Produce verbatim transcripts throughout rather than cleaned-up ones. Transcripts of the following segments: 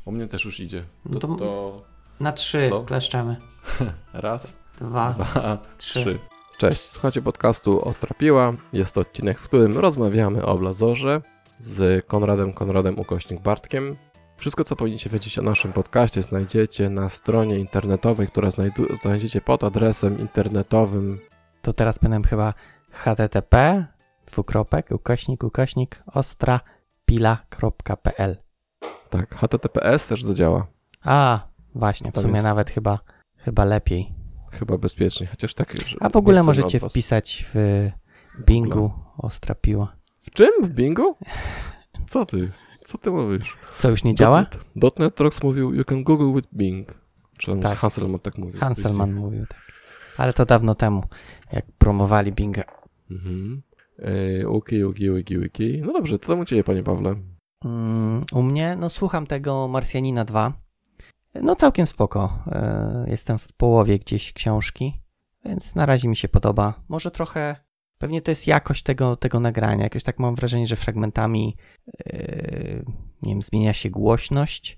U mnie też już idzie. To, No to to... Na trzy Co? kleszczemy. Raz, Dwa, dwa, trzy. trzy. Cześć, słuchacie podcastu Ostra Piła. Jest to odcinek, w którym rozmawiamy o Blazorze z Konradem Konradem ukośnik Bartkiem. Wszystko, co powinniście wiedzieć o naszym podcaście, znajdziecie na stronie internetowej, która znajdu- znajdziecie pod adresem internetowym. To teraz powinienem chyba http dwukropek ukośnik ukośnik ostrapila kropka p l. Tak, H T T P S też zadziała. A, właśnie, w Tam sumie jest- nawet chyba, chyba lepiej. Chyba bezpiecznie, chociaż tak... że A w ogóle nie chcemy możecie od was. wpisać w Bingu Ostra Piła. W czym? W bingo? Co ty? Co ty mówisz? Co, już nie działa? .NET, .NET Rocks mówił you can Google with Bing. Czy on Tak. Hanselman tak mówił. Hanselman mówił tak. Ale to dawno temu, jak promowali Binga. Mhm. Ej, Uki, uki, uki, uki. No dobrze, co tam u ciebie, panie Pawle? Mm, u mnie, no słucham tego Marsjanina dwa. No całkiem spoko. E, Jestem w połowie gdzieś książki, więc na razie mi się podoba. Może trochę, pewnie to jest jakość tego, tego nagrania. Jakoś tak mam wrażenie, że fragmentami e, nie wiem, zmienia się głośność.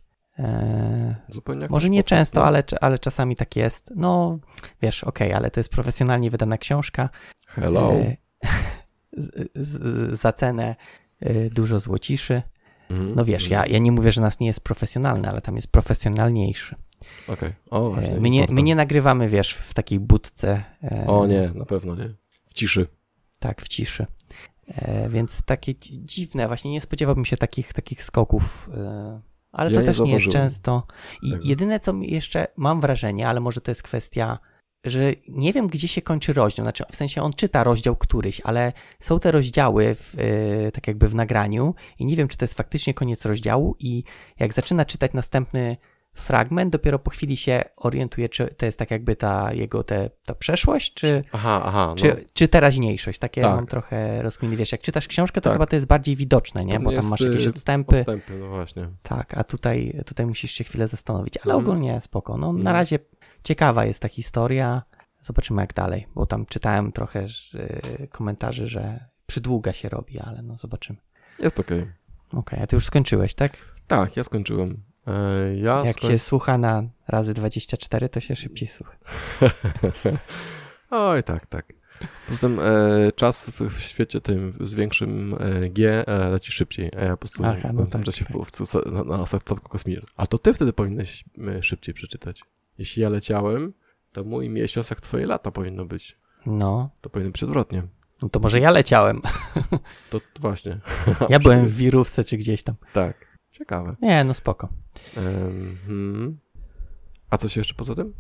E, Zupełnie jak Może nasz nie podcast, często, no. ale, ale czasami tak jest. No wiesz, okej, ale to jest profesjonalnie wydana książka. Hello. E, z, z, za cenę e, dużo złociszy. Mhm. No wiesz, ja, ja nie mówię, że nas nie jest profesjonalny, ale tam jest profesjonalniejszy. Okej. O, właśnie. E, My nie, my nie nagrywamy, wiesz, w takiej budce. e, O nie, na pewno nie. W ciszy. Tak, w ciszy. E, Więc takie dzi- dziwne, właśnie nie spodziewałbym się takich, takich skoków, e, ale Ja to nie też nie jest zauważyłem często. I tego. jedyne, co mi jeszcze mam wrażenie, ale może to jest kwestia, że nie wiem, gdzie się kończy rozdział. Znaczy, w sensie on czyta rozdział któryś, ale są te rozdziały w, e, tak jakby w nagraniu i nie wiem, czy to jest faktycznie koniec rozdziału i jak zaczyna czytać następny fragment, dopiero po chwili się orientuje, czy to jest tak jakby ta jego te, ta przeszłość, czy, Aha, aha. No. czy, czy teraźniejszość. Takie Tak. mam trochę rozkminy. Wiesz, jak czytasz książkę, to Tak. chyba to jest bardziej widoczne, nie? Tam Bo tam jest, masz jakieś y, odstępy. Odstępy, no właśnie. Tak, a tutaj, tutaj musisz się chwilę zastanowić, ale Mhm. ogólnie spoko. No, na Mhm. razie ciekawa jest ta historia. Zobaczymy jak dalej, bo tam czytałem trochę że, komentarzy, że przydługa się robi, ale no zobaczymy. Jest okej. Okej, a ty już skończyłeś, tak? Tak, ja skończyłem. E, ja Jak skoń... się słucha na razy dwadzieścia cztery, to się szybciej słucha. Oj, tak, tak. Poza tym e, czas w świecie tym z większym e, G e, leci szybciej, a ja po prostu Aha, no byłem w tym tak, czasie tak. w, w, na, na statku kosmicznym. A to ty wtedy powinieneś e, szybciej przeczytać. Jeśli ja leciałem, to mój miesiąc jak twoje lata powinno być. No, To powinno być odwrotnie. no to może ja leciałem. To właśnie. Ja byłem w wirówce czy gdzieś tam. Tak. Ciekawe. Nie, no spoko. Um, hmm. A coś jeszcze poza tym?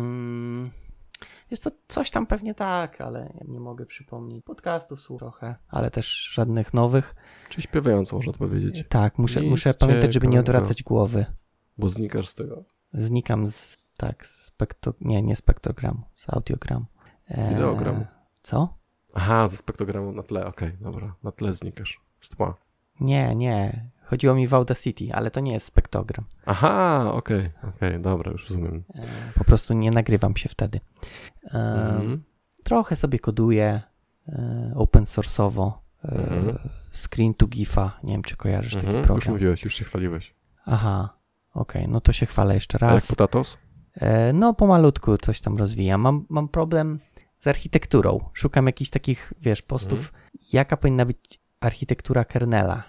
Mm, jest to coś tam pewnie tak, ale ja nie mogę przypomnieć. Podcastów słucham trochę, ale też żadnych nowych. Czy śpiewająco można odpowiedzieć? Tak, muszę, Nic muszę pamiętać, żeby nie ciekawego. odwracać głowy. Bo znikasz z tego. Znikam z, tak, z spektro... nie, nie spektrogramu, z audiogramu. Z wideogramu. Co? Aha, ze spektrogramu na tle, okej, dobra. Na tle znikasz. Z tła. Nie, nie. Chodziło mi w Audacity, ale to nie jest spektrogram. Aha, okej, okej, dobra, już rozumiem. E, po prostu nie nagrywam się wtedy. E, Mhm. Trochę sobie koduję e, open source'owo. E, Mhm. Screen to GIFa. Nie wiem, czy kojarzysz taki Mhm. Już program. mówiłeś, już się chwaliłeś. Aha, okej, no to się chwalę jeszcze A jak raz. Potatoes? E, no pomalutku coś tam rozwijam. Mam, mam problem z architekturą. Szukam jakichś takich, wiesz, postów, Mhm. jaka powinna być architektura kernela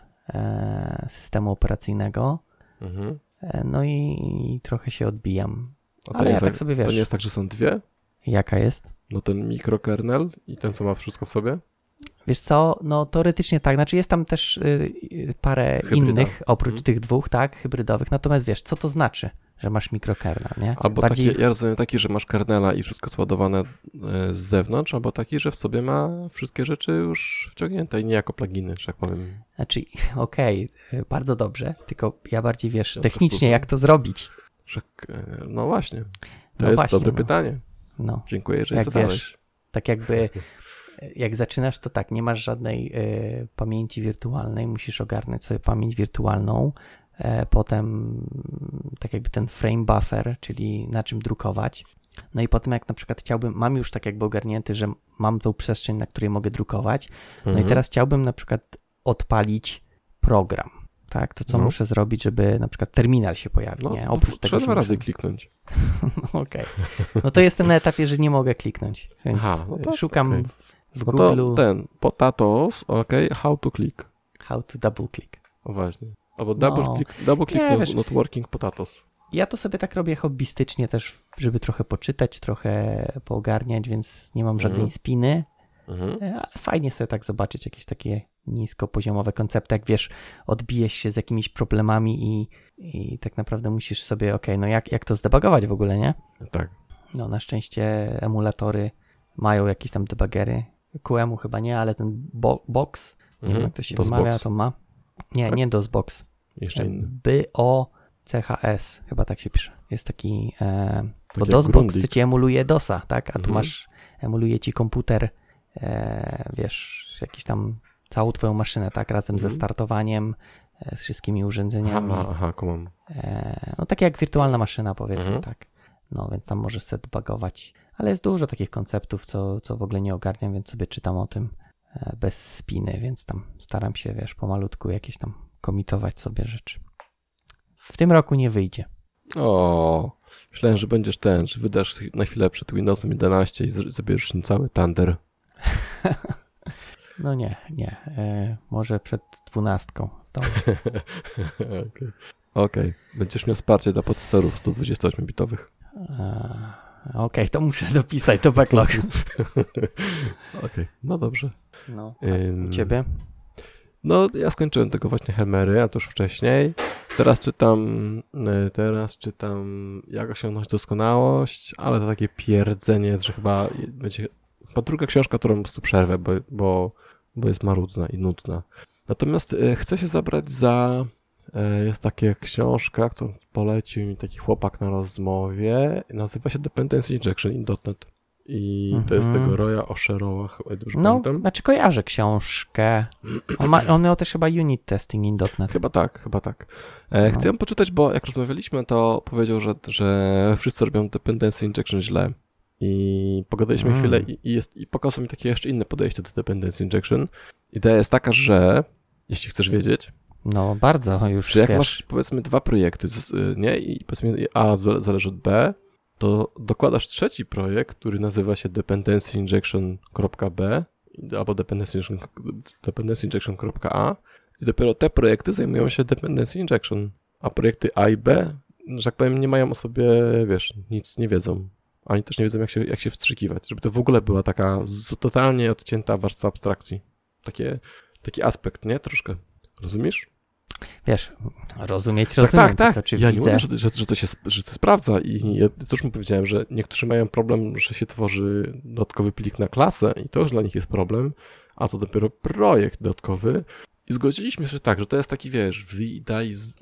e, systemu operacyjnego. Mhm. E, no i, i trochę się odbijam. A to, Ale nie ja jest tak tak, sobie, to wiesz, nie jest tak, że są dwie? jaka jest? No ten mikrokernel i ten, co ma wszystko w sobie? Wiesz co, no teoretycznie tak, znaczy jest tam też y, y, parę Hybryda. innych, oprócz Mhm. tych dwóch, tak, hybrydowych, natomiast wiesz, co to znaczy, że masz mikrokernel, nie? Albo Bardziej... taki, ja rozumiem taki, że masz kernela i wszystko ładowane e, z zewnątrz, albo taki, że w sobie ma wszystkie rzeczy już wciągnięte i nie jako pluginy, że tak powiem. Znaczy, okej, y, bardzo dobrze, tylko ja bardziej, wiesz, Ja technicznie też jak to zrobić. Że, e, no właśnie, to No jest właśnie, dobre no. pytanie. No, Dziękuję, że je jak zadałeś. wiesz, tak jakby jak zaczynasz, to tak, nie masz żadnej y, pamięci wirtualnej, musisz ogarnąć sobie pamięć wirtualną, e, potem tak jakby ten frame buffer, czyli na czym drukować. No i potem jak na przykład chciałbym, mam już tak jakby ogarnięty, że mam tą przestrzeń, na której mogę drukować, no Mhm. i teraz chciałbym na przykład odpalić program. tak? To co No. muszę zrobić, żeby na przykład terminal się pojawił, No, nie? Oprócz tego, trzeba że dwa razy muszę... kliknąć. Okej. No to jestem na etapie, że nie mogę kliknąć, więc Aha, no to szukam okej. w No to Google ten, potatoes, okej, how to click. how to double click. O właśnie. Albo No. double click, double click Nie, not, wiesz- not working potatoes. Ja to sobie tak robię hobbystycznie też, żeby trochę poczytać, trochę poogarniać, więc nie mam żadnej Mhm. spiny, Mhm. e, ale fajnie sobie tak zobaczyć jakieś takie niskopoziomowe koncepty, jak wiesz, odbijesz się z jakimiś problemami i, i tak naprawdę musisz sobie, okej, no jak, jak to zdebugować w ogóle, nie? Tak. No na szczęście emulatory mają jakieś tam debugery, Q E M-u chyba nie, ale ten bo- box, nie Mhm. wiem jak to się DOSBox. wymawia, to ma. Nie, Tak? nie DOSBox. Jeszcze inny. B O C H S, chyba tak się pisze. Jest taki, e, bo jak DOSBox Grundig. to ci emuluje DOSa, tak? A tu Mhm. masz, emuluje ci komputer, e, wiesz, jakiś tam całą twoją maszynę, tak? Razem ze Mhm. startowaniem, e, z wszystkimi urządzeniami. Aha, aha, kumam. E, no takie jak wirtualna maszyna, powiedzmy, Mhm. tak. No więc tam możesz sobie debugować. Ale jest dużo takich konceptów, co, co w ogóle nie ogarniam, więc sobie czytam o tym e, bez spiny, więc tam staram się, wiesz, pomalutku jakieś tam komitować sobie rzeczy. W tym roku nie wyjdzie. O, myślałem, że będziesz ten, że wydasz na chwilę przed Windowsem jedenaście i z- zabierzesz im cały Thunder. No nie, nie. E, może przed dwunastką. zdążę. Okej. Okej. Będziesz miał wsparcie dla procesorów sto dwudziestoośmiu bitowych. E, Okej, to muszę dopisać do backlog. Okej, no dobrze. No, Ym, u ciebie? No, ja skończyłem tego właśnie Helmery, a to już wcześniej. Teraz czytam, y, teraz czytam Jak osiągnąć doskonałość, ale to takie pierdzenie jest, że chyba będzie chyba druga książka, którą po prostu przerwę, bo, bo, bo jest marudna i nudna. Natomiast y, chcę się zabrać za, y, jest taka książka, którą polecił mi taki chłopak na rozmowie, nazywa się Dependency Injection in dot net. I to jest Mhm. tego Roya Osherowa, chyba dobrze No, pamiętam. znaczy kojarzę książkę. On, ma, on miał też chyba unit testing in dot net. Chyba tak, chyba tak. E, No. chcę ją poczytać, bo jak rozmawialiśmy, to powiedział, że, że wszyscy robią dependency injection źle. I pogadaliśmy Mm. chwilę i, i, jest, i pokazał mi takie jeszcze inne podejście do dependency injection. Idea jest taka, że jeśli chcesz wiedzieć, No, bardzo już, że jak wiesz. masz powiedzmy dwa projekty, z- y, nie, i powiedzmy A z- zależy od B, to dokładasz trzeci projekt, który nazywa się dependency injection.b albo dependency injection, dependency injection.a i dopiero te projekty zajmują się dependency injection, a projekty A i B, że tak powiem, nie mają o sobie, wiesz, nic nie wiedzą. Ani też nie wiedzą, jak się, jak się wstrzykiwać. Żeby to w ogóle była taka z, totalnie odcięta warstwa abstrakcji. Takie, taki aspekt, nie? Troszkę. Rozumiesz? Wiesz, rozumieć, Tak, rozumiem. tak, tak. tylko czy Ja nie widzę. mówię, że, że, że, to się, że to sprawdza i ja też mu powiedziałem, że niektórzy mają problem, że się tworzy dodatkowy plik na klasę i to już dla nich jest problem, a to dopiero projekt dodatkowy. I zgodziliśmy się tak, że to jest taki, wiesz, wyidealiz,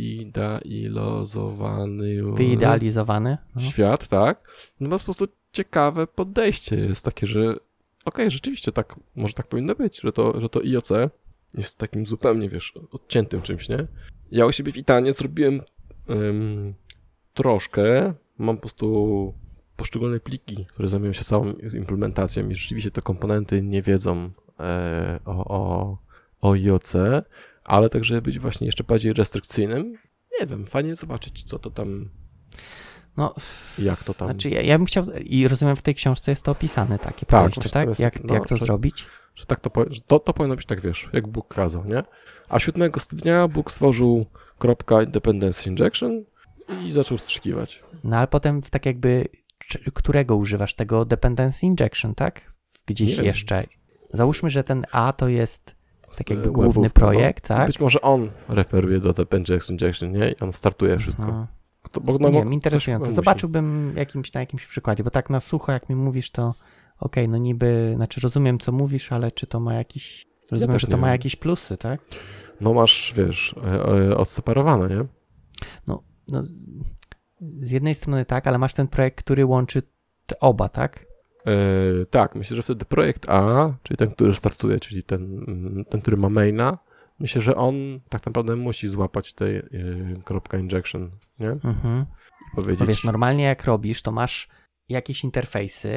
wyidealizowany Wyidealizowany. No. świat, tak? Natomiast po prostu ciekawe podejście jest takie, że okej, rzeczywiście tak, może tak powinno być, że to, że to I O C jest takim zupełnie, wiesz, odciętym czymś, nie? Ja u siebie w Itanie zrobiłem ym, troszkę, mam po prostu poszczególne pliki, które zajmują się całą implementacją i rzeczywiście te komponenty nie wiedzą e, o, o, o I O C, ale tak, żeby być właśnie jeszcze bardziej restrykcyjnym, nie wiem, fajnie zobaczyć, co to tam, No, jak to tam... znaczy ja, ja bym chciał, i rozumiem, w tej książce jest to opisane, takie Tak, podejście, właśnie tak? to jest Jak, takie, no, jak to że- zrobić? Że, tak to, po- że to, to powinno być tak, wiesz, jak Bóg kazał, nie? A siódmego dnia Bóg stworzył kropka dependency injection i zaczął wstrzykiwać. No ale potem w tak jakby, czy- którego używasz? Tego dependency injection, tak? Gdzieś Nie wiem. jeszcze. Załóżmy, że ten A to jest tak jakby E, główny webówka, projekt, no. tak? Być może on referuje do dependency injection, nie? I on startuje wszystko. Mhm. To, bo, Nie no, bo wiem, interesujące. ktoś chyba Zobaczyłbym jakimś, na jakimś przykładzie, bo tak na sucho, jak mi mówisz, to okej, no niby, znaczy rozumiem, co mówisz, ale czy to ma jakiś, rozumiem, też że nie to ma wiem. jakieś plusy, tak? musi. No masz, wiesz, e, e, odseparowane, nie? No, z, z jednej strony tak, ale masz ten projekt, który łączy te oba, tak? E, tak, myślę, że wtedy projekt A, czyli ten, który startuje, czyli ten, mm, ten który ma maina, myślę, że on tak naprawdę musi złapać tej e, kropka injection, nie? Mhm. I powiedzieć... No wiesz, normalnie jak robisz, to masz jakieś interfejsy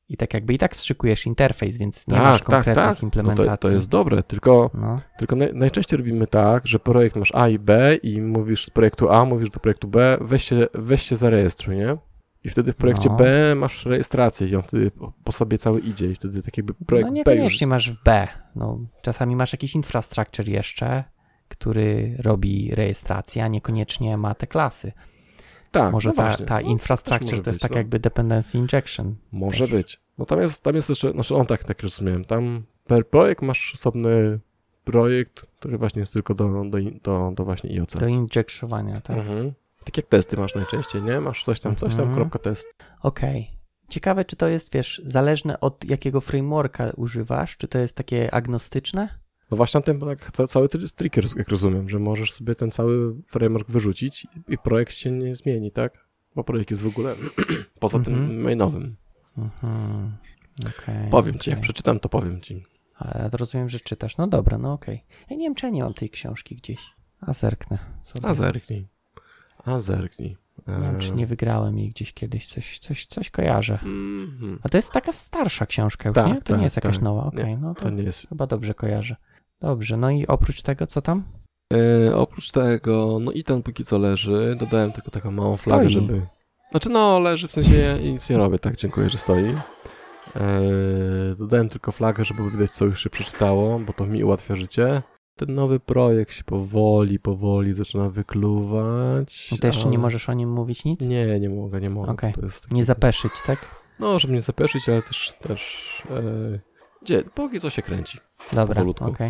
I tak jakby i tak wstrzykujesz interfejs, więc nie tak, masz tak, konkretnych tak. implementacji. No to, to jest dobre, tylko, no. tylko naj, najczęściej robimy tak, że projekt masz A i B i mówisz z projektu A, mówisz do projektu B, weź się, weź się zarejestruj, nie? I wtedy w projekcie No. B masz rejestrację i on wtedy po, po sobie cały idzie i wtedy tak jakby projekt No B już... niekoniecznie masz w B. No, czasami masz jakiś infrastructure jeszcze, który robi rejestrację, a niekoniecznie ma te klasy. Tak, Może no ta, właśnie. ta No, infrastructure może to jest być, tak no. jakby dependency injection. Może też. być. No tam jest, tam jest jeszcze, znaczy on tak, tak rozumiem, tam per projekt masz osobny projekt, który właśnie jest tylko do, do, do, do właśnie I O C. Do injectowania, tak. Mhm. Tak jak testy masz najczęściej, nie? Masz coś tam, coś tam, Mhm. kropka test. Okej. Ciekawe, czy to jest, wiesz, zależne od jakiego frameworka używasz, czy to jest takie agnostyczne? No właśnie na tym tak, ca- cały trik, jak rozumiem, że możesz sobie ten cały framework wyrzucić i, i projekt się nie zmieni, tak? Bo projekt jest w ogóle poza Mhm. tym mainowym. Mhm. Okej. Powiem ci, jak okej. przeczytam, to powiem ci. Ale ja to rozumiem, że czytasz. No dobra, no okej. Ja nie wiem, czy ja nie mam tej książki gdzieś. A zerknę sobie. A zerknij. A zerknij. Nie wiem, czy nie wygrałem jej gdzieś kiedyś. Coś, coś, coś kojarzę. Mhm. A to jest taka starsza książka już, Tak, nie? To tak, nie jest jakaś tak. nowa. Okej, Nie, no to, To nie jest. chyba dobrze kojarzę. Dobrze, no i oprócz tego, co tam? E, oprócz tego, no i ten póki co leży. Dodałem tylko taką małą Stoi. flagę, żeby... Znaczy no, leży, w sensie ja nic nie robię, tak, dziękuję, że stoi. E, dodałem tylko flagę, żeby widać, co już się przeczytało, bo to mi ułatwia życie. Ten nowy projekt się powoli, powoli zaczyna wykluwać. No to jeszcze nie ale- możesz o nim mówić nic? Nie, nie mogę, nie mogę. Okej. To jest taki- Nie zapeszyć, tak? No, żeby nie zapeszyć, ale też... też e, gdzie? Póki co się kręci. Dobra, Powolutku. okej.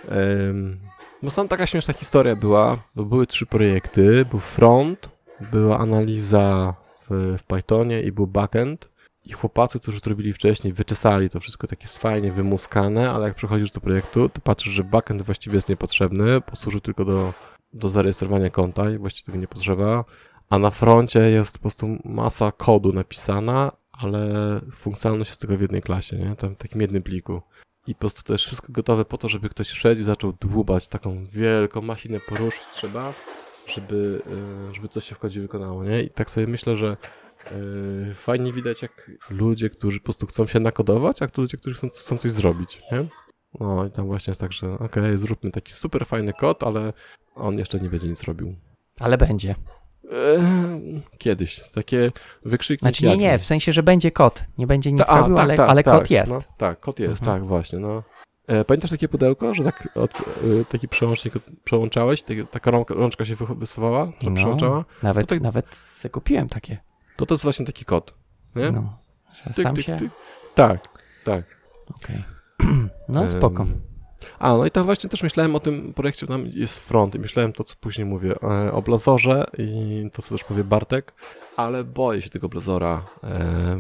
Ym, bo tam taka śmieszna historia była, bo były trzy projekty, był front, była analiza w, w Pythonie i był backend i chłopacy, którzy to robili wcześniej, wyczesali to wszystko, tak jest fajnie wymuskane, ale jak przechodzisz do projektu, to patrzysz, że backend właściwie jest niepotrzebny, posłuży tylko do, do zarejestrowania konta i właściwie tego nie potrzeba, a na froncie jest po prostu masa kodu napisana, ale funkcjonalność jest tylko w jednej klasie, nie? Tam w takim jednym pliku. I po prostu to jest wszystko gotowe po to, żeby ktoś wszedł i zaczął dłubać taką wielką machinę, poruszyć trzeba, żeby, y, żeby coś się w kodzie wykonało, nie? I tak sobie myślę, że y, fajnie widać, jak ludzie, którzy po prostu chcą się nakodować, a ludzie, którzy chcą, chcą coś zrobić, nie? No i tam właśnie jest tak, że okej, okay, zróbmy taki super fajny kod, ale on jeszcze nie będzie nic robił. Ale będzie. Eee, Kiedyś. Takie wykrzykniki. Znaczy nie, jak nie, w sensie, że będzie kod. Nie będzie nic Ta- a, robił, tak, ale, tak, ale tak, kod jest. No, tak, kod jest, Mhm. tak, właśnie, no. E, pamiętasz takie pudełko, że tak od, y, taki przełącznik od, przełączałeś, taki, taka rąk, rączka się wy, wysuwała, że No, przełączała? Nawet, To tak- nawet se kupiłem takie. To to jest właśnie taki kod, nie? No, że Tyk, sam tyk, się... tyk. Tak, tak. Okej. No spoko. Em, A, no i tam właśnie też myślałem o tym projekcie, tam jest front i myślałem to, co później mówię, e, o Blazorze i to, co też powie Bartek, ale boję się tego Blazora. Em,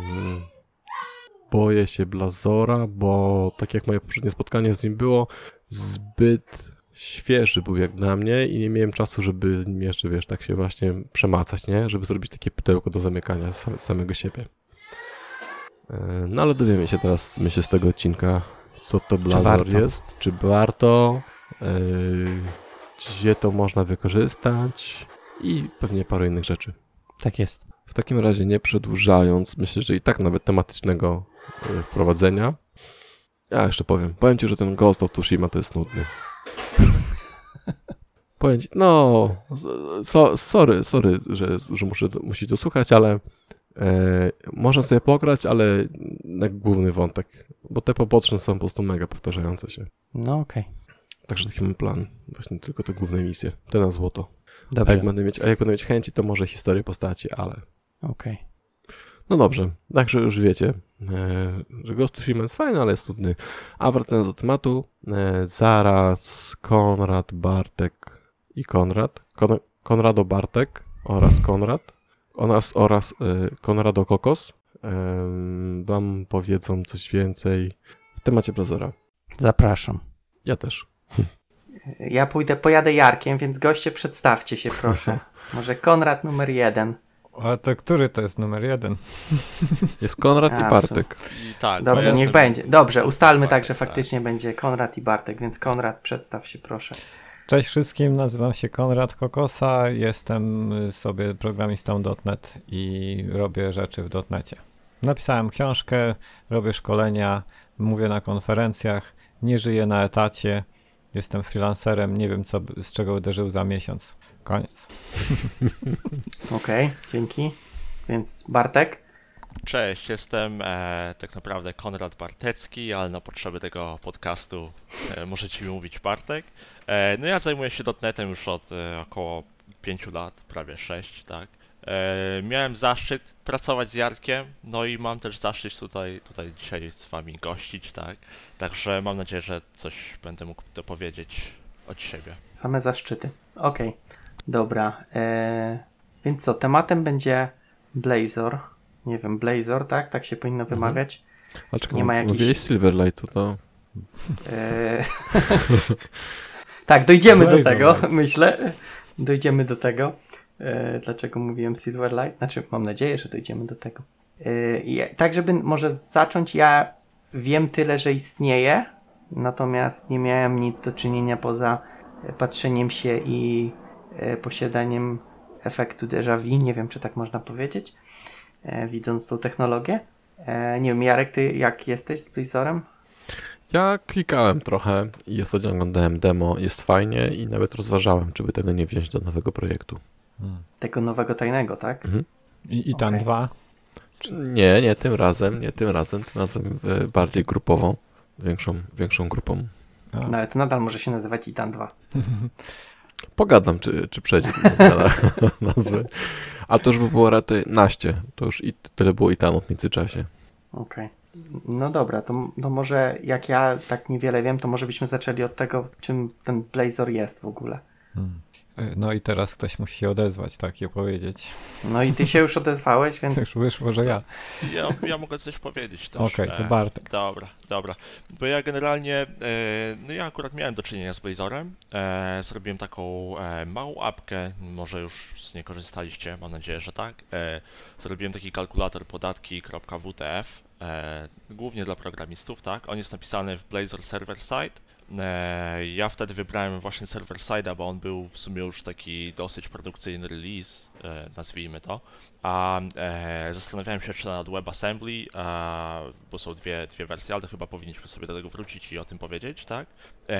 boję się Blazora, bo tak jak moje poprzednie spotkanie z nim było, zbyt świeży był jak dla mnie i nie miałem czasu, żeby z nim jeszcze, wiesz, tak się właśnie przemacać, nie? Żeby zrobić takie pudełko do zamykania sam, samego siebie. E, No ale dowiemy się teraz, myślę, z tego odcinka, co to Blazor warto? jest, czy warto, yy, gdzie to można wykorzystać i pewnie parę innych rzeczy. Tak jest. W takim razie nie przedłużając, myślę, że i tak nawet tematycznego yy, wprowadzenia. Ja jeszcze powiem. Powiem ci, że ten Ghost of Tsushima to jest nudny. Powiem ci, no, so, sorry, sorry, że, że muszę, musi to słuchać, ale E, można sobie pograć, ale na główny wątek, bo te poboczne są po prostu mega powtarzające się. No okej. Także taki mam plan. Właśnie tylko te główne misje. Te na złoto. A Dobrze. jak będę mieć, a jak będę mieć chęci, to może historię postaci, ale... Okej. No dobrze. Także już wiecie, e, że Ghost of Tsushima jest fajny, ale jest trudny. A wracając do tematu, e, zaraz Konrad, Bartek i Konrad. Kon, Konrado Bartek oraz Konrad. Oraz, oraz y, Konrado Kokos y, wam powiedzą coś więcej w temacie Blazora. Zapraszam. Ja też. Ja pójdę, pojadę Jarkiem, więc goście przedstawcie się proszę. Może Konrad numer jeden. A to który to jest numer jeden? Jest Konrad A, i Bartek. I tak, Dobrze, to niech jest- będzie. Dobrze, ustalmy tak, że Tak, tak. faktycznie będzie Konrad i Bartek, więc Konrad przedstaw się proszę. Cześć wszystkim, nazywam się Konrad Kokosa, jestem y, sobie programistą kropka net i robię rzeczy w dotnecie. Napisałem książkę, robię szkolenia, mówię na konferencjach, nie żyję na etacie, jestem freelancerem, nie wiem co, z czego będę żył za miesiąc. Koniec. Okej, okay, dzięki. Więc Bartek? Cześć, jestem e, tak naprawdę Konrad Bartecki, ale na potrzeby tego podcastu e, możecie mi mówić Bartek. E, no ja zajmuję się dotnetem już od e, około pięciu lat, prawie sześć, tak. E, miałem zaszczyt pracować z Jarkiem, no i mam też zaszczyt tutaj, tutaj dzisiaj z wami gościć, tak. Także mam nadzieję, że coś będę mógł dopowiedzieć od siebie. Same zaszczyty. Okej, okay. Dobra. E, więc co, tematem będzie Blazor. Nie wiem, Blazor, tak? Tak się powinno mhm. wymawiać. A czekaj, nie ma jakichś... mówiłeś Silverlight, to to... E... tak, dojdziemy Blazor do tego, Light. myślę. Dojdziemy do tego. E, dlaczego mówiłem Silverlight? Znaczy, mam nadzieję, że dojdziemy do tego. E, tak, żeby może zacząć, ja wiem tyle, że istnieje, natomiast nie miałem nic do czynienia poza patrzeniem się i e, posiadaniem efektu déjà vu. Nie wiem, czy tak można powiedzieć, e, widząc tą technologię. E, nie wiem, Jarek, ty jak jesteś z Blazorem? Ja klikałem trochę i ostatnio oglądałem demo, jest fajnie i nawet rozważałem, czy by tego nie wziąć do nowego projektu. Hmm. Tego nowego tajnego, tak? Mhm. I, i tam okay. dwa? Nie, nie tym razem, nie tym razem, tym razem bardziej grupową, większą, większą grupą. A. No ale to nadal może się nazywać Itan dwa. Pogadam, czy, czy przejdzie na nazwy. A to już by było raczej naście, to już i tyle było Itanów w międzyczasie. Okej. Okay. No dobra, to, to może jak ja tak niewiele wiem, to może byśmy zaczęli od tego, czym ten Blazor jest w ogóle. Hmm. No i teraz ktoś musi się odezwać, tak je powiedzieć. No i ty się już odezwałeś, więc... Już wyszło, że ja. Ja, ja mogę coś powiedzieć też. Okej, okay, to Bartek. E, dobra, dobra. Bo ja generalnie, e, no ja akurat miałem do czynienia z Blazorem. E, zrobiłem taką e, małą apkę, może już z niej korzystaliście, mam nadzieję, że tak. E, zrobiłem taki kalkulator podatki.wtf, e, głównie dla programistów, tak. On jest napisany w Blazor Server Side. Ja wtedy wybrałem właśnie server side'a, bo on był w sumie już taki dosyć produkcyjny release, nazwijmy to. A e, zastanawiałem się jeszcze nad WebAssembly, a, bo są dwie, dwie wersje, ale to chyba powinniśmy sobie do tego wrócić i o tym powiedzieć, tak? E,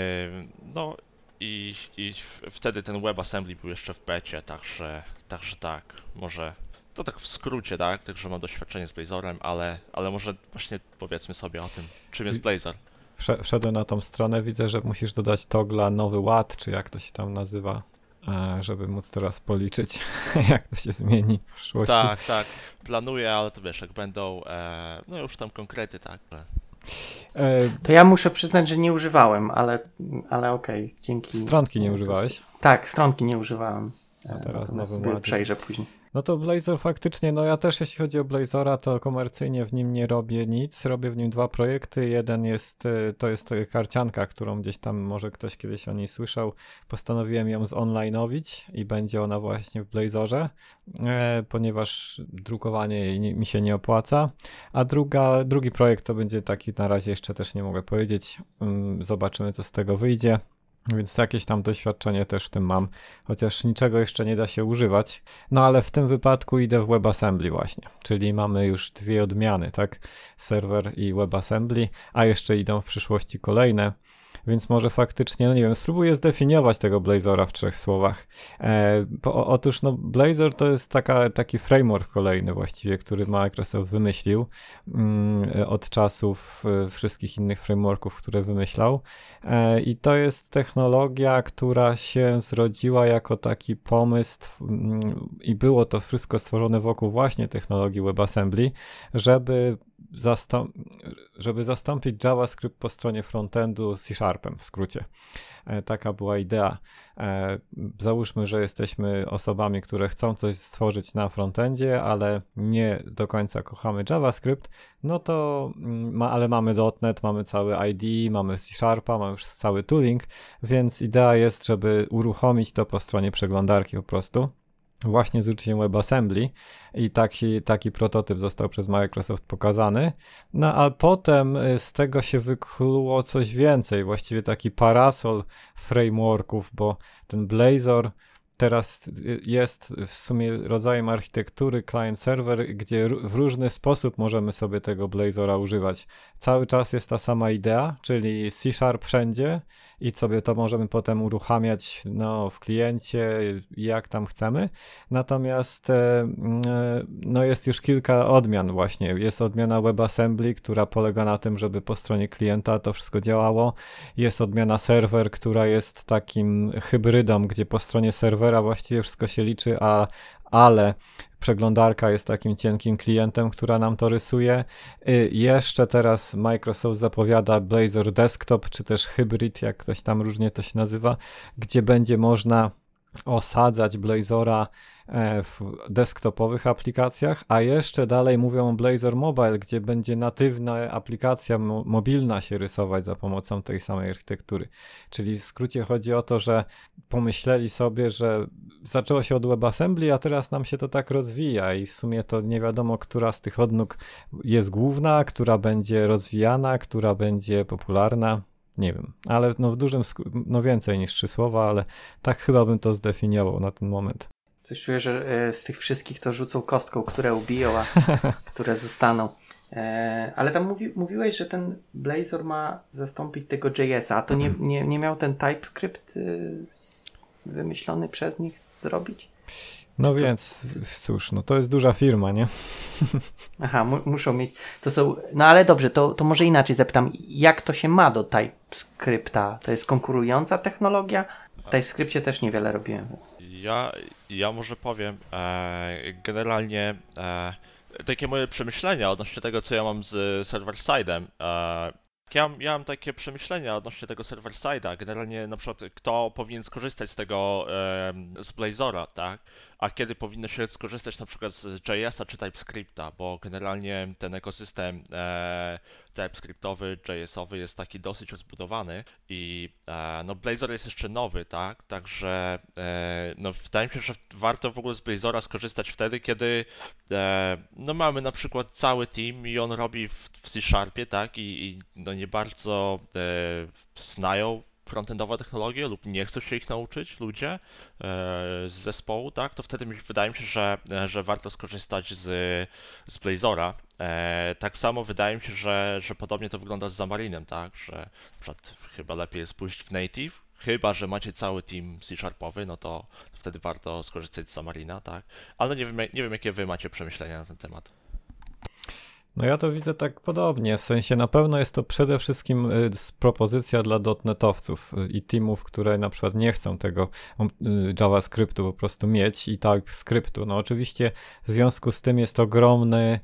no i, i wtedy ten WebAssembly był jeszcze w becie, także, także tak, może to tak w skrócie, tak? Także mam doświadczenie z Blazorem, ale, ale może właśnie powiedzmy sobie o tym, czym jest Blazor. Wszedłem na tą stronę, widzę, że musisz dodać togla nowy ład, czy jak to się tam nazywa, żeby móc teraz policzyć, jak to się zmieni w przyszłości. Tak, tak, planuję, ale to wiesz, jak będą, e, no już tam konkrety, tak. To ja muszę przyznać, że nie używałem, ale, ale okej, okay, dzięki. Stronki nie używałeś? Tak, stronki nie używałem. A teraz nowy ład. Przejrzę później. No to Blazor faktycznie, no ja też jeśli chodzi o Blazora, to komercyjnie w nim nie robię nic, robię w nim dwa projekty, jeden jest, to jest karcianka, którą gdzieś tam może ktoś kiedyś o niej słyszał, postanowiłem ją zonline'owić i będzie ona właśnie w Blazorze, e, ponieważ drukowanie jej nie, mi się nie opłaca, a druga, drugi projekt to będzie taki, na razie jeszcze też nie mogę powiedzieć, um, zobaczymy co z tego wyjdzie. Więc jakieś tam doświadczenie też w tym mam, chociaż niczego jeszcze nie da się używać. No ale w tym wypadku idę w WebAssembly właśnie, czyli mamy już dwie odmiany, tak? Serwer i WebAssembly, a jeszcze idą w przyszłości kolejne. Więc może faktycznie, no nie wiem, spróbuję zdefiniować tego Blazora w trzech słowach. E, po, otóż no Blazor to jest taka, taki framework kolejny właściwie, który Microsoft wymyślił mm, od czasów y, wszystkich innych frameworków, które wymyślał. E, I to jest technologia, która się zrodziła jako taki pomysł mm, i było to wszystko stworzone wokół właśnie technologii WebAssembly, żeby Zastąp- żeby zastąpić JavaScript po stronie frontendu C-Sharpem w skrócie. E, taka była idea. E, załóżmy, że jesteśmy osobami, które chcą coś stworzyć na frontendzie, ale nie do końca kochamy JavaScript, no to ma, ale mamy .dot net, mamy cały I D, mamy C-Sharpa, mamy już cały tooling, więc idea jest, żeby uruchomić to po stronie przeglądarki po prostu. Właśnie z użyciem WebAssembly i taki, taki prototyp został przez Microsoft pokazany. No a potem z tego się wykluło coś więcej, właściwie taki parasol frameworków, bo ten Blazor teraz jest w sumie rodzajem architektury client-server, gdzie w różny sposób możemy sobie tego Blazora używać. Cały czas jest ta sama idea, czyli C Sharp wszędzie i sobie to możemy potem uruchamiać no, w kliencie, jak tam chcemy. Natomiast no, jest już kilka odmian właśnie. Jest odmiana WebAssembly, która polega na tym, żeby po stronie klienta to wszystko działało. Jest odmiana serwer, która jest takim hybrydą, gdzie po stronie serwera właściwie wszystko się liczy, a, ale przeglądarka jest takim cienkim klientem, która nam to rysuje. I jeszcze teraz Microsoft zapowiada Blazor Desktop, czy też hybrid, jak ktoś tam różnie to się nazywa, gdzie będzie można osadzać Blazora w desktopowych aplikacjach, a jeszcze dalej mówią o Blazor Mobile, gdzie będzie natywna aplikacja mo- mobilna się rysować za pomocą tej samej architektury. Czyli w skrócie chodzi o to, że pomyśleli sobie, że zaczęło się od WebAssembly, a teraz nam się to tak rozwija i w sumie to nie wiadomo, która z tych odnóg jest główna, która będzie rozwijana, która będzie popularna. Nie wiem, ale no w dużym, sk- no więcej niż trzy słowa, ale tak chyba bym to zdefiniował na ten moment. Coś czuję, że y, z tych wszystkich to rzucą kostką, które ubiją, a które zostaną. E, ale tam mówi, mówiłeś, że ten Blazor ma zastąpić tego J S-a, a to nie, nie, nie miał ten TypeScript y, wymyślony przez nich zrobić? No to... więc, cóż, no to jest duża firma, nie? Aha, mu, muszą mieć, to są, no ale dobrze, to, to może inaczej zapytam, jak to się ma do TypeScripta? To jest konkurująca technologia? W TypeScriptie też niewiele robiłem. Więc... Ja, ja może powiem, e, generalnie e, takie moje przemyślenia odnośnie tego, co ja mam z server-sidem. E, ja, ja mam takie przemyślenia odnośnie tego server-side'a, generalnie na przykład kto powinien skorzystać z tego, e, z Blazora, tak? A kiedy powinno się skorzystać na przykład z J S-a czy TypeScripta, bo generalnie ten ekosystem e, TypeScriptowy, J S-owy jest taki dosyć rozbudowany i e, no Blazor jest jeszcze nowy, tak? Także e, no wydaje mi się, że warto w ogóle z Blazora skorzystać wtedy, kiedy e, no mamy na przykład cały team i on robi w, w C-Sharpie, tak? I, i no nie bardzo e, znają frontendowe technologie lub nie chcą się ich nauczyć ludzie e, z zespołu, tak, to wtedy mi, wydaje mi się, że, że warto skorzystać z, z Blazora. E, tak samo wydaje mi się, że, że podobnie to wygląda z Xamarinem, tak, że na przykład chyba lepiej jest pójść w native, chyba że macie cały team C-Sharpowy, no to wtedy warto skorzystać z Xamarina, tak, ale nie wiem, nie wiem jakie wy macie przemyślenia na ten temat. No ja to widzę tak podobnie, w sensie na pewno jest to przede wszystkim y, propozycja dla dotnetowców y, i teamów, które na przykład nie chcą tego y, JavaScriptu po prostu mieć i TypeScriptu. No oczywiście w związku z tym jest ogromny,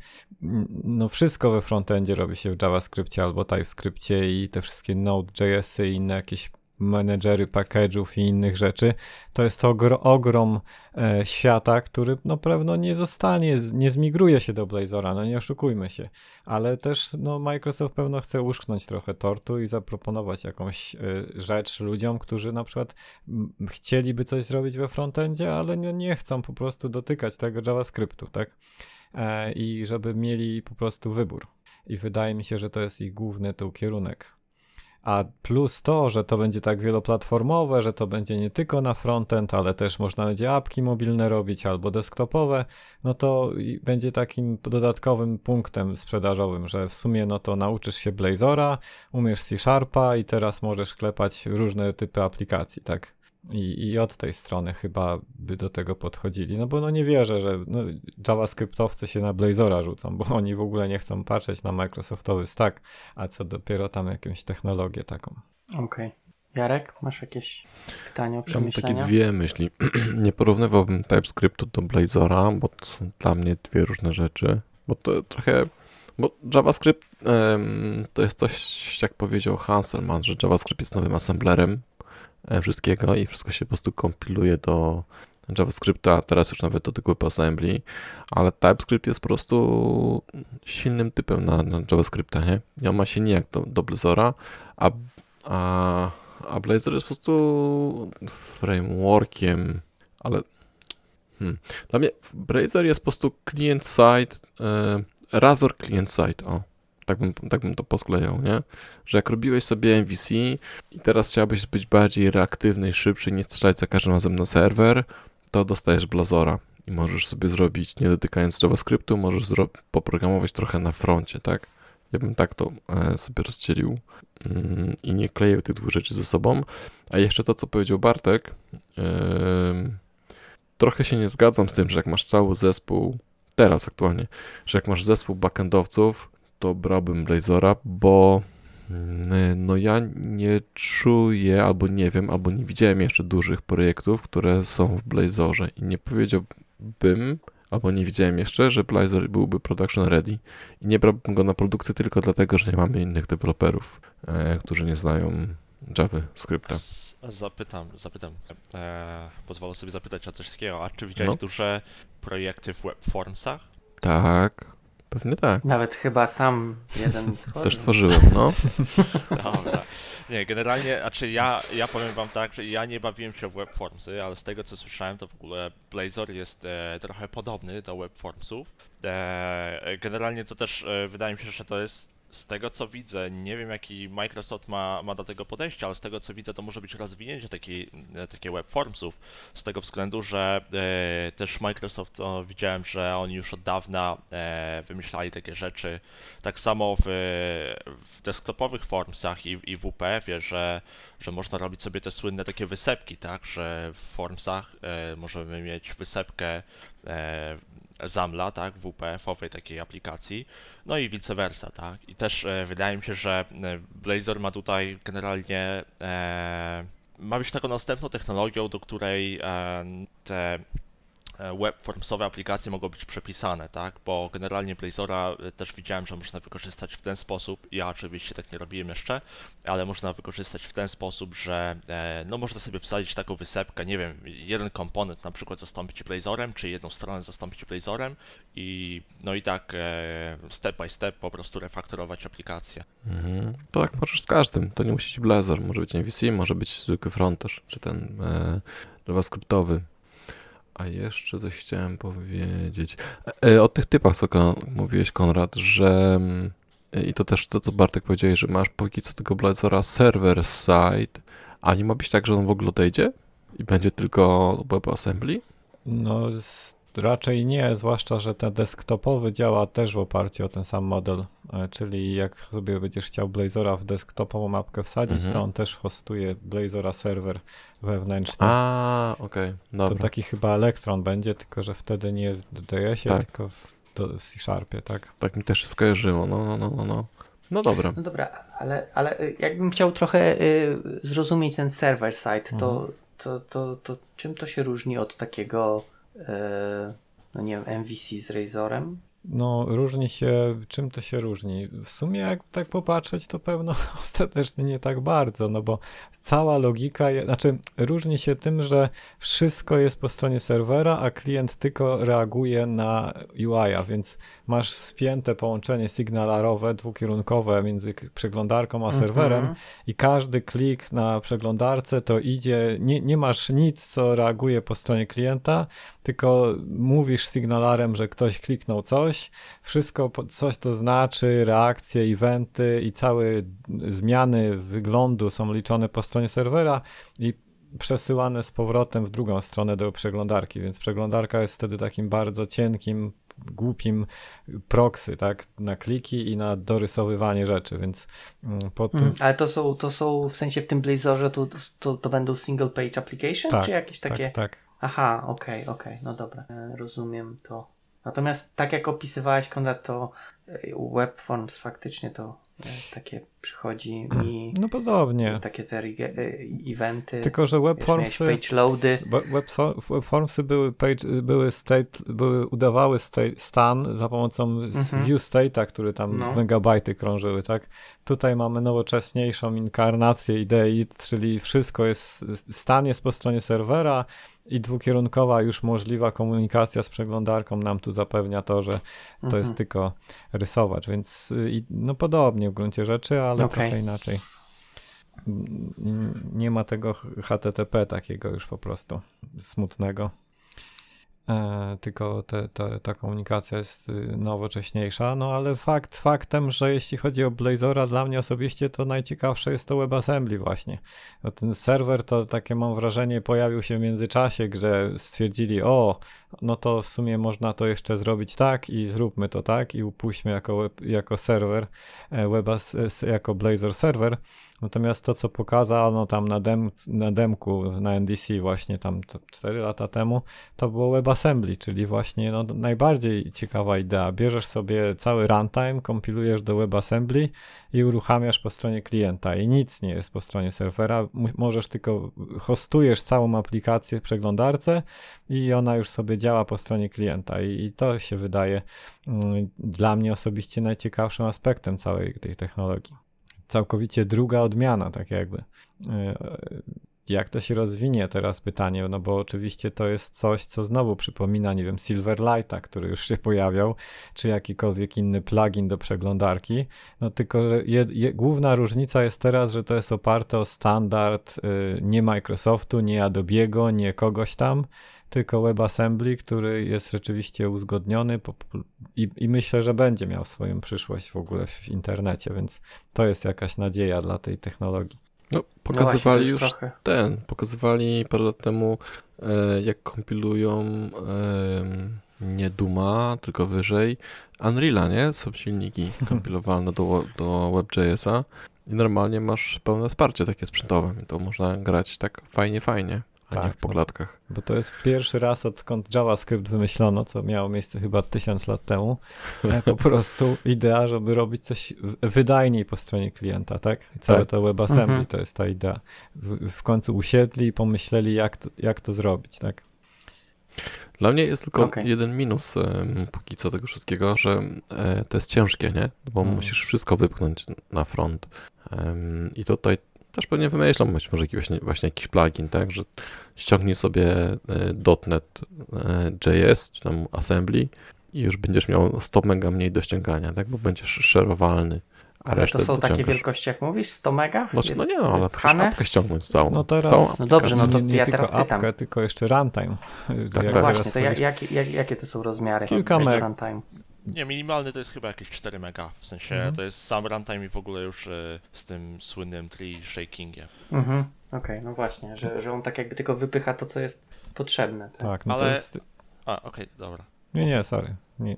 no wszystko we frontendzie robi się w JavaScriptie albo TypeScriptie i te wszystkie Node.jsy i inne jakieś menedżery package'ów i innych rzeczy, to jest to ogr- ogrom e, świata, który no pewno nie zostanie, nie zmigruje się do Blazora, no nie oszukujmy się, ale też no Microsoft pewno chce uszknąć trochę tortu i zaproponować jakąś e, rzecz ludziom, którzy na przykład m, chcieliby coś zrobić we frontendzie, ale nie, nie chcą po prostu dotykać tego JavaScriptu, tak? E, I żeby mieli po prostu wybór. I wydaje mi się, że to jest ich główny tu kierunek. A plus to, że to będzie tak wieloplatformowe, że to będzie nie tylko na frontend, ale też można będzie apki mobilne robić albo desktopowe, no to będzie takim dodatkowym punktem sprzedażowym, że w sumie no to nauczysz się Blazora, umiesz C-Sharpa i teraz możesz klepać różne typy aplikacji, tak? I, I od tej strony chyba by do tego podchodzili, no bo no nie wierzę, że no, JavaScriptowcy się na Blazora rzucą, bo oni w ogóle nie chcą patrzeć na Microsoftowy stack, a co dopiero tam jakąś technologię taką. Okej. Okay. Jarek, masz jakieś pytania, Ja mam przemyślenia? takie dwie myśli. Nie porównywałbym TypeScriptu do Blazora, bo to są dla mnie dwie różne rzeczy, bo to trochę, bo JavaScript um, to jest coś, jak powiedział Hanselman, że JavaScript jest nowym assemblerem wszystkiego i wszystko się po prostu kompiluje do JavaScripta, teraz już nawet do tego WebAssembly, ale TypeScript jest po prostu silnym typem na, na JavaScripta, nie? Nie ma się nijak do, do Blazora, a, a, a Blazor jest po prostu frameworkiem, ale hmm, dla mnie Blazor jest po prostu client-side, e, Razor client-side, o, Tak bym, tak bym to posklejał, nie? Że jak robiłeś sobie M V C i teraz chciałbyś być bardziej reaktywny i szybszy, nie strzelać za każdym razem na serwer, to dostajesz Blazora i możesz sobie zrobić, nie dotykając JavaScriptu, możesz zro- poprogramować trochę na froncie, tak? Ja bym tak to e, sobie rozdzielił mm, i nie kleił tych dwóch rzeczy ze sobą. A jeszcze to, co powiedział Bartek, yy, trochę się nie zgadzam z tym, że jak masz cały zespół, teraz aktualnie, że jak masz zespół backendowców, to brałbym Blazora, bo no ja nie czuję, albo nie wiem, albo nie widziałem jeszcze dużych projektów, które są w Blazorze i nie powiedziałbym, albo nie widziałem jeszcze, że Blazor byłby production ready i nie brałbym go na produkty tylko dlatego, że nie mamy innych deweloperów, e, którzy nie znają JavaScripta. Zapytam, zapytam. E, pozwolę sobie zapytać o coś takiego. A czy widziałeś No. duże projekty w webformsach? Tak, pewnie tak. Nawet chyba sam jeden tworzył. Też stworzyłem, no. Dobra. Nie, generalnie, znaczy ja, ja powiem wam tak, że ja nie bawiłem się w webformsy, ale z tego co słyszałem, to w ogóle Blazor jest e, trochę podobny do webformsów. E, generalnie to też e, wydaje mi się, że to jest z tego co widzę, nie wiem jaki Microsoft ma, ma do tego podejście, ale z tego co widzę to może być rozwinięcie takiej, takie webformsów, z tego względu, że e, też Microsoft, o, widziałem, że oni już od dawna e, wymyślali takie rzeczy, tak samo w, w desktopowych formsach i, i w U P F-ie, że, że można robić sobie te słynne takie wysepki, tak, że w formsach e, możemy mieć wysepkę e, Zamla, tak, w U P F-owej takiej aplikacji, no i vice versa, tak. I też e, wydaje mi się, że Blazor ma tutaj generalnie, e, ma być taką następną technologią, do której e, te webformsowe aplikacje mogą być przepisane, tak, bo generalnie Blazora też widziałem, że można wykorzystać w ten sposób, ja oczywiście tak nie robiłem jeszcze, ale można wykorzystać w ten sposób, że e, no można sobie wsadzić taką wysepkę, nie wiem, jeden komponent na przykład zastąpić Blazorem, czy jedną stronę zastąpić Blazorem i no i tak e, step by step po prostu refaktorować aplikację. Mhm. To tak możesz z każdym, to nie musi być Blazor, może być M V C, może być zwykły front też, czy ten e, JavaScriptowy. A jeszcze coś chciałem powiedzieć. E, o tych typach, co kon- mówiłeś, Konrad, że e, i to też to, co Bartek powiedziałeś, że masz póki co tego Blazora server side, a nie ma być tak, że on w ogóle odejdzie i będzie tylko WebAssembly? No z, raczej nie, zwłaszcza, że ten desktopowy działa też w oparciu o ten sam model, e, czyli jak sobie będziesz chciał Blazora w desktopową mapkę wsadzić, Mhm. to on też hostuje Blazora serwer wewnętrzny. A, okej, To dobra. taki chyba Electron będzie, tylko że wtedy nie w J S ie, Tak. tylko w, do, w C Sharpie, tak? Tak mi też się skojarzyło, no, no, no, no, no. No dobra. No dobra, ale, ale y, jakbym chciał trochę y, zrozumieć ten server side, to, Mhm. to, to, to czym to się różni od takiego, y, no nie wiem, M V C z Razorem? No, różni się, czym to się różni? W sumie jak tak popatrzeć, to pewno ostatecznie nie tak bardzo, no bo cała logika, je, znaczy różni się tym, że wszystko jest po stronie serwera, a klient tylko reaguje na U I a, więc masz spięte połączenie sygnalarowe, dwukierunkowe między k- przeglądarką a serwerem Mhm. i każdy klik na przeglądarce to idzie, nie, nie masz nic, co reaguje po stronie klienta, tylko mówisz sygnalarem, że ktoś kliknął coś, wszystko, po- coś to znaczy, reakcje, eventy i całe zmiany wyglądu są liczone po stronie serwera i przesyłane z powrotem w drugą stronę do przeglądarki, więc przeglądarka jest wtedy takim bardzo cienkim, głupim proxy, tak, na kliki i na dorysowywanie rzeczy, więc mm, pod tym... Mm, ale to są, to są w sensie w tym Blazorze to, to, to będą single page application, Tak, czy jakieś takie? Tak, tak. Aha, okej, okej, no dobra, e, rozumiem to. Natomiast tak jak opisywałeś, Konrad, to e, webforms faktycznie to e, takie przychodzi mi No podobnie. takie te rege- e, eventy, Tylko, że wiesz, miałeś webformsy... page loady. Bo Webso- Webformsy były, page, były, state, były udawały state, stan za pomocą s- Mhm. view state'a, który tam No. megabajty krążyły, tak? Tutaj mamy nowocześniejszą inkarnację idei, czyli wszystko jest, stan jest po stronie serwera i dwukierunkowa już możliwa komunikacja z przeglądarką nam tu zapewnia to, że to Mhm. jest tylko rysować, więc y, i- no podobnie w gruncie rzeczy, ale Okej. trochę inaczej. Mm, Nie ma tego H T T P takiego już po prostu smutnego. e, tylko te, te, ta komunikacja jest y, nowocześniejsza, no ale fakt faktem, że jeśli chodzi o Blazora, dla mnie osobiście to najciekawsze jest to WebAssembly właśnie. Bo ten serwer to takie mam wrażenie pojawił się w międzyczasie, gdzie stwierdzili, o, no to w sumie można to jeszcze zrobić tak i zróbmy to tak i upuśćmy jako, web, jako serwer, e, WebAss, jako Blazor serwer. Natomiast to, co pokazano tam na, dem, na demku, na N D C właśnie tam cztery lata temu, to było WebAssembly, czyli właśnie no, najbardziej ciekawa idea. Bierzesz sobie cały runtime, kompilujesz do WebAssembly i uruchamiasz po stronie klienta i nic nie jest po stronie serwera. Możesz tylko, hostujesz całą aplikację w przeglądarce i ona już sobie działa po stronie klienta i, i to się wydaje mm, dla mnie osobiście najciekawszym aspektem całej tej technologii. Całkowicie druga odmiana, tak jakby. Jak to się rozwinie teraz pytanie, no bo oczywiście to jest coś, co znowu przypomina, nie wiem, Silverlighta, który już się pojawiał, czy jakikolwiek inny plugin do przeglądarki, no tylko je, je, główna różnica jest teraz, że to jest oparte o standard y, nie Microsoftu, nie Adobe'ego, nie kogoś tam, tylko WebAssembly, który jest rzeczywiście uzgodniony po, i, i myślę, że będzie miał swoją przyszłość w ogóle w internecie, więc to jest jakaś nadzieja dla tej technologii. No, pokazywali no już trochę. ten, pokazywali parę lat temu, e, jak kompilują e, nie Duma, tylko wyżej Unreala, nie? Są silniki kompilowalne do, do WebJS-a i normalnie masz pełne wsparcie takie sprzętowe i to można grać tak fajnie, fajnie, a tak, nie w pokładkach. Bo, bo to jest pierwszy raz, odkąd JavaScript wymyślono, co miało miejsce chyba tysiąc lat temu, po prostu idea, żeby robić coś wydajniej po stronie klienta, tak? I całe tak. to WebAssembly Mhm. to jest ta idea. W, w końcu usiedli i pomyśleli, jak to, jak to zrobić, tak? Dla mnie jest tylko Okay. jeden minus um, póki co tego wszystkiego, że e, to jest ciężkie, nie? Bo Mm. musisz wszystko wypchnąć na front. Um, I tutaj też pewnie wymyślą być może jakiś, właśnie, właśnie jakiś plugin, tak? Że ściągnij sobie e, .NET e, J S, czy tam Assembly i już będziesz miał sto mega mniej do ściągania, tak? Bo będziesz szerowalny. A Ale resztę to są takie dociągasz. wielkości, jak mówisz, sto mega? Znaczy, no Jest nie no, ale pchane? musisz apkę ściągnąć całą. No teraz- całą No dobrze, no to nie, nie ja tylko teraz pytam. apkę, tylko jeszcze runtime. Tak, Jak tak. Właśnie, teraz to ja, wchodzisz- jak, jak, jakie to są rozmiary? Kilka tego meg. runtime? Nie, minimalny to jest chyba jakieś cztery mega, w sensie Mhm. to jest sam runtime i w ogóle już e, z tym słynnym tree shakingiem. Mhm. Okej, no właśnie, że, że on tak jakby tylko wypycha to, co jest potrzebne. Tak? Tak, no to Ale- jest... A, okej, dobra. Nie, nie, sorry. Nie.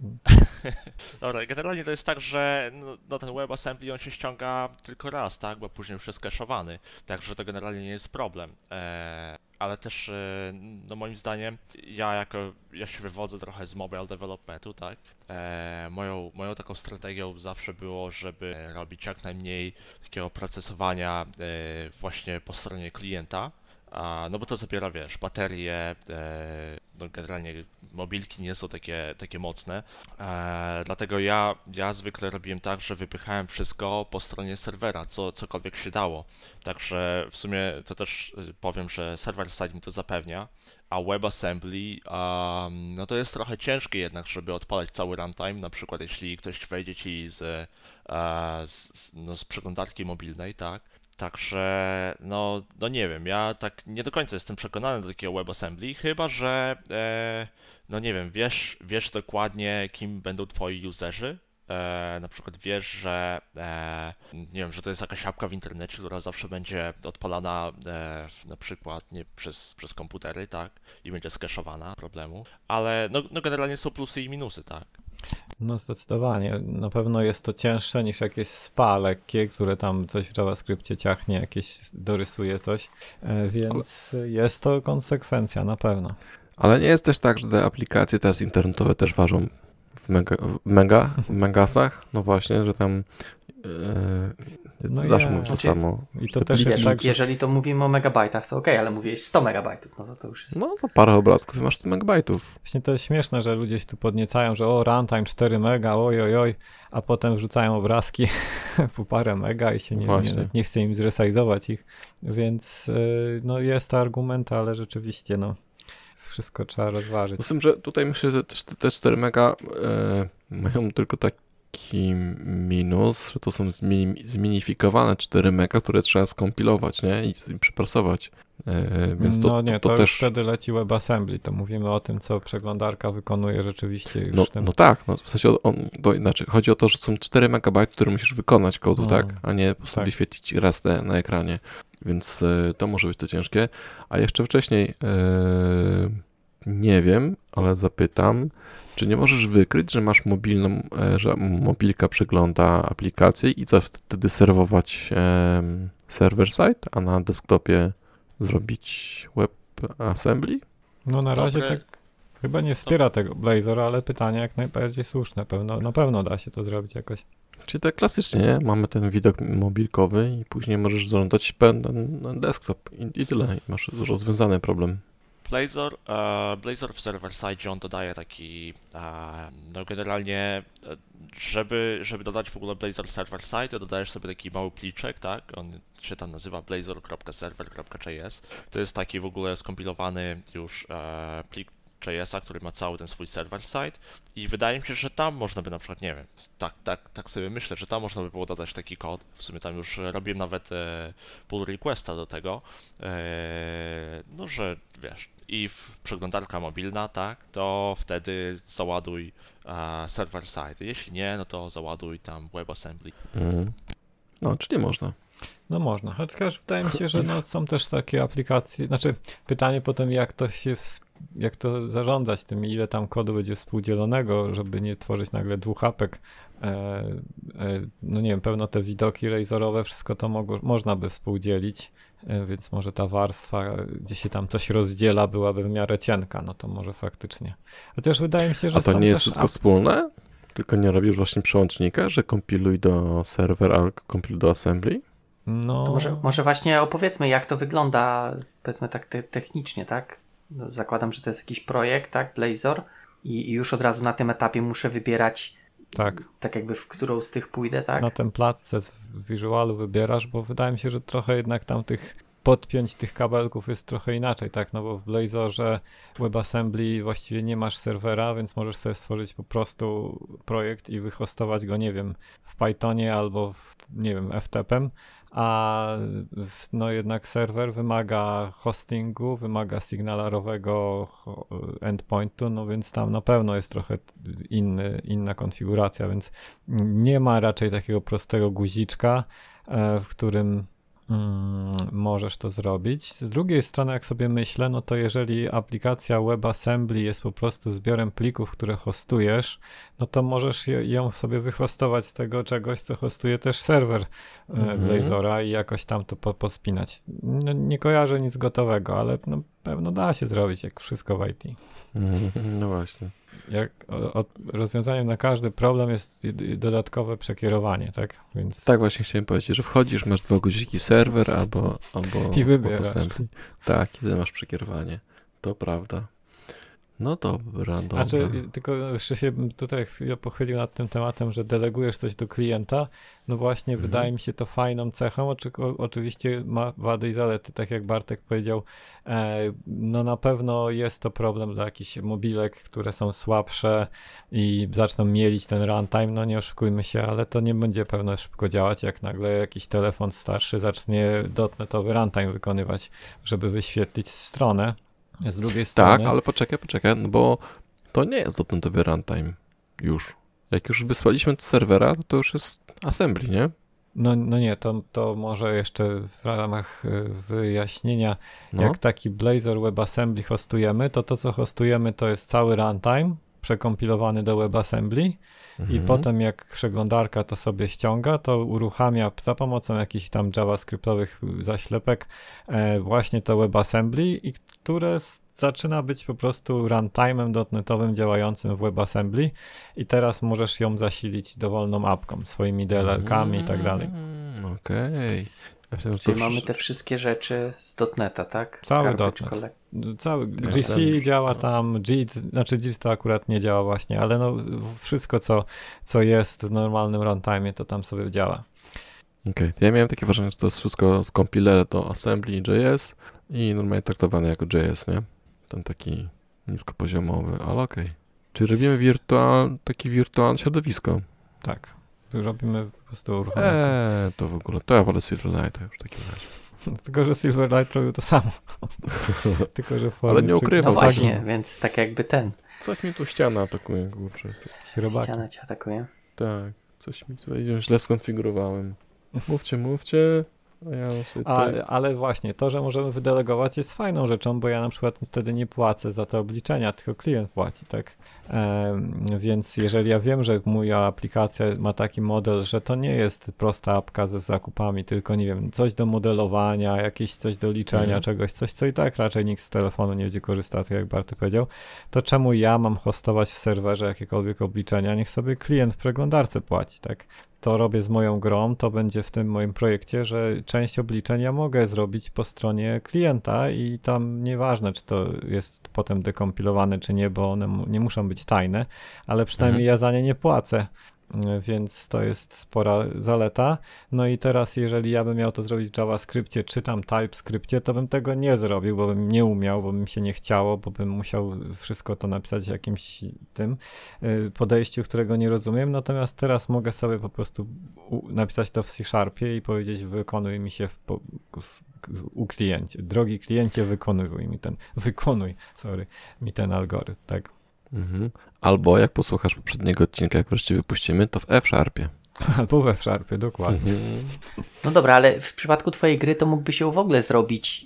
Dobra, generalnie to jest tak, że no, no ten WebAssembly on się ściąga tylko raz, tak, bo później już jest cachowany, także to generalnie nie jest problem. Eee, ale też, e, no moim zdaniem, ja jako, ja się wywodzę trochę z mobile developmentu, tak, eee, moją, moją taką strategią zawsze było, żeby robić jak najmniej takiego procesowania e, właśnie po stronie klienta. A, no bo to zabiera, wiesz, baterie, e, no generalnie mobilki nie są takie, takie mocne, e, dlatego ja, ja zwykle robiłem tak, że wypychałem wszystko po stronie serwera, co, cokolwiek się dało, także w sumie to też y, powiem, że server-side mi to zapewnia, a WebAssembly, um, no to jest trochę ciężkie jednak, żeby odpalać cały runtime, na przykład jeśli ktoś wejdzie ci z, e, z, z, no, z przeglądarki mobilnej, tak, Także, no, no nie wiem, ja tak nie do końca jestem przekonany do takiego WebAssembly, chyba że, e, no nie wiem, wiesz, wiesz dokładnie, kim będą twoi userzy. E, na przykład wiesz, że e, nie wiem, że to jest jakaś apka w internecie, która zawsze będzie odpalana e, na przykład nie przez, przez komputery, tak, i będzie skeszowana, problemu, ale no, no generalnie są plusy i minusy, tak. No zdecydowanie. Na pewno jest to cięższe niż jakieś spa lekkie, które tam coś w JavaScriptie ciachnie, jakieś dorysuje coś, e, więc jest to konsekwencja na pewno. Ale nie jest też tak, że te aplikacje teraz internetowe też ważą w mega, w mega w megasach? No właśnie, że tam yy, No zawsze ja. mówię to Znaczy, samo. I to Te też pliki- jest Wiesz, tak, że... jeżeli to mówimy o megabajtach, to okej, ale mówiłeś sto megabajtów, no to, to już jest... No to parę obrazków i masz sto megabajtów. Właśnie to jest śmieszne, że ludzie się tu podniecają, że o, runtime cztery mega, oj, oj, oj, a potem wrzucają obrazki po parę mega i się nie, Właśnie. nie, nie chce im zresajzować ich, więc yy, no jest to argument, ale rzeczywiście no wszystko trzeba rozważyć. Z tym, że tutaj myślę, że też te cztery mega yy, mają tylko taki minus, że to są zmini- zminifikowane cztery mega, które trzeba skompilować, nie? I, i przeprasować. Yy, więc to, no nie, to, to, to już też... wtedy leci WebAssembly, to mówimy o tym, co przeglądarka wykonuje rzeczywiście już No, w tym... no tak, no w sensie on, to inaczej, chodzi o to, że są cztery megabajty, które musisz wykonać kodu, Mm, tak, a nie po prostu tak. wyświetlić resztę na ekranie, więc y, to może być to ciężkie. A jeszcze wcześniej, y, nie wiem, ale zapytam, czy nie możesz wykryć, że masz mobilną, y, że mobilka przegląda aplikację i co wtedy serwować y, server-side, a na desktopie zrobić WebAssembly? No na razie Dobre. tak chyba nie wspiera tego Blazor, ale pytanie jak najbardziej słuszne. Pewno, na pewno da się to zrobić jakoś. Czyli tak klasycznie, nie? Mamy ten widok mobilkowy i później możesz zarządzać pełen desktop i, i tyle. I masz rozwiązany problem. Blazor, e, Blazor w server-side on dodaje taki, e, no generalnie, e, żeby, żeby dodać w ogóle Blazor server-side, to dodajesz sobie taki mały pliczek, tak? On się tam nazywa blazor.server.js. To jest taki w ogóle skompilowany już e, plik J S a, który ma cały ten swój server-side i wydaje mi się, że tam można by na przykład, nie wiem, tak, tak, tak sobie myślę, że tam można by było dodać taki kod. W sumie tam już robiłem nawet e, pull requesta do tego, e, no że wiesz, i w przeglądarka mobilna, tak, to wtedy załaduj e, server-side. Jeśli nie, no to załaduj tam WebAssembly. Mm. No, czyli można. No można, chociaż wydaje mi się, że no, są też takie aplikacje, znaczy pytanie potem jak to się, ws- jak to zarządzać tym, ile tam kodu będzie współdzielonego, żeby nie tworzyć nagle dwóch apek. E, e, no nie wiem, pewno te widoki razorowe, wszystko to mogło, można by współdzielić, e, więc może ta warstwa, gdzie się tam coś rozdziela, byłaby w miarę cienka, no to może faktycznie. Chociaż wydaje mi się, że A to są nie jest też wszystko ap- wspólne? Tylko nie robisz właśnie przełącznika, że kompiluj do serwer, a kompiluj do assembly? No, To może, może właśnie opowiedzmy, jak to wygląda, powiedzmy tak te, technicznie, tak? No, zakładam, że to jest jakiś projekt, tak? Blazor i, i już od razu na tym etapie muszę wybierać tak. tak jakby w którą z tych pójdę, tak? Na templatce z wizualu wybierasz, bo wydaje mi się, że trochę jednak tam tych podpiąć tych kabelków jest trochę inaczej, tak, no bo w Blazorze WebAssembly właściwie nie masz serwera, więc możesz sobie stworzyć po prostu projekt i wyhostować go, nie wiem, w Pythonie albo w, nie wiem, F T P-em, a w, no jednak serwer wymaga hostingu, wymaga signalarowego endpointu, no więc tam na pewno jest trochę inny, inna konfiguracja, więc nie ma raczej takiego prostego guziczka, w którym Mm, możesz to zrobić. Z drugiej strony, jak sobie myślę, no to jeżeli aplikacja WebAssembly jest po prostu zbiorem plików, które hostujesz, no to możesz je, ją sobie wyhostować z tego czegoś, co hostuje też serwer mm-hmm. Blazora i jakoś tam to po, podspinać. No, nie kojarzę nic gotowego, ale no, pewno da się zrobić, jak wszystko w I T. No właśnie. Jak o, o, rozwiązaniem na każdy problem jest dodatkowe przekierowanie, tak? Więc... Tak właśnie chciałem powiedzieć, że wchodzisz, masz dwa guziki serwer albo, albo I wybierasz. Tak, kiedy masz przekierowanie. To prawda. No dobra, dobra. Znaczy, tylko jeszcze się tutaj chwilę pochylił nad tym tematem, że delegujesz coś do klienta. No właśnie, mhm. wydaje mi się to fajną cechą. Oczy, oczywiście ma wady i zalety, tak jak Bartek powiedział. E, no na pewno jest to problem dla jakichś mobilek, które są słabsze i zaczną mielić ten runtime. No nie oszukujmy się, ale to nie będzie pewno szybko działać, jak nagle jakiś telefon starszy zacznie dotnetowy runtime wykonywać, żeby wyświetlić stronę. Z drugiej strony... Tak, ale poczekaj, poczekaj, no bo to nie jest dotnetowy runtime już. Jak już wysłaliśmy do serwera, to już jest assembly, nie? No, no nie, to, to może jeszcze w ramach wyjaśnienia, no. Jak taki Blazor WebAssembly hostujemy, to to, co hostujemy, to jest cały runtime przekompilowany do WebAssembly mhm. i potem jak przeglądarka to sobie ściąga, to uruchamia za pomocą jakichś tam javascriptowych zaślepek e, właśnie to WebAssembly, i które zaczyna być po prostu runtime'em dotnetowym działającym w WebAssembly i teraz możesz ją zasilić dowolną apką, swoimi D L L-kami mm, i tak dalej. Okej. Okay. Ja Czyli to mamy wsz... te wszystkie rzeczy z dotneta, tak? Cały dotnet. Cały G C ja działa tam, G I T, znaczy G I T to akurat nie działa właśnie, ale no wszystko co, co jest w normalnym runtime, to tam sobie działa. Okej, okay. Ja miałem takie wrażenie, że to jest wszystko z compiler do assembly i J S i normalnie traktowane jako J S, nie? Ten taki niskopoziomowy, ale okej. Okay. Czyli robimy wirtual, taki wirtualne środowisko. Tak. Robimy po prostu uruchomienie. Eee, to w ogóle, to ja wolę Silverlighta już w takim razie. Tylko, że Silverlight robił to samo. Tylko, że w formie Ale nie ukrywał. No tak, właśnie, że- więc tak jakby ten. Coś mi tu ściana atakuje, kurczę. robaki. Ściana cię atakuje. Tak, coś mi tutaj źle skonfigurowałem. Mówcie, mówcie, a ja sobie A, tutaj... ale właśnie, to, że możemy wydelegować jest fajną rzeczą, bo ja na przykład wtedy nie płacę za te obliczenia, tylko klient płaci, tak? Em, więc jeżeli ja wiem, że moja aplikacja ma taki model, że to nie jest prosta apka ze zakupami, tylko nie wiem, coś do modelowania, jakieś coś do liczenia Mhm. czegoś, coś, co i tak raczej nikt z telefonu nie będzie korzystał, tak jak Barty powiedział, to czemu ja mam hostować w serwerze jakiekolwiek obliczenia? Niech sobie klient w przeglądarce płaci, tak? To robię z moją grą, to będzie w tym moim projekcie, że część obliczeń ja mogę zrobić po stronie klienta i tam nieważne, czy to jest potem dekompilowane, czy nie, bo one mu- nie muszą być tajne, ale przynajmniej Mhm. ja za nie nie płacę, y, więc to jest spora zaleta. No i teraz, jeżeli ja bym miał to zrobić w JavaScriptie, czy tam TypeScriptie, to bym tego nie zrobił, bo bym nie umiał, bo bym się nie chciało, bo bym musiał wszystko to napisać w jakimś tym y, podejściu, którego nie rozumiem. Natomiast teraz mogę sobie po prostu u, napisać to w C-Sharpie i powiedzieć, wykonuj mi się w, po- w, w, u kliencie. Drogi kliencie, wykonuj mi ten, wykonuj, sorry, mi ten algorytm, tak? Mhm. Albo jak posłuchasz poprzedniego odcinka, jak wreszcie wypuścimy, to w F-Sharpie. Albo we Sharpie, dokładnie. Mhm. No dobra, ale w przypadku twojej gry to mógłbyś ją w ogóle zrobić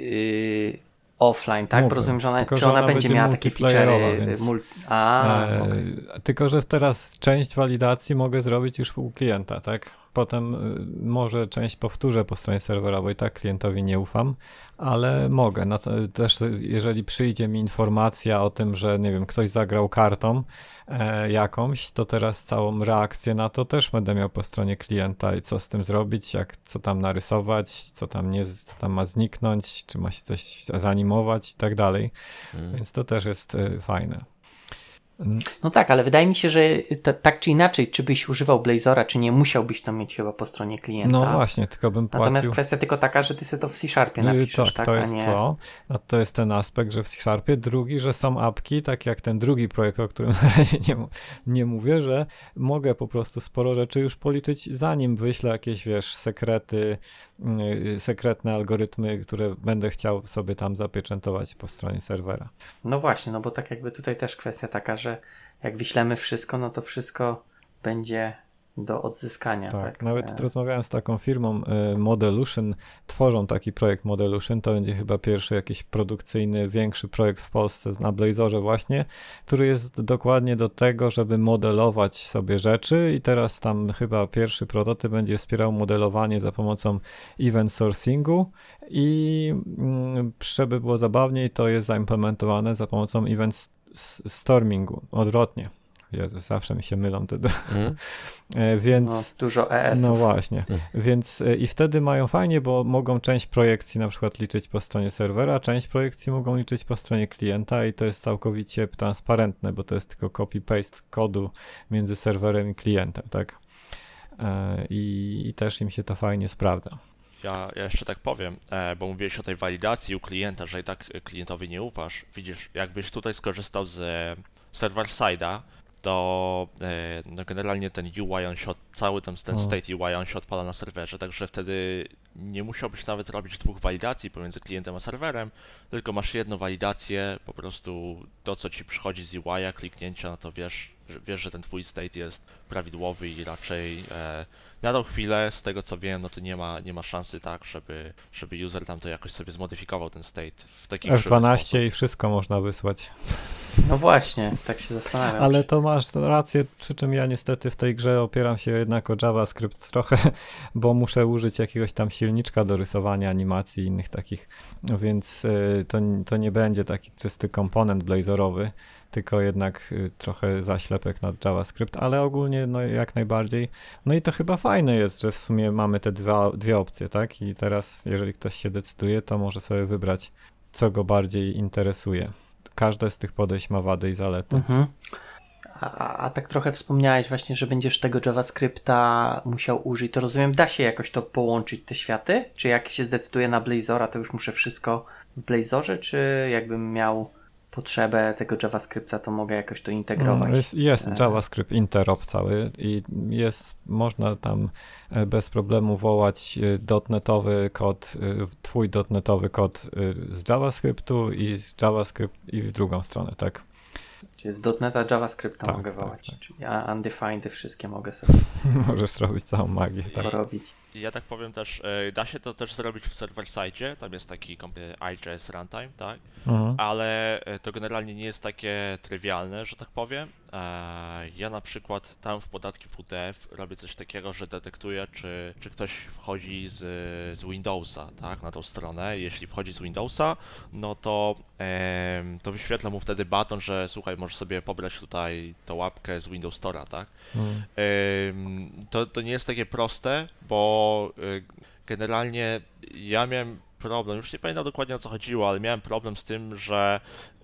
yy, offline, tak? Bo Mógłbym. rozumiem, że ona, Tylko, czy że ona ona będzie będzie miała takie multiplayerowa, feature'y. więc- Mul- A, E, okej. Tylko, że teraz część walidacji mogę zrobić już u klienta, tak? Potem y, może część powtórzę po stronie serwera, bo i tak klientowi nie ufam, ale mogę. No to też jeżeli przyjdzie mi informacja o tym, że nie wiem, ktoś zagrał kartą e, jakąś, to teraz całą reakcję na to też będę miał po stronie klienta i co z tym zrobić, jak co tam narysować, co tam nie, co tam ma zniknąć, czy ma się coś zanimować i tak dalej. Mhm. Więc to też jest y, fajne. No tak, ale wydaje mi się, że ta, tak czy inaczej, czy byś używał Blazora, czy nie, musiałbyś to mieć chyba po stronie klienta. No właśnie, tylko bym płacił. Natomiast kwestia tylko taka, że ty sobie to w C-Sharpie Yy, napiszesz, tak, tak, to a jest nie... to. No, to jest ten aspekt, że w C-Sharpie. Drugi, że są apki, tak jak ten drugi projekt, o którym na razie nie, mu- nie mówię, że mogę po prostu sporo rzeczy już policzyć, zanim wyślę jakieś, wiesz, sekrety, yy, sekretne algorytmy, które będę chciał sobie tam zapieczętować po stronie serwera. No właśnie, no bo tak jakby tutaj też kwestia taka, że jak wyślemy wszystko, no to wszystko będzie do odzyskania. Tak, Tak, nawet E, rozmawiałem z taką firmą y, Modelution, tworzą taki projekt Modelution, to będzie chyba pierwszy jakiś produkcyjny, większy projekt w Polsce na Blazorze właśnie, który jest dokładnie do tego, żeby modelować sobie rzeczy i teraz tam chyba pierwszy prototyp będzie wspierał modelowanie za pomocą event sourcingu i mm, żeby było zabawniej, to jest zaimplementowane za pomocą event s- s- stormingu, odwrotnie. Jezu, zawsze mi się mylą te, Mhm. e, no, więc... dużo E S-ów. No właśnie, Mhm. więc y, i wtedy mają fajnie, bo mogą część projekcji na przykład liczyć po stronie serwera, część projekcji mogą liczyć po stronie klienta i to jest całkowicie transparentne, bo to jest tylko copy-paste kodu między serwerem i klientem, tak? E, I, I też im się to fajnie sprawdza. Ja, ja jeszcze tak powiem, e, bo mówiłeś o tej walidacji u klienta, że i tak klientowi nie ufasz. Widzisz, jakbyś tutaj skorzystał z e, server-side'a, to e, no generalnie ten U I, on się od, cały ten, ten O. state U I, on się odpala na serwerze, także wtedy nie musiałbyś nawet robić dwóch walidacji pomiędzy klientem a serwerem, tylko masz jedną walidację, po prostu to, co ci przychodzi z U I-a, kliknięcia, no to wiesz, że, wiesz, że ten twój state jest prawidłowy i raczej e, na tą chwilę, z tego co wiem, no to nie ma, nie ma szansy tak, żeby, żeby user tam to jakoś sobie zmodyfikował ten state w taki F krzywy dwanaście sposób. i wszystko można wysłać. No właśnie, tak się zastanawiam. Ale czy- to masz rację, przy czym ja niestety w tej grze opieram się jednak o JavaScript trochę, bo muszę użyć jakiegoś tam silniczka do rysowania animacji i innych takich, więc y, to, to nie będzie taki czysty komponent blazorowy, tylko jednak y, trochę zaślepek nad JavaScript, ale ogólnie no jak najbardziej. No i to chyba fajne jest, że w sumie mamy te dwa, dwie opcje, tak? I teraz jeżeli ktoś się decyduje, to może sobie wybrać, co go bardziej interesuje. Każde z tych podejść ma wady i zalety. Mhm. A, a, a tak trochę wspomniałeś właśnie, że będziesz tego JavaScripta musiał użyć. To rozumiem, da się jakoś to połączyć, te światy? Czy jak się zdecyduję na Blazora, to już muszę wszystko w Blazorze, czy jakbym miał potrzebę tego JavaScripta, to mogę jakoś to integrować. No, jest jest JavaScript interop cały i jest, można tam bez problemu wołać dotnetowy kod, twój dotnetowy kod z JavaScriptu i z JavaScript i w drugą stronę, tak? Czyli z dotneta JavaScripta tak, mogę tak, wołać. tak. Czyli ja undefined wszystkie mogę sobie Możesz robić całą magię, tak. porobić. Ja tak powiem też, da się to też zrobić w server-side, tam jest taki i J S runtime, tak? Mhm. Ale to generalnie nie jest takie trywialne, że tak powiem. Ja na przykład tam w podatki W T F robię coś takiego, że detektuję, czy, czy ktoś wchodzi z, z Windowsa, tak, na tą stronę. Jeśli wchodzi z Windowsa, no to, em, to wyświetla mu wtedy baton, że słuchaj, możesz sobie pobrać tutaj tą łapkę z Windows Store'a, tak? Mhm. Em, to, to nie jest takie proste, bo y, generalnie ja miałem problem, już nie pamiętam dokładnie o co chodziło, ale miałem problem z tym, że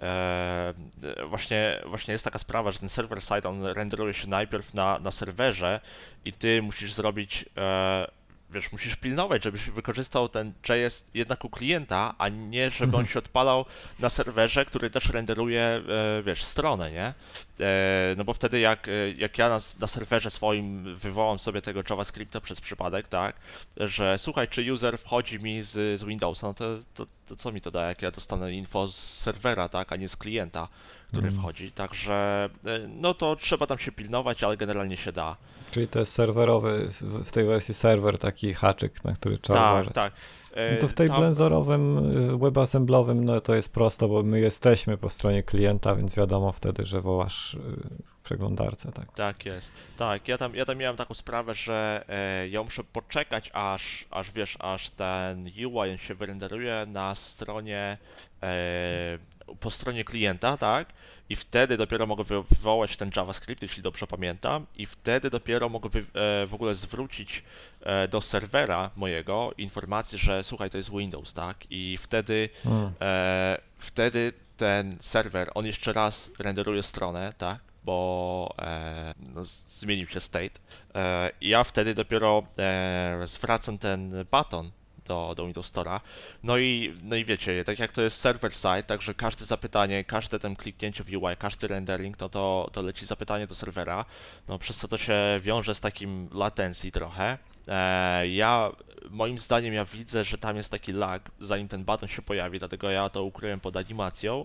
e, właśnie, właśnie jest taka sprawa, że ten server side on renderuje się najpierw na, na serwerze i ty musisz zrobić, e, wiesz, musisz pilnować, żebyś wykorzystał ten J S jednak u klienta, a nie żeby on się odpalał na serwerze, który też renderuje, e, wiesz, stronę, nie? E, no bo wtedy jak, jak ja na, na serwerze swoim wywołam sobie tego JavaScripta przez przypadek, tak, że słuchaj, czy user wchodzi mi z, z Windowsa, no to, to, to co mi to da, jak ja dostanę info z serwera, tak, a nie z klienta, który Mm. wchodzi, także e, no to trzeba tam się pilnować, ale generalnie się da. Czyli to jest serwerowy, w w tej wersji serwer taki haczyk, na który trzeba Tak, uważać. tak. E, No to w tej tam- blenzorowym, y, webassemblovym, no to jest prosto, bo my jesteśmy po stronie klienta, więc wiadomo wtedy, że wołasz y, w przeglądarce, tak. Tak jest. Tak, ja tam, ja tam miałem taką sprawę, że e, ja muszę poczekać, aż, aż wiesz, aż ten U I się wyrenderuje na stronie, e, po stronie klienta, tak? I wtedy dopiero mogę wy- wywołać ten JavaScript, jeśli dobrze pamiętam, i wtedy dopiero mogę wy- e, w ogóle zwrócić e, do serwera mojego informację, że słuchaj, to jest Windows, tak? I wtedy Mm. E, wtedy ten serwer, on jeszcze raz renderuje stronę, tak, bo e, no, z- zmienił się state. E, I ja wtedy dopiero e, zwracam ten baton do, do Windows Store'a. No i, no i wiecie, tak jak to jest server side, także każde zapytanie, każde tam kliknięcie w U I, każdy rendering, no to, to leci zapytanie do serwera, no przez co to się wiąże z takim latencji trochę. E, ja, moim zdaniem, ja widzę, że tam jest taki lag, zanim ten baton się pojawi, dlatego ja to ukryłem pod animacją.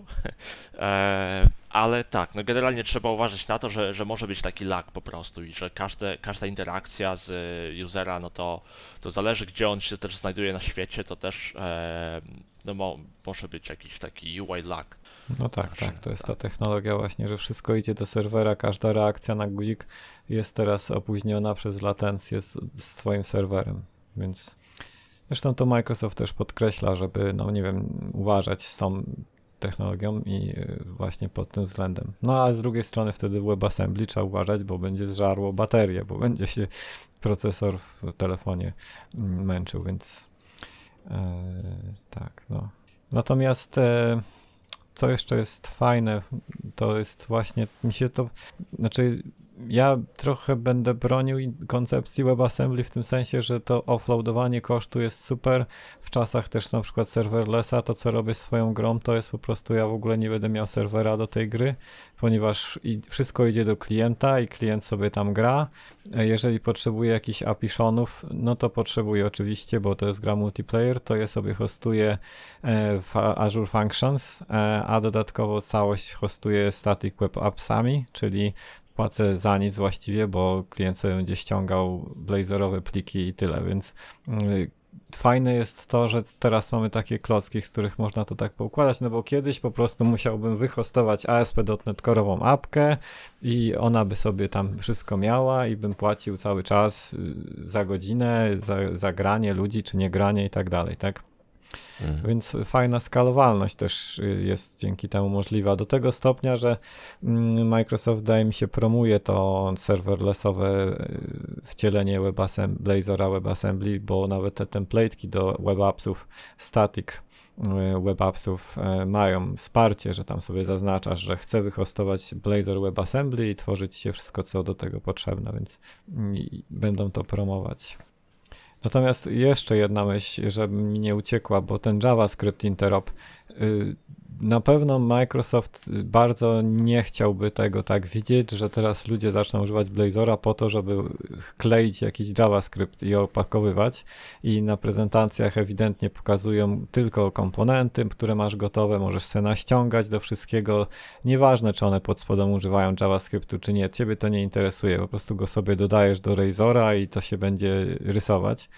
e, ale tak, no generalnie trzeba uważać na to, że, że może być taki lag po prostu i że każde, każda interakcja z usera, no to, to zależy, gdzie on się też znajduje na świecie, to też e, no mo, może być jakiś taki U I lag. No tak, Także tak, to jest ta technologia właśnie, że wszystko idzie do serwera, każda reakcja na guzik jest teraz opóźniona przez latencję z, z twoim serwerem, więc zresztą to Microsoft też podkreśla, żeby, no nie wiem, uważać z tą technologią i y, właśnie pod tym względem. No a z drugiej strony wtedy w WebAssembly trzeba uważać, bo będzie zżarło baterię, bo będzie się procesor w telefonie mm, męczył, więc e, tak, no. Natomiast e, co jeszcze jest fajne, to jest właśnie, mi się to, znaczy ja trochę będę bronił i- koncepcji WebAssembly w tym sensie, że to offloadowanie kosztu jest super. W czasach też na przykład serverlessa, to co robię swoją grą, to jest po prostu ja w ogóle nie będę miał serwera do tej gry, ponieważ i wszystko idzie do klienta i klient sobie tam gra. E, Jeżeli potrzebuje jakichś apiszonów, no to potrzebuję oczywiście, bo to jest gra multiplayer, to je sobie hostuję e, w Azure Functions, e, a dodatkowo całość hostuję Static Web Appsami, czyli płacę za nic właściwie, bo klient sobie będzie ściągał blazorowe pliki i tyle, więc y, fajne jest to, że teraz mamy takie klocki, z których można to tak poukładać, no bo kiedyś po prostu musiałbym wyhostować A S P kropka net Core'ową apkę i ona by sobie tam wszystko miała i bym płacił cały czas y, za godzinę, za, za granie ludzi, czy nie granie i tak dalej, tak? Mhm. Więc fajna skalowalność też y, jest dzięki temu możliwa. Do tego stopnia, że mm, Microsoft, wydaje mi się, promuje to serverlessowe y, wcielenie WebAssembly, Blazora WebAssembly, bo nawet te template'ki do WebAppsów, static y, WebAppsów y, mają wsparcie, że tam sobie zaznaczasz, że chcę wyhostować Blazor WebAssembly i tworzyć się wszystko, co do tego potrzebne, więc y, będą to promować. Natomiast jeszcze jedna myśl, żeby mi nie uciekła, bo ten JavaScript interop, y, na pewno Microsoft bardzo nie chciałby tego tak widzieć, że teraz ludzie zaczną używać Blazora po to, żeby kleić jakiś JavaScript i opakowywać i na prezentacjach ewidentnie pokazują tylko komponenty, które masz gotowe, możesz se naściągać do wszystkiego, nieważne czy one pod spodem używają JavaScriptu czy nie, ciebie to nie interesuje, po prostu go sobie dodajesz do Razora i to się będzie rysować.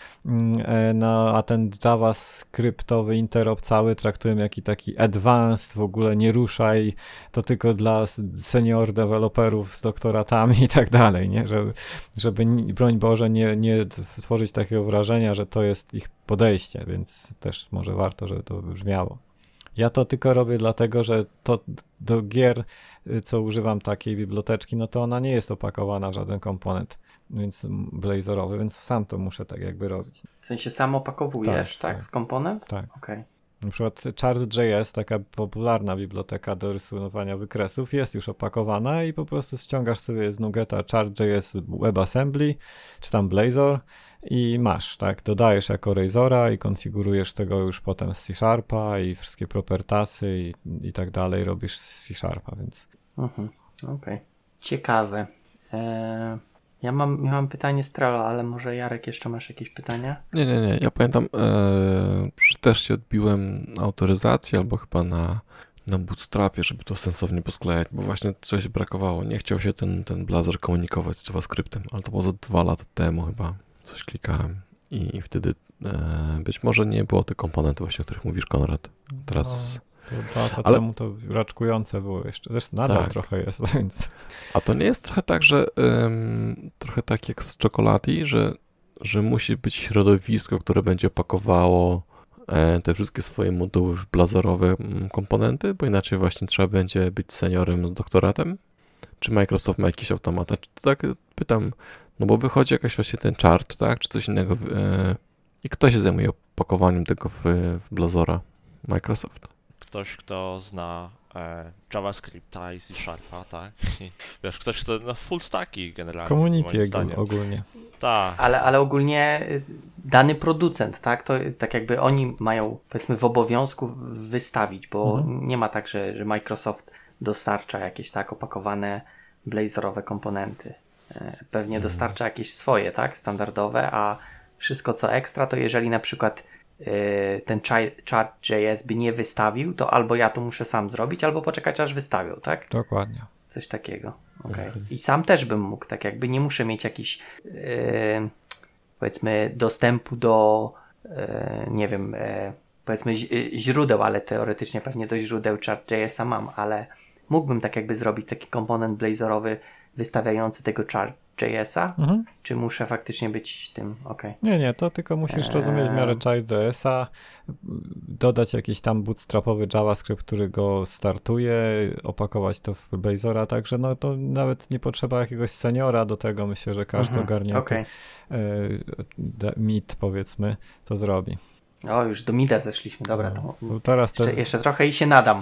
No a ten JavaScriptowy interop cały traktują jaki taki advanced, w ogóle nie ruszaj, to tylko dla senior deweloperów z doktoratami i tak dalej, nie? Żeby, żeby broń Boże nie, nie tworzyć takiego wrażenia, że to jest ich podejście, więc też może warto, żeby to brzmiało. Ja to tylko robię dlatego, że to do gier, co używam takiej biblioteczki, no to ona nie jest opakowana w żaden komponent, więc blazorowy, więc sam to muszę tak jakby robić. W sensie sam opakowujesz, tak, tak, tak w komponent? Tak. Okej. Okay. Na przykład Chart.js, taka popularna biblioteka do rysowania wykresów, jest już opakowana i po prostu ściągasz sobie z Nuggeta Chart.js WebAssembly, czy tam Blazor i masz, tak, dodajesz jako Razora i konfigurujesz tego już potem z C-Sharpa i wszystkie propertasy i, i tak dalej robisz z C-Sharpa, więc... Mhm, okej. Okay. Ciekawe. Eee... Ja mam, ja mam pytanie z Trello, ale może Jarek jeszcze masz jakieś pytania? Nie, nie, nie. Ja pamiętam, e, że też się odbiłem na autoryzację albo chyba na, na Bootstrapie, żeby to sensownie posklejać, bo właśnie coś brakowało. Nie chciał się ten, ten Blazor komunikować z JavaScriptem, ale to było za dwa lata temu chyba. Coś klikałem i, i wtedy e, być może nie było tych komponentów właśnie, o których mówisz, Konrad. Teraz... No. Dwa lata Ale... temu to raczkujące było jeszcze, zresztą nadal tak. trochę jest, więc... A to nie jest trochę tak, że ym, trochę tak jak z czekolady, że, że musi być środowisko, które będzie opakowało e, te wszystkie swoje moduły w blazorowe m, komponenty, bo inaczej właśnie trzeba będzie być seniorem z doktoratem? Czy Microsoft ma jakiś automat? Czy tak pytam, no bo wychodzi jakaś właśnie ten chart, tak, czy coś innego e, i kto się zajmuje opakowaniem tego w, w blazora? Microsoft. Ktoś, kto zna e, JavaScripta i C-Sharpa, tak? I, wiesz, ktoś, kto, no full stacki generalnie. Community ogólnie. Tak. Ale, ale ogólnie dany producent, tak? To tak jakby oni mają, powiedzmy, w obowiązku wystawić, bo mhm. nie ma tak, że, że Microsoft dostarcza jakieś tak opakowane blazorowe komponenty. Pewnie mhm. dostarcza jakieś swoje, tak? Standardowe, a wszystko co ekstra, to jeżeli na przykład ten Chart.js by nie wystawił, to albo ja to muszę sam zrobić, albo poczekać aż wystawią, tak? Dokładnie. Coś takiego. Okay. I sam też bym mógł, tak jakby nie muszę mieć jakiś yy, powiedzmy dostępu do yy, nie wiem, yy, powiedzmy źródeł, ale teoretycznie pewnie do źródeł Chart.jsa mam, ale mógłbym tak jakby zrobić taki komponent blazorowy wystawiający tego Chart.jsa, mhm. czy muszę faktycznie być tym, okej. Okay. Nie, nie, to tylko musisz rozumieć w miarę Chart.jsa, dodać jakiś tam bootstrapowy JavaScript, który go startuje, opakować to w Blazora, także no to nawet nie potrzeba jakiegoś seniora do tego, myślę, że każdy mhm. ogarnięty okay. y, mit, powiedzmy, to zrobi. O, już do mida zeszliśmy, dobra, to no, teraz jeszcze, to... jeszcze trochę i się nadam.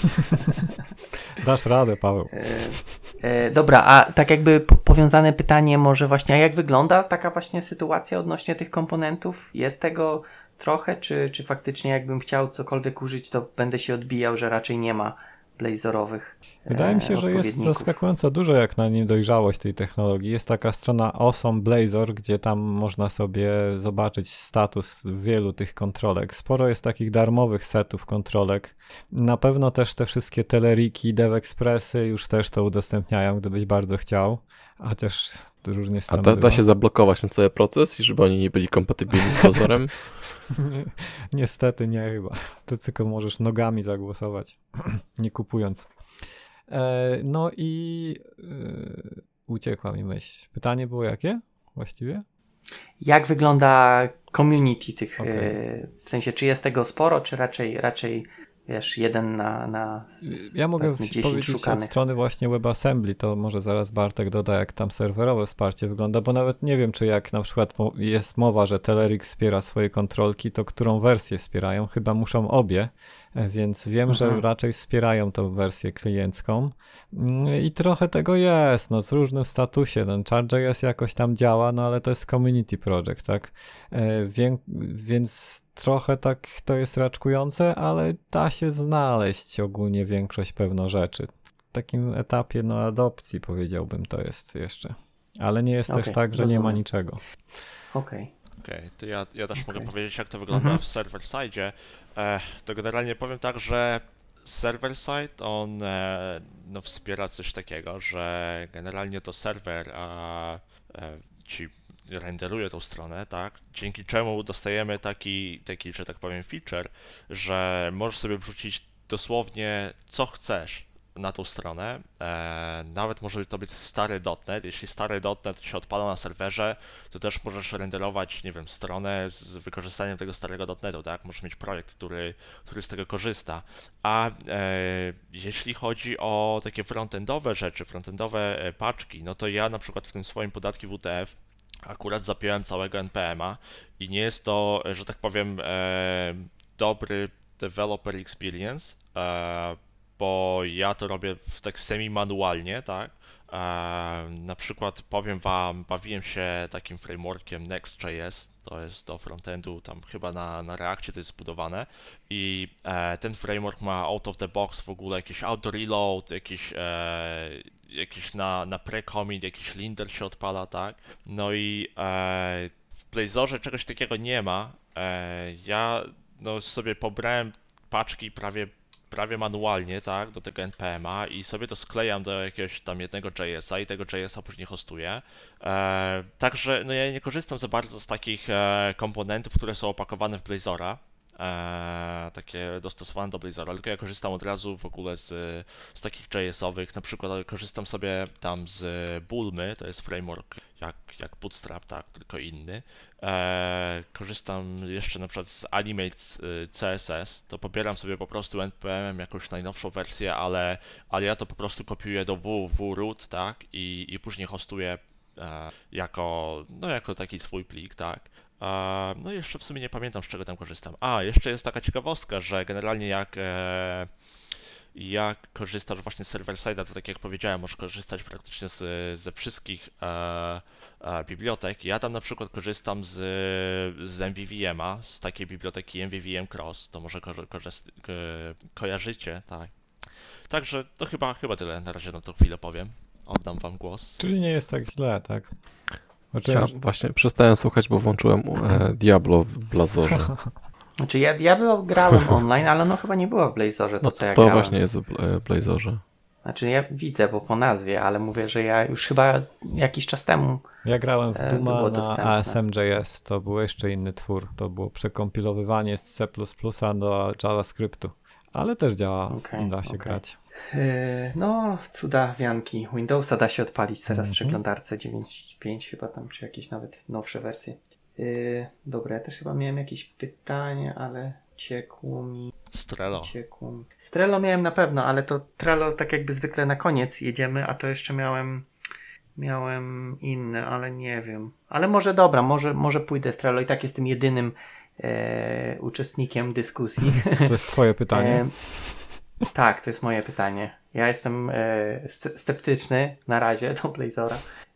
Dasz radę, Paweł. E, e, dobra, a tak jakby po, powiązane pytanie może właśnie, a jak wygląda taka właśnie sytuacja odnośnie tych komponentów? Jest tego trochę, czy, czy faktycznie jakbym chciał cokolwiek użyć, to będę się odbijał, że raczej nie ma blazorowych Wydaje mi się, że jest zaskakująco dużo jak na niedojrzałość tej technologii. Jest taka strona Awesome Blazor, gdzie tam można sobie zobaczyć status wielu tych kontrolek. Sporo jest takich darmowych setów kontrolek. Na pewno też te wszystkie Teleriki, DevExpressy już też to udostępniają, gdybyś bardzo chciał. A też różnie A da, da się zablokować ten cały proces i żeby oni nie byli kompatybilni z Blazorem? Niestety nie chyba. To tylko możesz nogami zagłosować, nie kupując. E, no i e, uciekła mi myśl. Pytanie było jakie właściwie? Jak wygląda community tych, okay. e, w sensie czy jest tego sporo, czy raczej raczej wiesz, jeden na, na ja mogę powiedzieć szukanych. Od strony właśnie WebAssembly, to może zaraz Bartek doda, jak tam serwerowe wsparcie wygląda, bo nawet nie wiem, czy jak na przykład jest mowa, że Telerik wspiera swoje kontrolki, to którą wersję wspierają? Chyba muszą obie, więc wiem, mhm. że raczej wspierają tą wersję kliencką i trochę tego jest, no w różnym statusie, ten Chart.js jakoś tam działa, no ale to jest community project, tak, Wię- więc trochę tak to jest raczkujące, ale da się znaleźć ogólnie większość pewno rzeczy. W takim etapie no adopcji powiedziałbym to jest jeszcze. Ale nie jest Okay, też tak, że rozumiem. nie ma niczego. Okej. Okay. Okej, okay, to ja, ja też Okay. mogę powiedzieć, jak to wygląda Mhm. w server-side. E, to generalnie powiem tak, że server-side, on e, no, wspiera coś takiego, że generalnie to serwer a, e, ci renderuje tą stronę, tak? Dzięki czemu dostajemy taki, taki, że tak powiem, feature, że możesz sobie wrzucić dosłownie co chcesz na tą stronę. E, nawet może to być stary dot net. Jeśli stary dot net się odpala na serwerze, to też możesz renderować, nie wiem, stronę z wykorzystaniem tego starego dot netu, tak? Możesz mieć projekt, który, który z tego korzysta. A e, jeśli chodzi o takie frontendowe rzeczy, frontendowe paczki, no to ja na przykład w tym swoim podatku W T F akurat zapiąłem całego N P M a i nie jest to, że tak powiem, e, dobry developer experience, e, bo ja to robię w tak semi-manualnie, tak? E, na przykład powiem wam, bawiłem się takim frameworkiem Next.js, to jest do frontendu, tam chyba na, na Reactie to jest zbudowane i e, ten framework ma out of the box w ogóle jakiś auto-reload, jakiś, e, jakiś na, na pre-commit, jakiś linder się odpala, tak? No i e, w Blazorze czegoś takiego nie ma. E, ja no, sobie pobrałem paczki prawie prawie manualnie, tak, do tego N P M a i sobie to sklejam do jakiegoś tam jednego J S a i tego J S a później hostuję. E, także no ja nie korzystam za bardzo z takich e, komponentów, które są opakowane w Blazora, e, takie dostosowane do Blazora, tylko ja korzystam od razu w ogóle z, z takich J S owych, na przykład korzystam sobie tam z Bulmy, to jest framework jak, jak Bootstrap, tak, tylko inny. E, korzystam jeszcze na przykład z Animate C S S, to pobieram sobie po prostu N P M jakąś najnowszą wersję, ale, ale ja to po prostu kopiuję do www.root, tak, i, i później hostuję e, jako, no jako taki swój plik, tak. E, no i jeszcze w sumie nie pamiętam, z czego tam korzystam. A, jeszcze jest taka ciekawostka, że generalnie jak e, jak korzystasz właśnie z server-side'a, to tak jak powiedziałem, możesz korzystać praktycznie z, ze wszystkich e, e, bibliotek. Ja tam na przykład korzystam z, z M V V M a, z takiej biblioteki M V V M Cross, to może ko, ko, ko, kojarzycie, tak. Także to chyba, chyba tyle na razie na tą chwilę powiem. Oddam wam głos. Czyli nie jest tak źle, tak? Znaczy, ja właśnie przestałem słuchać, bo włączyłem e, Diablo w Blazorze. Znaczy ja Diablo grałem online, ale no chyba nie było w Blazorze to, no, co ja to grałem. właśnie jest w Blazorze. Znaczy ja widzę, bo po nazwie, ale mówię, że ja już chyba jakiś czas temu Ja grałem w Duma na dostępne. A S M J S, to był jeszcze inny twór. To było przekompilowywanie z C plus plus do JavaScriptu. Ale też działa, okay, da się okay. grać. Yy, no, cuda wianki. Windowsa da się odpalić teraz w przeglądarce dziewięć pięć chyba tam, czy jakieś nawet nowsze wersje. Yy, dobra, ja też chyba miałem jakieś pytanie, ale ciekło mi... Strelo. Ciekło mi. Strelo miałem na pewno, ale to Trello tak jakby zwykle na koniec jedziemy, a to jeszcze miałem miałem inne, ale nie wiem. Ale może dobra, może, może pójdę z Trello i tak jestem jedynym e, uczestnikiem dyskusji. To jest twoje pytanie. E, tak, to jest moje pytanie. Ja jestem e, sceptyczny na razie do Blazora.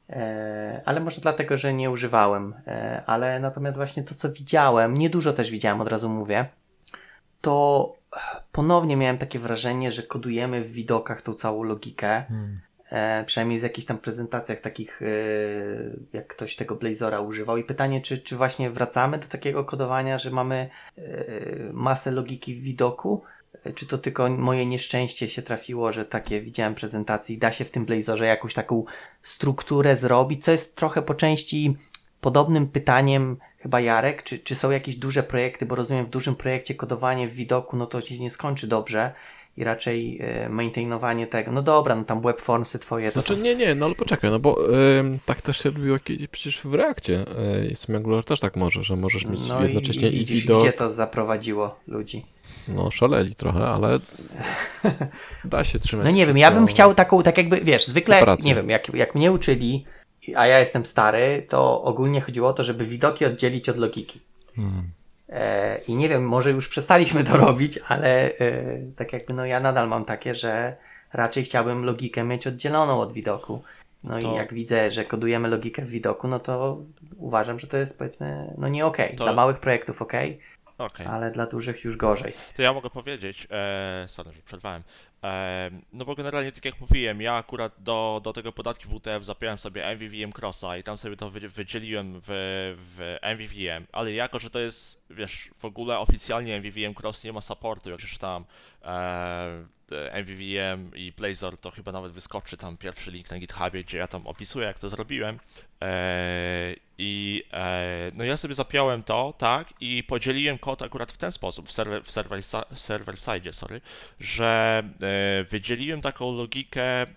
E, ale może dlatego, że nie używałem. E, ale natomiast właśnie to, co widziałem, niedużo też widziałem, od razu mówię, to ponownie miałem takie wrażenie, że kodujemy w widokach tą całą logikę. Hmm. E, przynajmniej w jakichś tam prezentacjach takich, e, jak ktoś tego Blazora używał. I pytanie, czy, czy właśnie wracamy do takiego kodowania, że mamy e, masę logiki w widoku? E, czy to tylko moje nieszczęście się trafiło, że takie widziałem prezentacji i da się w tym Blazorze jakąś taką strukturę zrobić, co jest trochę po części podobnym pytaniem chyba Jarek, czy, czy są jakieś duże projekty, bo rozumiem, w dużym projekcie kodowanie w widoku, no to się nie skończy dobrze i raczej e, maintainowanie tego, no dobra, no tam webformsy twoje. To znaczy tam... nie, nie, no ale poczekaj, no bo y, tak też się robiło kiedyś przecież w Reakcie. Y, w Angular też tak może, że możesz mieć no jednocześnie i, i, widzisz, i widok. gdzie to zaprowadziło ludzi? No szaleli trochę, ale da się trzymać. No nie wiem, ja bym chciał taką, tak jakby, wiesz, zwykle, separację. Nie wiem, jak, jak mnie uczyli, a ja jestem stary, to ogólnie chodziło o to, żeby widoki oddzielić od logiki. Hmm. E, I nie wiem, może już przestaliśmy to robić, ale e, tak jakby no ja nadal mam takie, że raczej chciałbym logikę mieć oddzieloną od widoku. No to... i jak widzę, że kodujemy logikę w widoku, no to uważam, że to jest powiedzmy, no nie okej. Okay. To... Dla małych projektów okej, okay, Okej. ale dla dużych już gorzej. To ja mogę powiedzieć, e, sorry, że przerwałem, e, no bo generalnie tak jak mówiłem, ja akurat do, do tego podatki W T F zapiąłem sobie M V V M Crossa i tam sobie to wy- wydzieliłem w, w M V V M, ale jako, że to jest, wiesz, w ogóle oficjalnie M V V M Cross nie ma supportu, jak czytam e, M V V M i Blazor, to chyba nawet wyskoczy tam pierwszy link na GitHubie, gdzie ja tam opisuję, jak to zrobiłem. E, I e, no ja sobie zapiąłem to, tak, i podzieliłem kod akurat w ten sposób, w server, w server, server side, sorry, że e, wydzieliłem taką logikę e,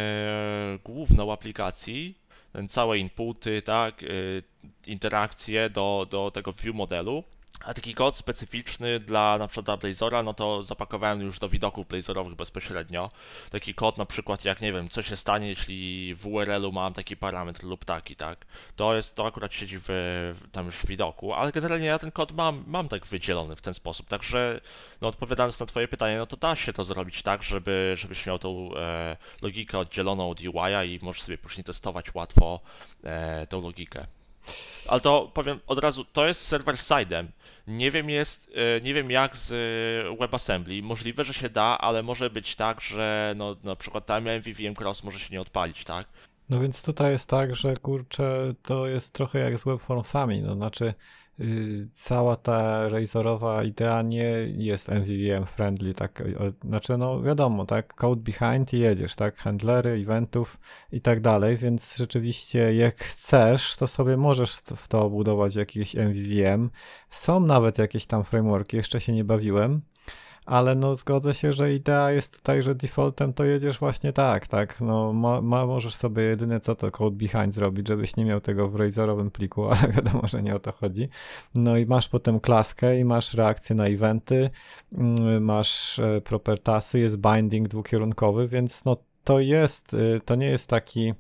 główną aplikacji, ten całe inputy, tak, e, interakcje do, do tego view modelu. A taki kod specyficzny dla na przykład dla Blazora, no to zapakowałem już do widoków blazorowych bezpośrednio. Taki kod na przykład jak, nie wiem, co się stanie, jeśli w U R L-u mam taki parametr lub taki, tak. To jest, to akurat siedzi w, w, tam już w widoku, ale generalnie ja ten kod mam, mam tak wydzielony w ten sposób, także no odpowiadając na twoje pytanie, no to da się to zrobić tak, żeby, żebyś miał tą e, logikę oddzieloną od U I i możesz sobie później testować łatwo e, tą logikę. Ale to powiem od razu, to jest server-sidem. Nie wiem jest, nie wiem jak z WebAssembly. Możliwe, że się da, ale może być tak, że no, na przykład tam M V V M Cross może się nie odpalić, tak? No więc tutaj jest tak, że kurczę, to jest trochę jak z webformsami, no znaczy yy, cała ta Razorowa idea nie jest M V V M friendly, tak, o, znaczy no wiadomo, tak, code behind i jedziesz, tak, handlery, eventów i tak dalej, więc rzeczywiście jak chcesz, to sobie możesz w to obudować jakiś M V V M, są nawet jakieś tam frameworki, jeszcze się nie bawiłem, ale no zgodzę się, że idea jest tutaj, że defaultem to jedziesz właśnie tak, tak, no ma, ma, możesz sobie jedyne co to code behind zrobić, żebyś nie miał tego w razorowym pliku, ale wiadomo, że nie o to chodzi. No i masz potem klaskę i masz reakcję na eventy, masz propertasy, jest binding dwukierunkowy, więc no to jest, to nie jest taki,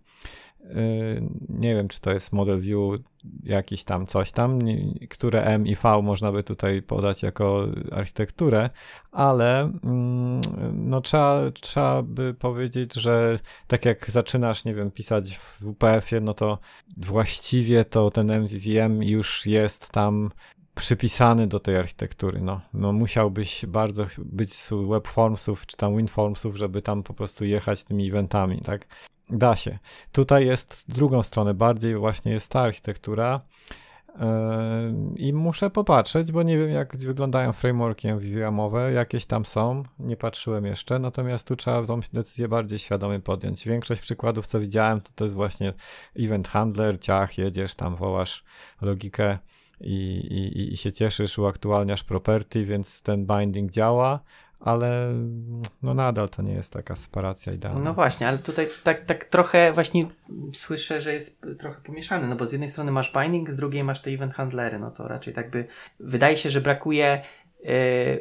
nie wiem, czy to jest model view jakiś tam, coś tam, które M i V można by tutaj podać jako architekturę, ale no trzeba, trzeba by powiedzieć, że tak jak zaczynasz, nie wiem, pisać w W P F-ie, no to właściwie to ten M V V M już jest tam przypisany do tej architektury, no, no musiałbyś bardzo być z webformsów czy tam winformsów, żeby tam po prostu jechać tymi eventami, tak? Da się. Tutaj jest drugą stronę, bardziej właśnie jest ta architektura yy, i muszę popatrzeć, bo nie wiem jak wyglądają frameworki M V V M-owe, jakieś tam są, nie patrzyłem jeszcze, natomiast tu trzeba tą decyzję bardziej świadomie podjąć. Większość przykładów, co widziałem, to to jest właśnie event handler, ciach, jedziesz tam, wołasz logikę i, i, i się cieszysz, uaktualniasz property, więc ten binding działa, ale no nadal to nie jest taka separacja idealna. No właśnie, ale tutaj tak, tak trochę właśnie słyszę, że jest trochę pomieszany, no bo z jednej strony masz binding, z drugiej masz te event handlery, no to raczej tak by, wydaje się, że brakuje yy,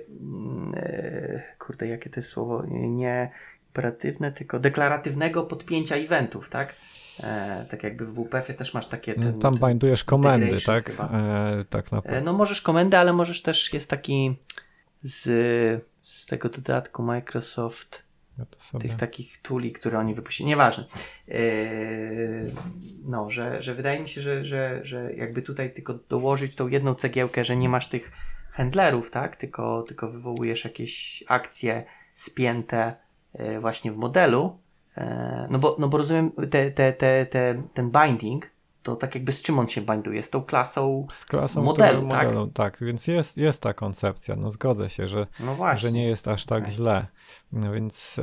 yy, kurde, jakie to jest słowo, nie operatywne, tylko deklaratywnego podpięcia eventów, tak? E, tak jakby w W P F-ie też masz takie... Ten, tam bindujesz komendy, tak? E, tak naprawdę. E, no możesz komendy, ale możesz też, jest taki z, z tego dodatku Microsoft, ja to sobie... tych takich tuli, które oni wypuścili, nieważne. E, no, że, że wydaje mi się, że, że, że jakby tutaj tylko dołożyć tą jedną cegiełkę, że nie masz tych handlerów, tak? Tylko, tylko wywołujesz jakieś akcje spięte e, właśnie w modelu. No bo, no bo rozumiem, te, te, te, te, ten binding, to tak jakby z czym on się binduje? Z tą klasą, z klasą modelu, tak? modelu, tak? Więc jest, jest ta koncepcja, no zgodzę się, że, no że nie jest aż tak okay. źle. No więc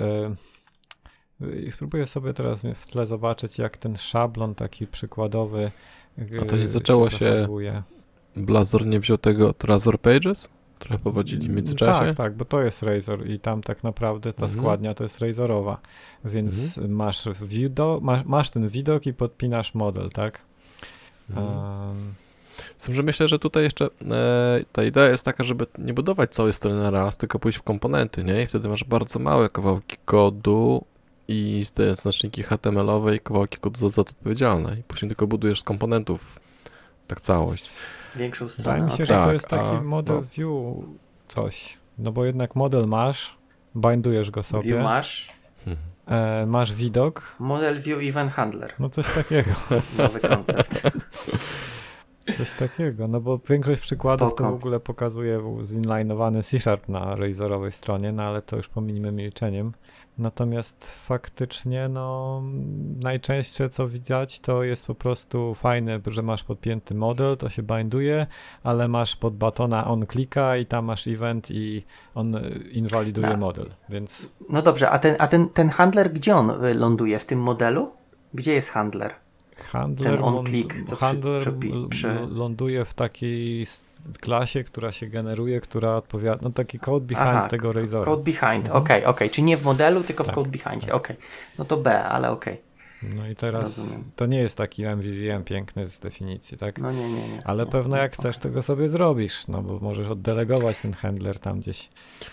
e, spróbuję sobie teraz w tle zobaczyć, jak ten szablon taki przykładowy e, A to nie zaczęło się, się Blazor nie wziął tego od Razor Pages? Trochę powodzili w międzyczasie? Tak, tak, bo to jest Razor i tam tak naprawdę ta mhm. składnia to jest Razorowa, więc mhm. masz, wido, masz, masz ten widok i podpinasz model, tak? Mhm. Um. Z tym, że myślę, że tutaj jeszcze e, ta idea jest taka, żeby nie budować całej strony na raz, tylko pójść w komponenty, nie? I wtedy masz bardzo małe kawałki kodu i te znaczniki H T M L-owe i kawałki kodu za, za to odpowiedzialne. I później tylko budujesz z komponentów tak całość. Większą stronę. Wydaje mi się, okay. że tak, to jest taki a, model no. view coś, no bo jednak model masz, bindujesz go sobie. View masz. E, masz widok. Model view event handler. No coś takiego. Nowy koncept. Coś takiego, no bo większość przykładów Spoko. to w ogóle pokazuje zinlinowany C-Sharp na Razorowej stronie, no ale to już pominimy milczeniem. Natomiast faktycznie, no najczęstsze co widać to jest po prostu fajne, że masz podpięty model, to się binduje, ale masz pod batona on klika i tam masz event i on inwaliduje No. model, więc... No dobrze, a ten, a ten, ten handler gdzie on y, ląduje? W tym modelu? Gdzie jest handler? Handler, Ten on ląd- click, co przy- handler przy- l- przy- l- ląduje w takiej s- klasie, która się generuje, która odpowiada, no taki code behind Aha, tego Razora. Code behind, Mhm. okej, okej, czyli nie w modelu, tylko w Tak, code behindzie, tak. okej. No to B, ale okej. No i teraz Rozumiem. to nie jest taki M V V M piękny z definicji, tak? No nie, nie, nie. Ale nie, pewno nie, jak chcesz, tego sobie zrobisz, no bo możesz oddelegować ten handler tam gdzieś.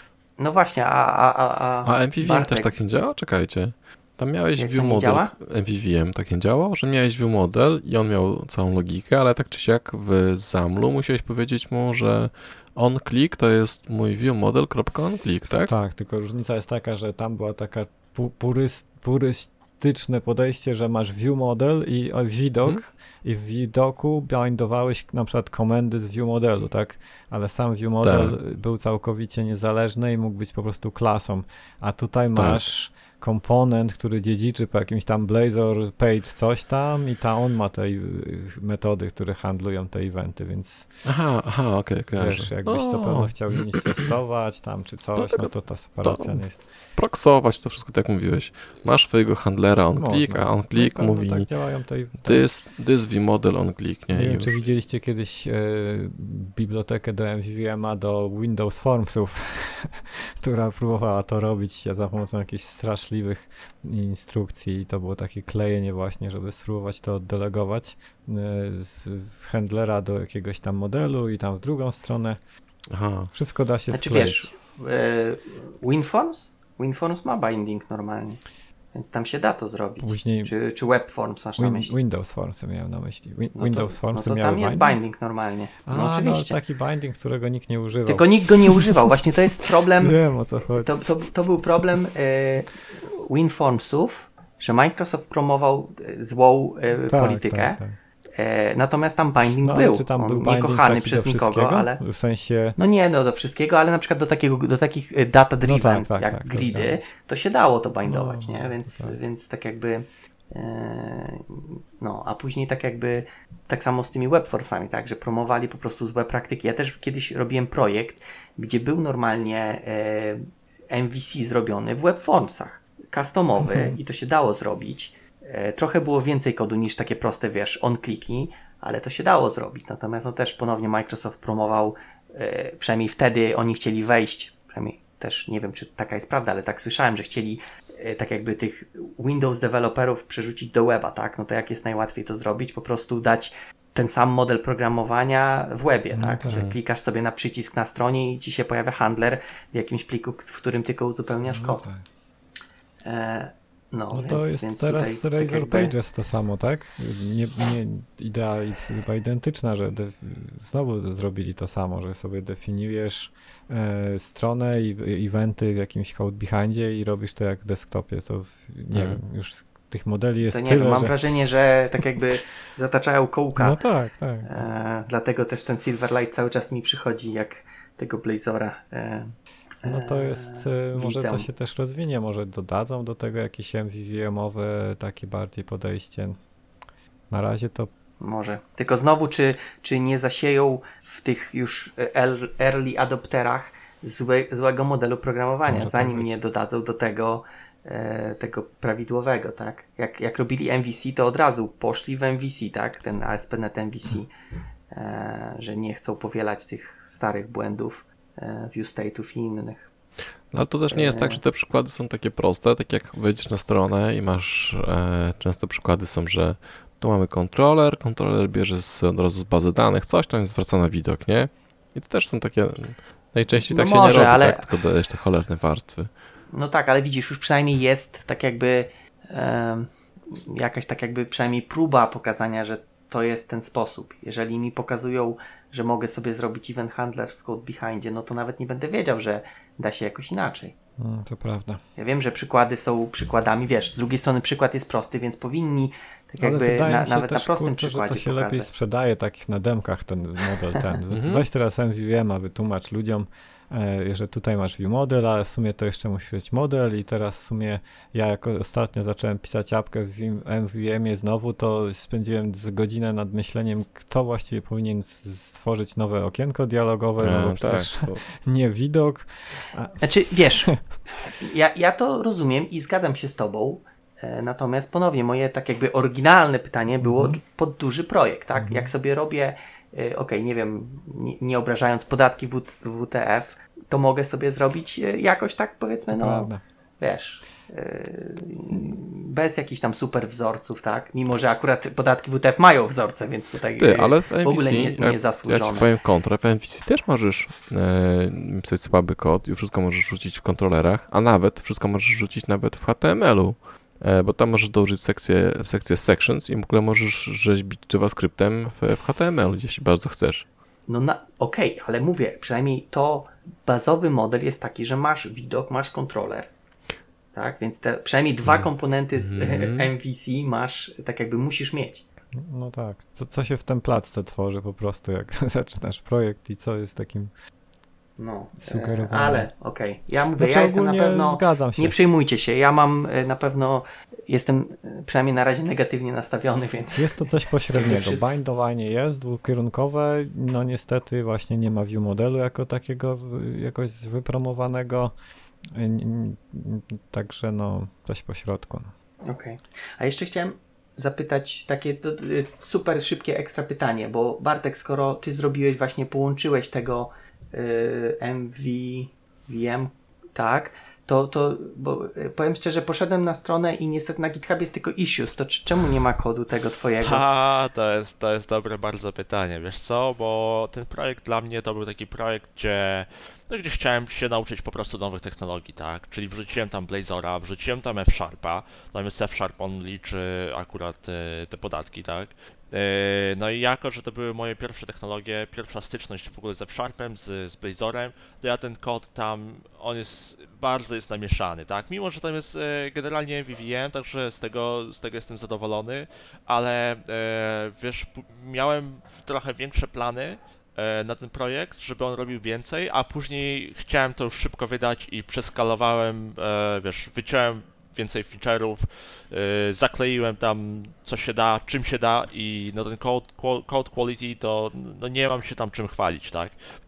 No właśnie, a... A, a, a, A M V V M Bartek, też tak nie działa? Czekajcie. Tam miałeś Jak to view nie model, działa? M V V M tak nie działało, że miałeś view model i on miał całą logikę, ale tak czy siak w zamlu musiałeś powiedzieć mu, że on click to jest mój view model.on click, tak? Tak, tylko różnica jest taka, że tam była taka pu- puryst, purystyczne podejście, że masz view model i o, widok Mhm. i w widoku bindowałeś na przykład komendy z view modelu, tak? Ale sam view model Tak. był całkowicie niezależny i mógł być po prostu klasą, a tutaj Tak. masz komponent, który dziedziczy po jakimś tam Blazor page coś tam i ta on ma te y, metody, które handlują te eventy, więc Aha, aha, okej, wiesz, kojarzę. jakbyś to O, pewno chciał unit testować tam czy coś, tego- no to ta separacja to- nie jest. Proksować to wszystko tak jak mówiłeś. Masz swojego handlera on Można. click, a on No click pewno mówi tak działają te, te this, this view model on click, nie? Nie I wiem, już. czy widzieliście kiedyś e, bibliotekę do M V V M a do Windows Formsów, która próbowała to robić za pomocą jakichś straszliwych instrukcji i to było takie klejenie właśnie, żeby spróbować to oddelegować e, z handlera do jakiegoś tam modelu i tam w drugą stronę. Aha. Wszystko da się Znaczy skleić. wiesz, y, WinForms? WinForms ma binding normalnie, więc tam się da to zrobić. Później Czy, czy WebForms masz na Win, myśli? Windows Formsy miałem na myśli. Win, No Windows to, Formsy no to miały tam jest binding? binding normalnie. A, No oczywiście. no taki binding, którego nikt nie używał. Tylko nikt go nie używał. Właśnie to jest problem. Wiem, o co chodzi. To, to, to był problem y, WinFormsów, że Microsoft promował y, złą y, Tak, politykę. tak, tak. E, natomiast tam binding No, ale był. czy tam On był nie binding kochany taki przez do nikogo, wszystkiego? ale. W sensie... No nie, no do wszystkiego, ale na przykład do, takiego, do takich y, data driven, No tak, tak, jak tak, gridy, tak. to się dało to bindować, No, nie? Więc tak. więc tak jakby. e, No, a później tak jakby. Tak samo z tymi webformsami, tak, że promowali po prostu złe praktyki. Ja też kiedyś robiłem projekt, gdzie był normalnie e, M V C zrobiony w webformsach, customowy Mhm. i to się dało zrobić. E, trochę było więcej kodu niż takie proste, wiesz, on-kliki, ale to się dało zrobić. Natomiast no też ponownie Microsoft promował, e, przynajmniej wtedy oni chcieli wejść, przynajmniej też nie wiem, czy taka jest prawda, ale tak słyszałem, że chcieli e, tak jakby tych Windows deweloperów przerzucić do weba, tak? No to jak jest najłatwiej to zrobić? Po prostu dać ten sam model programowania w webie, No tak? tak. Że klikasz sobie na przycisk na stronie i ci się pojawia handler w jakimś pliku, w którym tylko uzupełniasz No kod. tak. E, no, No więc, to jest więc teraz tutaj, tak Razor jakby- Pages to samo, tak? Nie, nie, idea jest chyba identyczna, że def, znowu zrobili to samo, że sobie definiujesz e, stronę i eventy w jakimś code behindzie i robisz to jak w desktopie. To w, nie Mhm. wiem, już tych modeli jest To nie tyle, wiem, mam że... wrażenie, że tak jakby zataczają kołka. No tak, tak. E, dlatego też ten Silverlight cały czas mi przychodzi jak tego Blazora. E, No to jest, e, może widzę. to się też rozwinie, może dodadzą do tego jakieś M V V M-owe takie bardziej podejście. Na razie to Może. Tylko znowu, czy, czy nie zasieją w tych już el- early adopterach złe, złego modelu programowania, Może tak zanim być. nie dodadzą do tego e, tego prawidłowego, tak? Jak, jak robili M V C, to od razu poszli w M V C, tak? Ten A S P dot net M V C, e, że nie chcą powielać tych starych błędów e, view state'ów i innych. No, ale to też nie jest tak, że te przykłady są takie proste, tak jak wejdziesz na stronę i masz, e, często przykłady są, że tu mamy kontroler, kontroler bierze z, od razu z bazy danych, coś tam zwraca na widok, nie? I to też są takie, najczęściej No tak może, się nie robi, ale- tak, tylko dodajesz te cholerne warstwy. No tak, ale widzisz, już przynajmniej jest tak jakby em, jakaś tak jakby przynajmniej próba pokazania, że to jest ten sposób. Jeżeli mi pokazują, że mogę sobie zrobić event handler w code behindzie, no to nawet nie będę wiedział, że da się jakoś inaczej. mm, to prawda. Ja wiem, że przykłady są przykładami, wiesz, z drugiej strony przykład jest prosty, więc powinni Tak Ale jakby wydaje na, mi się nawet też, na prostym kurczę, że przykładzie to się pokazać. lepiej sprzedaje takich na demkach ten model ten. Mhm. Weź teraz M V V M, a wytłumacz ludziom, e, że tutaj masz view model, ale w sumie to jeszcze musi być model i teraz w sumie ja jak ostatnio zacząłem pisać apkę w M V V M-ie znowu, to spędziłem z godzinę nad myśleniem, kto właściwie powinien stworzyć nowe okienko dialogowe, no bo E, przecież tak, to... nie widok. A... Znaczy, wiesz, ja, ja to rozumiem i zgadzam się z tobą, e, natomiast ponownie moje tak jakby oryginalne pytanie było Mhm. pod duży projekt, tak? Mhm. Jak sobie robię, e, okej, nie wiem, nie, nie obrażając podatki w, W T F, to mogę sobie zrobić e, jakoś tak powiedzmy, no, Prawda. wiesz, e, bez jakichś tam super wzorców, tak? Mimo, że akurat podatki W T F mają wzorce, więc tutaj Ty, e, ale w M V C, w ogóle nie, jak, nie ja ci zasłużone. powiem kontrę, w M V C też możesz e, pisać słaby kod i wszystko możesz rzucić w kontrolerach, a nawet wszystko możesz rzucić nawet w H T M L-u, e, bo tam możesz dołożyć sekcję, sekcję sections i w ogóle możesz rzeźbić JavaScriptem w, w H T M L, jeśli bardzo chcesz. No na, okej, ale mówię, przynajmniej to bazowy model jest taki, że masz widok, masz kontroler. Tak, więc te przynajmniej dwa komponenty z Mhm. M V C masz, tak jakby musisz mieć. No tak, co, co się w templatce tworzy po prostu, jak zaczynasz projekt i co jest takim No, sugerowane. e, ale okej, ja mówię, Znaczy, ja jestem na ogólnie pewno, zgadzam się. nie przejmujcie się, ja mam e, na pewno, jestem e, przynajmniej na razie negatywnie nastawiony, więc Jest to coś pośredniego. Wszyscy- Bindowanie jest dwukierunkowe, no niestety właśnie nie ma view modelu jako takiego w- jakoś wypromowanego, N- n- także no coś pośrodku. No. okej. A jeszcze chciałem zapytać takie do, y, super szybkie ekstra pytanie, bo Bartek, skoro ty zrobiłeś właśnie, połączyłeś tego y, M V V M, tak, to, to bo, y, powiem szczerze, poszedłem na stronę i niestety na GitHubie jest tylko issues, to c- czemu nie ma kodu tego twojego? Ha, to jest, to jest dobre bardzo pytanie, wiesz co, bo ten projekt dla mnie to był taki projekt, gdzie, no, gdzie chciałem się nauczyć po prostu nowych technologii, tak, czyli wrzuciłem tam Blazora, wrzuciłem tam F-Sharpa, natomiast F-Sharp on liczy akurat y, te podatki, tak, y, no i jako, że to były moje pierwsze technologie, pierwsza styczność w ogóle z F-Sharpem, z, z Blazorem, to ja ten kod tam, on jest, bardzo jest namieszany, tak, mimo, że tam jest y, generalnie M V V M, także z tego, z tego jestem zadowolony, ale e, wiesz, p- miałem trochę większe plany e, na ten projekt, żeby on robił więcej, a później chciałem to już szybko wydać i przeskalowałem, e, wiesz, wyciąłem więcej feature'ów, e, zakleiłem tam co się da, czym się da i no ten code, qual- code quality to no nie mam się tam czym chwalić, tak?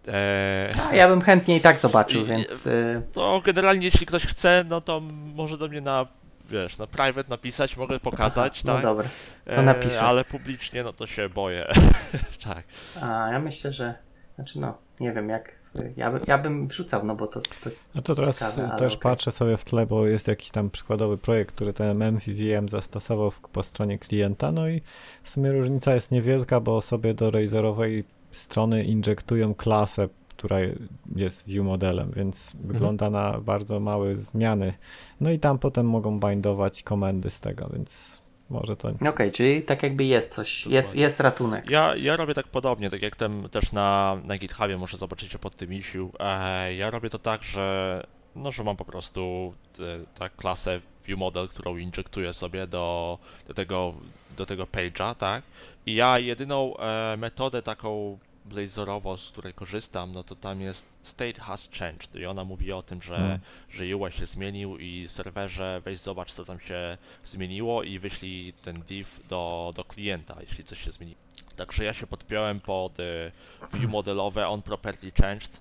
E, A ja bym chętnie i tak zobaczył, I- więc y, to generalnie jeśli ktoś chce, no to może do mnie na, wiesz, na private napisać, mogę pokazać, no tak? dobra, to E, napiszę. ale publicznie, no to się boję. Tak. A ja myślę, że, znaczy no, nie wiem jak, ja, by, ja bym wrzucał, no bo to, to No to teraz Ciekawe, ale też okej. patrzę sobie w tle, bo jest jakiś tam przykładowy projekt, który ten M V V M zastosował w, po stronie klienta, no i w sumie różnica jest niewielka, bo sobie do Razorowej strony injektują klasę, która jest view modelem, więc wygląda na bardzo małe zmiany. No i tam potem mogą bindować komendy z tego, więc może to... no okej, czyli tak jakby jest coś, jest, Dokładnie. jest ratunek. Ja, ja robię tak podobnie, tak jak tam też na, na GitHubie, może zobaczycie pod tym issue. E, ja robię to tak, że, no, że mam po prostu e, tak klasę viewModel, którą injektuję sobie do, do tego, do tego page'a, tak? I ja jedyną e, metodę taką blazorowo, z której korzystam, no to tam jest state has changed i ona mówi o tym, że, Hmm. że U I się zmienił i serwerze weź zobacz co tam się zmieniło i wyślij ten div do, do klienta, jeśli coś się zmieni. Także ja się podpiąłem pod y, view modelowe on property changed,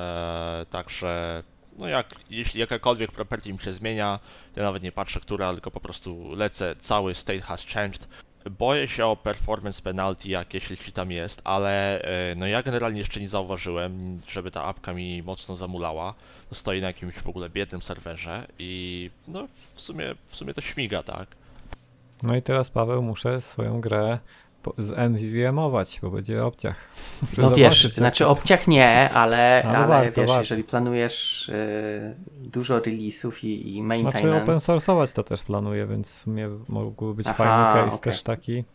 e, także no jak, jeśli jakakolwiek property mi się zmienia, ja nawet nie patrzę która, tylko po prostu lecę cały state has changed. Boję się o performance penalty jakieś, jeśli tam jest, ale e, no ja generalnie jeszcze nie zauważyłem, żeby ta apka mi mocno zamulała. No stoi na jakimś w ogóle biednym serwerze i no w sumie, w sumie to śmiga, tak? No i teraz, Paweł, muszę swoją grę po- z M V V M-ować, bo będzie obciach. Muszę No wiesz, zobaczyć, jak- znaczy obciach nie, ale, Ale ale warto, wiesz, warto. jeżeli planujesz y, dużo release'ów i, i maintenance, Znaczy open source'ować to też planuję, więc w sumie mógłby być Aha, fajny case okej. też taki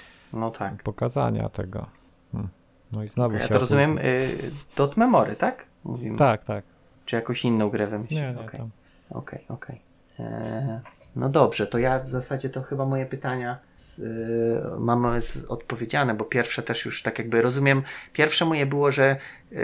no tak. pokazania tego. Hmm. No i znowu Ja się to rozumiem, opóźni. y, dot memory, tak? Mówimy. Tak, tak. Czy jakąś inną grę wymyślić? Nie, nie, Okej, tam. okej, okej. Eee, No dobrze, to ja w zasadzie to chyba moje pytania z, y, mam z, odpowiedziane, bo pierwsze też już tak jakby rozumiem. Pierwsze moje było, że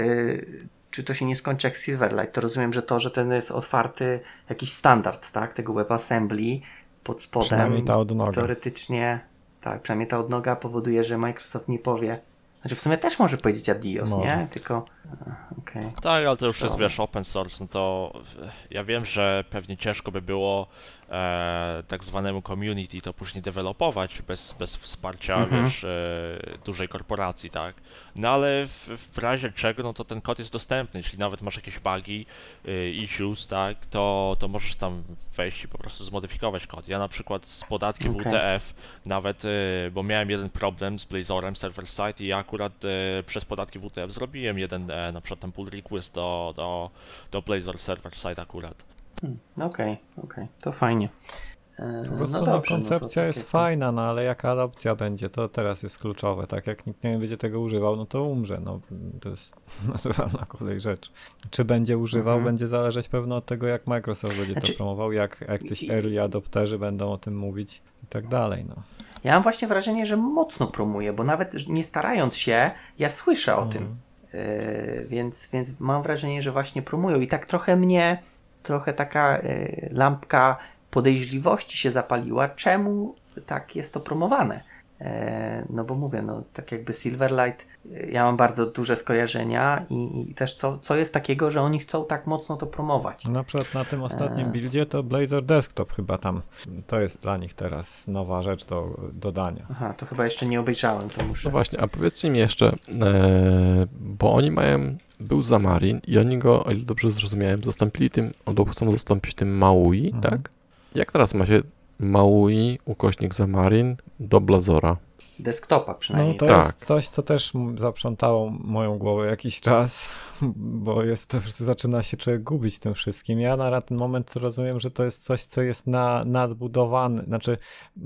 y, czy to się nie skończy jak Silverlight, to rozumiem, że to, że ten jest otwarty jakiś standard, tak, tego WebAssembly pod spodem. Przynajmniej ta odnoga. Teoretycznie, tak, przynajmniej ta odnoga powoduje, że Microsoft nie powie. Znaczy w sumie też może powiedzieć adios, Może. nie? Tylko, okej. Okay. Tak, ale to już jest, Dobra. wiesz, open source, no to ja wiem, że pewnie ciężko by było e, tak zwanemu community to później dewelopować bez, bez wsparcia, Mhm. wiesz, e, dużej korporacji, tak? No ale w, w razie czego, no to ten kod jest dostępny, jeśli nawet masz jakieś bugi, e, issues, tak, to, to możesz tam wejść i po prostu zmodyfikować kod. Ja na przykład z podatki Okej. W T F nawet, e, bo miałem jeden problem z Blazorem server side i ja akurat e, przez podatki W T F zrobiłem jeden e, na przykład tam pull request do, do, do Blazor server side akurat. Hmm, Okej, okej, to fajnie. E, Po prostu no no, dobrze, koncepcja no to, jest takie- fajna, no ale jaka adopcja będzie, to teraz jest kluczowe. Tak jak nikt nie będzie tego używał, no to umrze. No, to jest naturalna kolej rzecz. Czy będzie używał, Mhm. będzie zależeć pewno od tego, jak Microsoft będzie Znaczy- to promował, jak, jak coś I- early adopterzy będą o tym mówić i tak dalej. No. Ja mam właśnie wrażenie, że mocno promuje, bo nawet nie starając się, ja słyszę o tym. Mhm. Yy, więc, więc mam wrażenie, że właśnie promują i tak trochę mnie, trochę taka yy, lampka podejrzliwości się zapaliła, czemu tak jest to promowane. Yy, no bo mówię, no tak jakby Silverlight, yy, ja mam bardzo duże skojarzenia i, i też co, co jest takiego, że oni chcą tak mocno to promować. Na przykład na tym ostatnim Eee. buildzie to Blazor Desktop chyba tam, to jest dla nich teraz nowa rzecz do dodania. Aha, to chyba jeszcze nie obejrzałem, to muszę... No właśnie, a powiedzcie mi jeszcze, e, bo oni mają, był Xamarin i oni go, o ile dobrze zrozumiałem, zastąpili tym, albo chcą zastąpić tym Maui, Mhm. tak? Jak teraz macie Maui, ukośnik Xamarin do Blazora? Desktopa No przynajmniej. to Tak. jest coś, co też m- zaprzątało moją głowę jakiś czas, bo jest, to, zaczyna się człowiek gubić w tym wszystkim. Ja na ten moment rozumiem, że to jest coś, co jest na, nadbudowane. Znaczy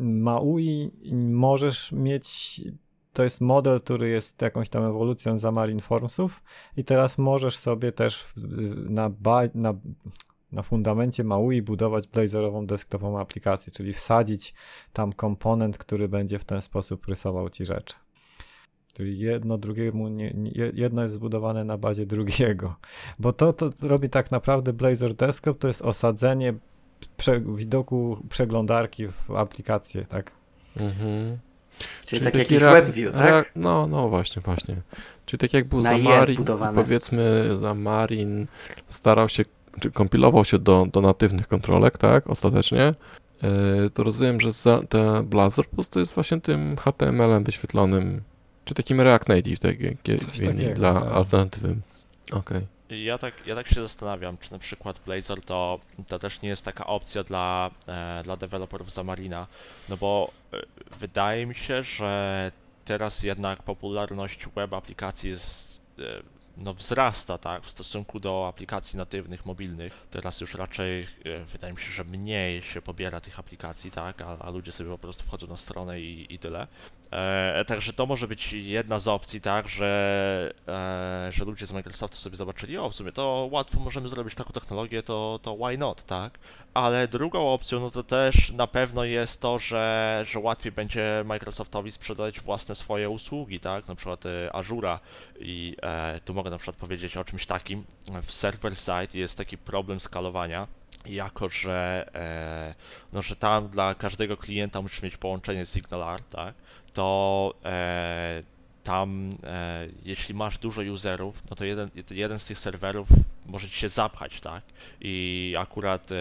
Maui możesz mieć, to jest model, który jest jakąś tam ewolucją Xamarin Formsów i teraz możesz sobie też w- na, ba, na, na fundamencie Maui budować blazorową desktopową aplikację, czyli wsadzić tam komponent, który będzie w ten sposób rysował ci rzeczy. Czyli jedno drugiemu, nie, nie, jedno jest zbudowane na bazie drugiego. Bo to, to robi tak naprawdę Blazor Desktop, to jest osadzenie prze, widoku przeglądarki w aplikację, tak? Mhm. Czyli, tak taki jakiś reak- WebView, tak? reak- No, no właśnie, właśnie. Czyli tak jak był Na I Xamarin, zbudowane. powiedzmy Xamarin starał się, czy kompilował się do, do natywnych kontrolek, tak, ostatecznie, e, to rozumiem, że za, te Blazor po prostu jest właśnie tym H T M L-em wyświetlonym, czy takim React Native, tak, jak, jak Coś inni takiego, dla tak. alternatywy. Okej. Ja tak, ja tak się zastanawiam, czy na przykład Blazor to, to też nie jest taka opcja dla, e, dla deweloperów Xamarina, no bo e, wydaje mi się, że teraz jednak popularność web aplikacji jest, e, no wzrasta, tak, w stosunku do aplikacji natywnych, mobilnych. Teraz już raczej, e, wydaje mi się, że mniej się pobiera tych aplikacji, tak, a, a ludzie sobie po prostu wchodzą na stronę i, i tyle. E, także to może być jedna z opcji, tak, że, e, że ludzie z Microsoftu sobie zobaczyli, o w sumie to łatwo możemy zrobić taką technologię, to, to why not, tak? Ale drugą opcją, no to też na pewno jest to, że, że łatwiej będzie Microsoftowi sprzedać własne swoje usługi, tak? Na przykład e, Azura i e, tu mogę na przykład powiedzieć o czymś takim. W server side jest taki problem skalowania, jako że, e, no, że tam dla każdego klienta musisz mieć połączenie SignalR, tak? To e, tam, e, jeśli masz dużo userów, no to jeden, jeden z tych serwerów może ci się zapchać, tak? I akurat e,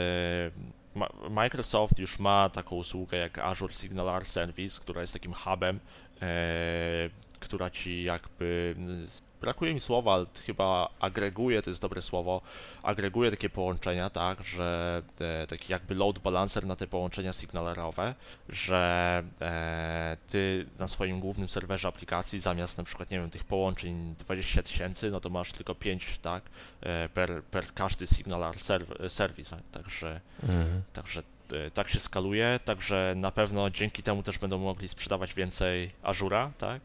Ma- Microsoft już ma taką usługę jak Azure SignalR Service, która jest takim hubem, e, która ci jakby, brakuje mi słowa, ale chyba agreguje, to jest dobre słowo, agreguje takie połączenia, tak, że e, taki jakby load balancer na te połączenia signalerowe, że e, ty na swoim głównym serwerze aplikacji zamiast na przykład, nie wiem, tych połączeń dwadzieścia tysięcy, no to masz tylko pięć, tak, e, per, per każdy signalar serw- serwis, tak, także, Mhm. także e, tak się skaluje, także na pewno dzięki temu też będą mogli sprzedawać więcej Azura, tak,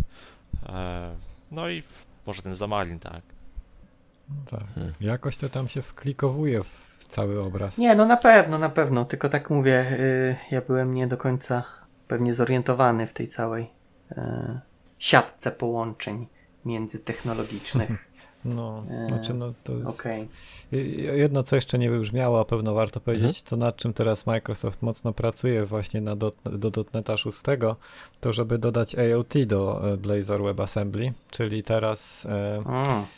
e, no i może ten Xamarin, tak. Tak. Hmm. Jakoś to tam się wklikowuje w cały obraz. Nie, no na pewno, na pewno, tylko tak mówię, yy, ja byłem nie do końca pewnie zorientowany w tej całej yy, siatce połączeń międzytechnologicznych. No, Yy, znaczy no to jest... Okej. Jedno, co jeszcze nie wybrzmiało, a pewno warto powiedzieć, Mhm. to nad czym teraz Microsoft mocno pracuje właśnie na dot, do dotneta sześć, to żeby dodać A O T do e, Blazor WebAssembly, czyli teraz e, Mm. e,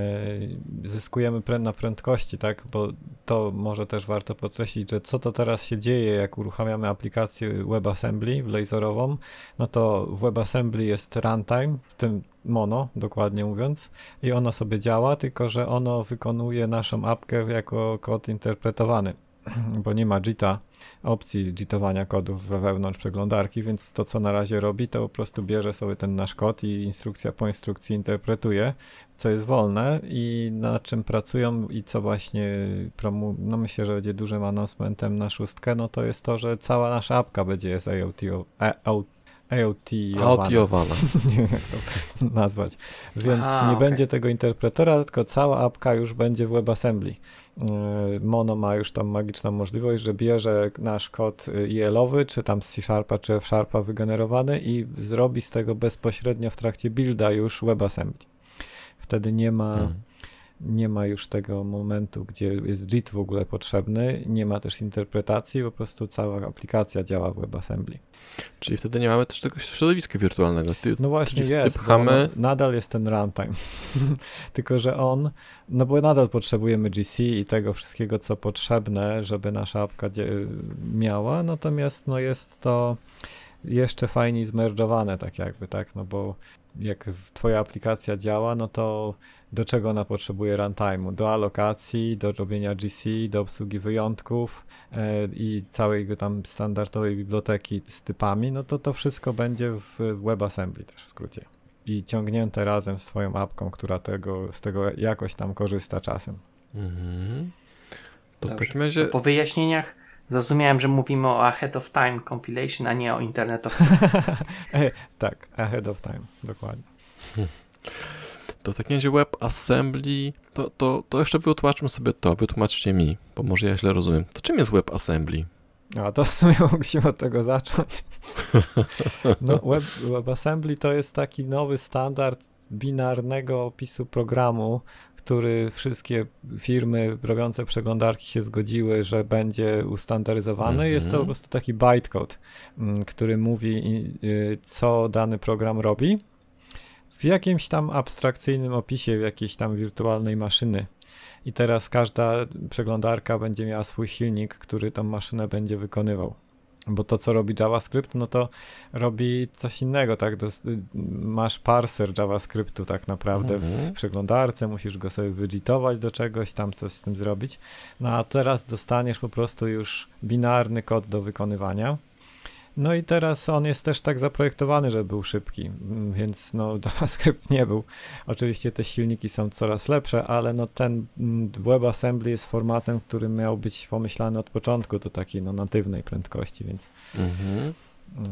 zyskujemy prę- na prędkości, tak, bo to może też warto podkreślić, że co to teraz się dzieje, jak uruchamiamy aplikację WebAssembly blazorową, no to w WebAssembly jest runtime, w tym mono, dokładnie mówiąc, i ono sobie działa, tylko że ono wykonuje naszą apkę jako kod interpretowany, bo nie ma JIT-a, opcji JIT-owania kodów wewnątrz przeglądarki, więc to, co na razie robi, to po prostu bierze sobie ten nasz kod i instrukcja po instrukcji interpretuje, co jest wolne i nad czym pracują i co właśnie promu- no myślę, że będzie dużym announcementem na szóstkę, no to jest to, że cała nasza apka będzie z A O T, A O T Autiowana. nie wiem jak to nazwać. Więc Aha, nie okej. będzie tego interpretora, tylko cała apka już będzie w WebAssembly. Yy, Mono ma już tam magiczną możliwość, że bierze nasz kod I L-owy, czy tam z C-Sharpa, czy F-Sharpa wygenerowany i zrobi z tego bezpośrednio w trakcie builda już WebAssembly. Wtedy nie ma Mhm. nie ma już tego momentu, gdzie jest JIT w ogóle potrzebny, nie ma też interpretacji, po prostu cała aplikacja działa w WebAssembly. Czyli wtedy nie mamy też tego środowiska wirtualnego. Ty, No właśnie czyli jest, wtedy bo pchamy... ono- nadal jest ten runtime, tylko że on, no bo nadal potrzebujemy G C i tego wszystkiego, co potrzebne, żeby nasza apka dzie- miała, natomiast no jest to jeszcze fajniej zmerdżowane, tak jakby, tak, no bo jak w- twoja aplikacja działa, no to do czego ona potrzebuje runtime'u? Do alokacji, do robienia G C, do obsługi wyjątków e, i całej go tam standardowej biblioteki z typami, no to to wszystko będzie w, w WebAssembly też w skrócie. I ciągnięte razem z twoją apką, która tego, z tego jakoś tam korzysta czasem. Mhm. To w Dobrze. takim razie... To po wyjaśnieniach zrozumiałem, że mówimy o ahead of time compilation, a nie o Internet of Things. e, tak, ahead of time, dokładnie. To w takim razie WebAssembly, to, to, to jeszcze wytłumaczmy sobie to, wytłumaczcie mi, bo może ja źle rozumiem. To czym jest WebAssembly? A to w sumie mogliśmy od tego zacząć. No, Web, WebAssembly to jest taki nowy standard binarnego opisu programu, który wszystkie firmy robiące przeglądarki się zgodziły, że będzie ustandaryzowany. Mhm. Jest to po prostu taki bytecode, mm, który mówi, y, co dany program robi w jakimś tam abstrakcyjnym opisie, w jakiejś tam wirtualnej maszyny. I teraz każda przeglądarka będzie miała swój silnik, który tą maszynę będzie wykonywał. Bo to, co robi JavaScript, no to robi coś innego, tak? Dos- masz parser JavaScriptu tak naprawdę w, Mhm. w przeglądarce, musisz go sobie wydżitować do czegoś, tam coś z tym zrobić. No a teraz dostaniesz po prostu już binarny kod do wykonywania. No i teraz on jest też tak zaprojektowany, żeby był szybki, mm, więc no JavaScript nie był. Oczywiście te silniki są coraz lepsze, ale no ten mm, WebAssembly jest formatem, który miał być pomyślany od początku do takiej no natywnej prędkości, więc Mhm. mm,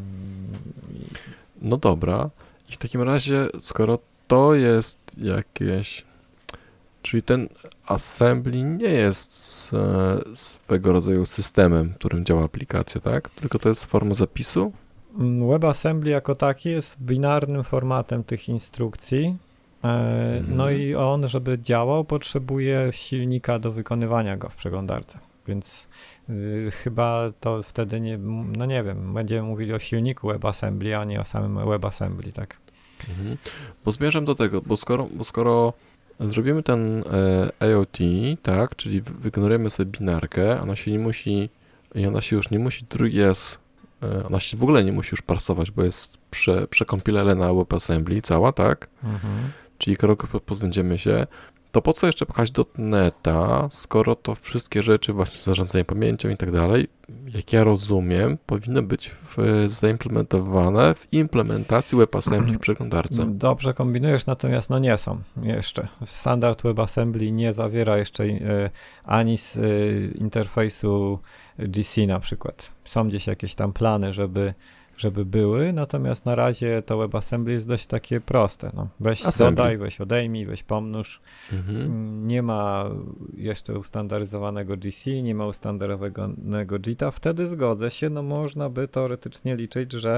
i- No dobra. I w takim razie, skoro to jest jakieś... Czyli ten assembly nie jest e, swego rodzaju systemem, którym działa aplikacja, tak? Tylko to jest forma zapisu? mm, WebAssembly jako taki jest binarnym formatem tych instrukcji. E, Mhm. No i on, żeby działał, potrzebuje silnika do wykonywania go w przeglądarce. Więc y, chyba to wtedy nie, no nie wiem, będziemy mówili o silniku WebAssembly, a nie o samym WebAssembly, tak? Mhm. Bo zmierzam do tego, bo skoro, bo skoro zrobimy ten e, A O T, tak, czyli wy- wygenerujemy sobie binarkę, ona się nie musi, i ona się już nie musi drugi raz, e, ona się w ogóle nie musi już parsować, bo jest prze, przekompilele na WebAssembly cała, tak? Mhm. Czyli krok po- pozbędziemy się, to po co jeszcze pchać do neta, skoro to wszystkie rzeczy, właśnie zarządzanie pamięcią i tak dalej, jak ja rozumiem, powinny być w, zaimplementowane w implementacji WebAssembly w przeglądarce. Dobrze kombinujesz, natomiast no nie są jeszcze. Standard WebAssembly nie zawiera jeszcze y, ani z y, interfejsu G C na przykład. Są gdzieś jakieś tam plany, żeby żeby były, natomiast na razie to WebAssembly jest dość takie proste. No. Weź Assembly. dodaj, weź odejmij, weź pomnóż. Mhm. Nie ma jeszcze ustandaryzowanego G C, nie ma ustandaryzowanego Jita. Wtedy zgodzę się, no można by teoretycznie liczyć, że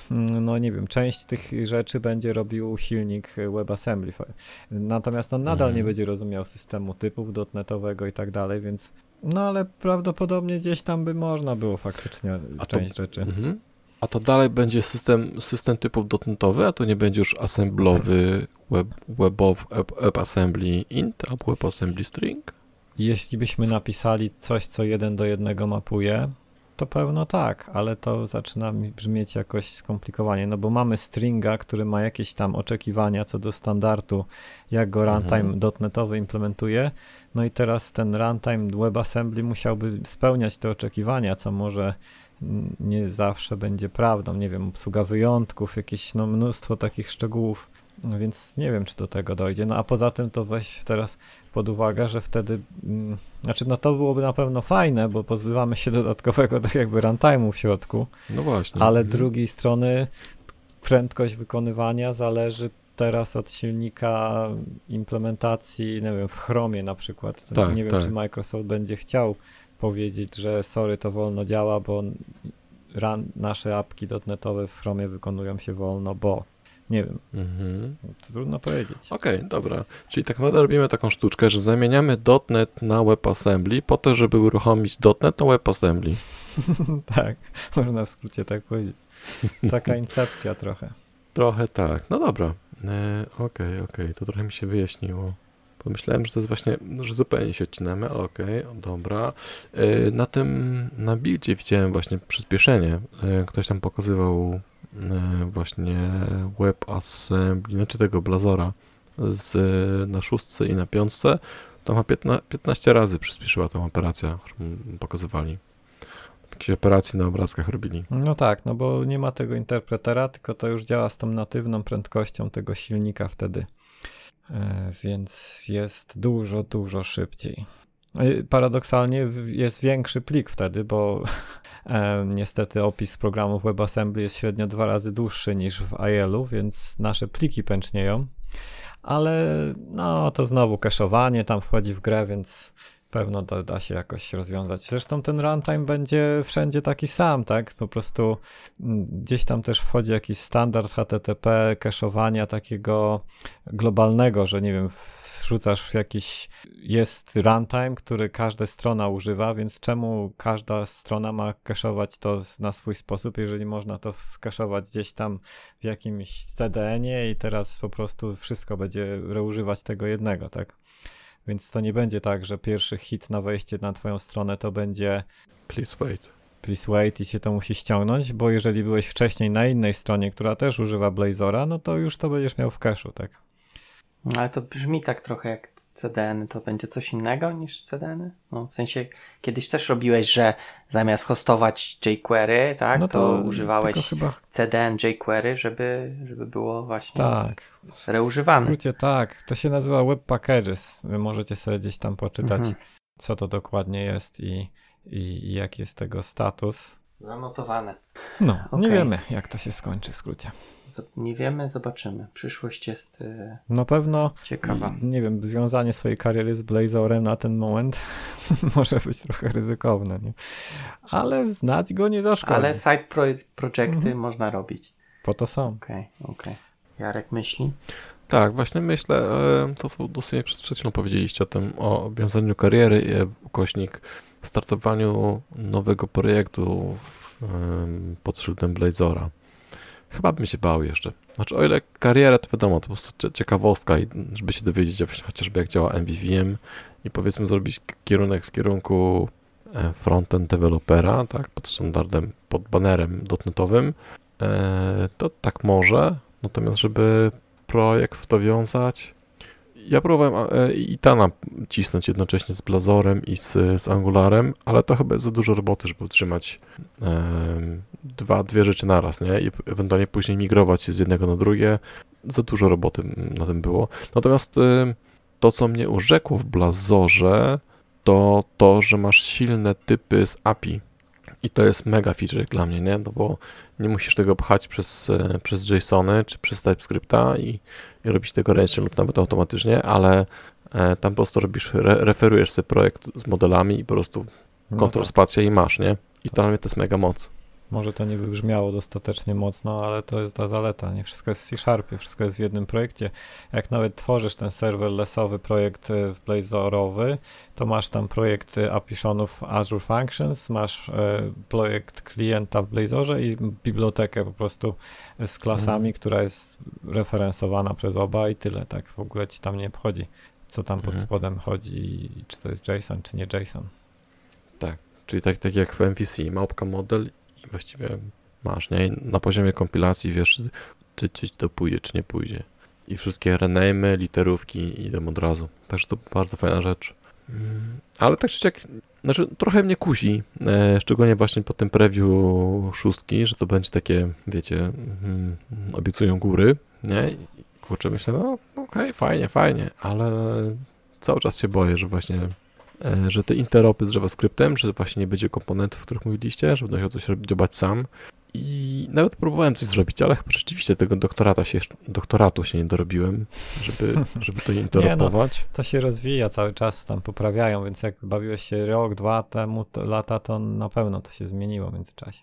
no nie wiem, część tych rzeczy będzie robił silnik WebAssembly. Natomiast on nadal Mhm. nie będzie rozumiał systemu typów dotnetowego i tak dalej, więc no ale prawdopodobnie gdzieś tam by można było faktycznie A to- część rzeczy. Mhm. A to dalej będzie system, system typów dotnetowy, a to nie będzie już assemblowy web, webowy WebAssembly int albo WebAssembly string? Jeśli byśmy napisali coś, co jeden do jednego mapuje, to pewno tak, ale to zaczyna mi brzmieć jakoś skomplikowanie, no bo mamy stringa, który ma jakieś tam oczekiwania co do standardu, jak go runtime Mhm. dotnetowy implementuje, no i teraz ten runtime WebAssembly musiałby spełniać te oczekiwania, co może n- nie zawsze będzie prawdą, nie wiem, obsługa wyjątków, jakieś no mnóstwo takich szczegółów, no więc nie wiem, czy do tego dojdzie, no a poza tym to weź teraz pod uwagę, że wtedy, mm, znaczy no to byłoby na pewno fajne, bo pozbywamy się dodatkowego tak jakby runtime'u w środku, No właśnie. ale Mhm. drugiej strony prędkość wykonywania zależy teraz od silnika implementacji, nie wiem, w Chromie na przykład. To Tak, nie wiem, tak. czy Microsoft będzie chciał powiedzieć, że sorry, to wolno działa, bo run, nasze apki dotnetowe w Chromie wykonują się wolno, bo nie wiem, Mhm. trudno powiedzieć. Okej, dobra. Czyli tak naprawdę robimy taką sztuczkę, że zamieniamy dotnet na WebAssembly po to, żeby uruchomić dotnet na WebAssembly. Tak, można w skrócie tak powiedzieć. Taka incepcja trochę. Trochę tak. No dobra. E, Okej, okej. To trochę mi się wyjaśniło. Pomyślałem, że to jest właśnie, że zupełnie się odcinamy, ale okej, dobra. E, Na tym, na buildzie widziałem właśnie przyspieszenie. E, Ktoś tam pokazywał e, właśnie WebAssembly, znaczy tego Blazora z, na szóstce i na piątce. Tam ma piętnaście razy przyspieszyła tą operację, którą pokazywali. Jakieś operacje na obrazkach robili. No tak, no bo nie ma tego interpretera, tylko to już działa z tą natywną prędkością tego silnika wtedy. E, więc jest dużo, dużo szybciej. E, Paradoksalnie w- jest większy plik wtedy, bo e, niestety opis programów WebAssembly jest średnio dwa razy dłuższy niż w I L-u, więc nasze pliki pęcznieją. Ale no to znowu cache'owanie tam wchodzi w grę, więc pewno to da się jakoś rozwiązać. Zresztą ten runtime będzie wszędzie taki sam, tak? Po prostu mm, gdzieś tam też wchodzi jakiś standard H T T P, cache'owania takiego globalnego, że nie wiem, wrzucasz w jakiś, jest runtime, który każda strona używa, więc czemu każda strona ma cache'ować to na swój sposób, jeżeli można to skaszować gdzieś tam w jakimś C D N-ie i teraz po prostu wszystko będzie reużywać tego jednego, tak? Więc to nie będzie tak, że pierwszy hit na wejście na twoją stronę to będzie Please wait. please wait i się to musi ściągnąć, bo jeżeli byłeś wcześniej na innej stronie, która też używa Blazora, no to już to będziesz miał w cache'u, tak? Ale to brzmi tak trochę jak C D N. To będzie coś innego niż C D N? No, w sensie kiedyś też robiłeś, że zamiast hostować jQuery, tak, No to, to tylko używałeś chyba C D N jQuery, żeby, żeby było właśnie tak. z, W reużywane. skrócie tak, to się nazywa Web Packages. Wy możecie sobie gdzieś tam poczytać, Mhm. co to dokładnie jest i, i, i jaki jest tego status. Zanotowane. No, nie Okej. wiemy, jak to się skończy w skrócie. Z- Nie wiemy, zobaczymy. Przyszłość jest y, Na pewno, ciekawa. nie wiem, związanie swojej kariery z Blazorem na ten moment może być trochę ryzykowne, nie? Ale znać go nie zaszkodzi. Ale side pro projekty Mhm. można robić. Po to są. Okej, okej. Jarek myśli? Tak, właśnie myślę, e, to co dosłownie przed przed chwilą powiedzieliście o tym, o wiązaniu kariery i e, ukośnik startowaniu nowego projektu w, em, pod szyldem Blazora. Chyba bym się bał jeszcze. Znaczy, o ile karierę, to wiadomo, to po prostu cie- ciekawostka, i żeby się dowiedzieć właśnie chociażby jak działa M V V M i powiedzmy zrobić k- kierunek w kierunku e, frontend dewelopera, tak, pod standardem, pod banerem dotnetowym, e, to tak może, natomiast żeby projekt w to wiązać, ja próbowałem e, i Tana cisnąć jednocześnie z Blazorem i z, z Angularem, ale to chyba jest za dużo roboty, żeby utrzymać em, dwa, dwie rzeczy naraz, nie? I ewentualnie później migrować się z jednego na drugie. Za dużo roboty na tym było. Natomiast em, to, co mnie urzekło w Blazorze, to to, że masz silne typy z A P I I to jest mega feature dla mnie, nie? No bo nie musisz tego pchać przez, e, przez JSONy czy przez TypeScripta i, i robić tego ręcznie lub nawet automatycznie, ale e, tam po prostu robisz, re, referujesz sobie projekt z modelami i po prostu No kontrol tak. spacja i masz, nie? I to dla mnie to jest mega moc. Może to nie wybrzmiało dostatecznie mocno, ale to jest ta zaleta. Nie wszystko jest w C-Sharpie, wszystko jest w jednym projekcie. Jak nawet tworzysz ten serverlessowy projekt e, w Blazorowy, to masz tam projekt e, Applicationów Azure Functions, masz e, projekt klienta w Blazorze i bibliotekę po prostu z klasami, Mhm. która jest referensowana przez oba i tyle. Tak w ogóle ci tam nie obchodzi, co tam pod Mhm. spodem chodzi, czy to jest JSON, czy nie JSON. Czyli tak, tak jak w M V C, małpka model i właściwie masz, nie? I na poziomie kompilacji wiesz, czy, czy to pójdzie, czy nie pójdzie. I wszystkie rename'y, literówki idą od razu. Także to bardzo fajna rzecz. Mm, Ale tak czy siak, znaczy trochę mnie kusi, e, szczególnie właśnie po tym preview szóstki, że to będzie takie, wiecie, mm, obiecują góry, nie? I kurczę, myślę, no okej, fajnie, fajnie, ale cały czas się boję, że właśnie e, że te interopy z JavaScriptem, że właśnie nie będzie komponentów, o których mówiliście, że będę musiał coś robić, dziobać sam. I nawet próbowałem coś zrobić, ale chyba rzeczywiście tego doktorata się, jeszcze- doktoratu się nie dorobiłem, żeby, żeby to interopować. To się rozwija cały czas, tam poprawiają, więc jak bawiłeś się rok, dwa temu, to, lata, to na pewno to się zmieniło w międzyczasie.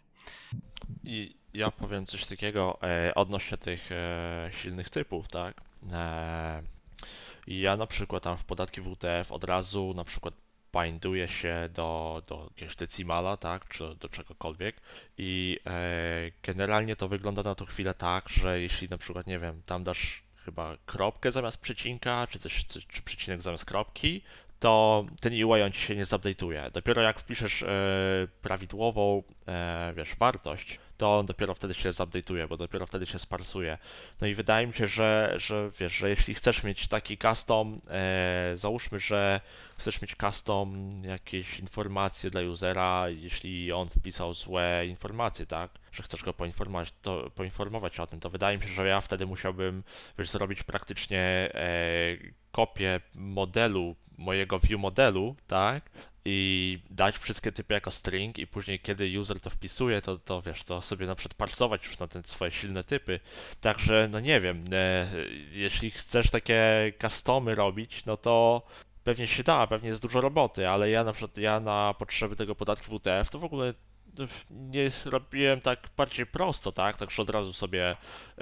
I ja powiem coś takiego e, odnośnie tych e, silnych typów, tak? E, ja na przykład tam w podatki W T F od razu na przykład binduję się do, do jakiegoś decimala, tak? Czy do czegokolwiek i e, generalnie to wygląda na tą chwilę tak, że jeśli na przykład, nie wiem, tam dasz chyba kropkę zamiast przecinka, czy coś, czy, czy przecinek zamiast kropki, to ten U I on ci się nie zupdate'uje. Dopiero jak wpiszesz e, prawidłową, e, wiesz, wartość, to on dopiero wtedy się zupdate'uje, bo dopiero wtedy się sparsuje. No i wydaje mi się, że, że wiesz, że jeśli chcesz mieć taki custom, e, załóżmy, że chcesz mieć custom jakieś informacje dla usera, jeśli on wpisał złe informacje, tak, że chcesz go poinformować, to, poinformować o tym, to wydaje mi się, że ja wtedy musiałbym, wiesz, zrobić praktycznie e, kopię modelu, mojego view modelu, tak, i dać wszystkie typy jako string i później kiedy user to wpisuje, to, to wiesz, to sobie na przykład parsować już na te swoje silne typy. Także, no nie wiem, e, jeśli chcesz takie customy robić, no to pewnie się da, pewnie jest dużo roboty, ale ja na przykład, ja na potrzeby tego podatku W T F to w ogóle no, nie robiłem tak bardziej prosto, tak? Także od razu sobie,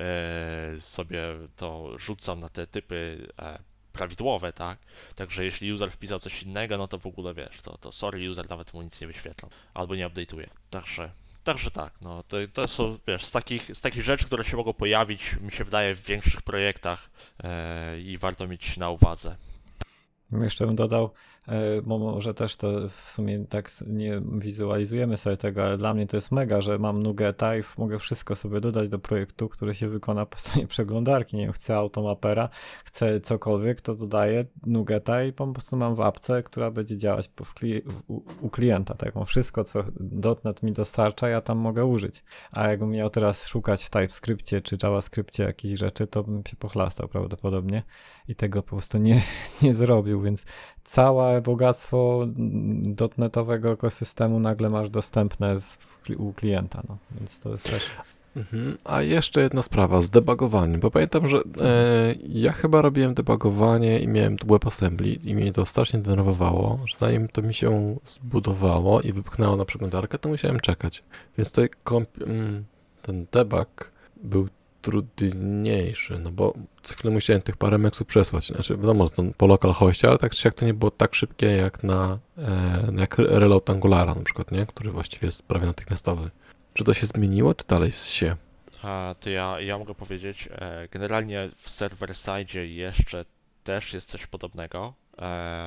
e, sobie to rzucam na te typy e, prawidłowe, tak? Także jeśli user wpisał coś innego, no to w ogóle wiesz, to, to sorry user, nawet mu nic nie wyświetlam, albo nie update'uje. Także, także tak, no to, to są, wiesz, z takich, z takich rzeczy, które się mogą pojawić, mi się wydaje, w większych projektach e, i warto mieć na uwadze. Jeszcze bym dodał, e, bo może też to w sumie tak nie wizualizujemy sobie tego, ale dla mnie to jest mega, że mam Nugeta i mogę wszystko sobie dodać do projektu, który się wykona po stronie przeglądarki. Nie wiem, chcę automapera, chcę cokolwiek, to dodaję Nugeta i po prostu mam w apce, która będzie działać po- w kli- u, u klienta. Tak, mam wszystko, co dot net mi dostarcza, ja tam mogę użyć. A jakbym miał teraz szukać w TypeScriptie czy JavaScriptie jakichś rzeczy, to bym się pochlastał prawdopodobnie i tego po prostu nie, nie zrobił, więc całe bogactwo dotnetowego ekosystemu nagle masz dostępne w, u klienta, no, więc to jest też... Mhm. A jeszcze jedna sprawa z debugowaniem, bo pamiętam, że e, ja chyba robiłem debugowanie i miałem tu WebAssembly i mnie to strasznie denerwowało, że zanim to mi się zbudowało i wypchnęło na przeglądarkę, to musiałem czekać. Więc tutaj komp- mm, ten debug był trudniejszy, no bo co chwilę musiałem tych parę meksów przesłać. Znaczy, wiadomo, że to po localhoście, ale tak czy siak to nie było tak szybkie jak na e, jak reload Angulara na przykład, nie? Który właściwie jest prawie natychmiastowy. Czy to się zmieniło, czy dalej się? A, to ja, ja mogę powiedzieć, e, generalnie w server-side jeszcze też jest coś podobnego. E,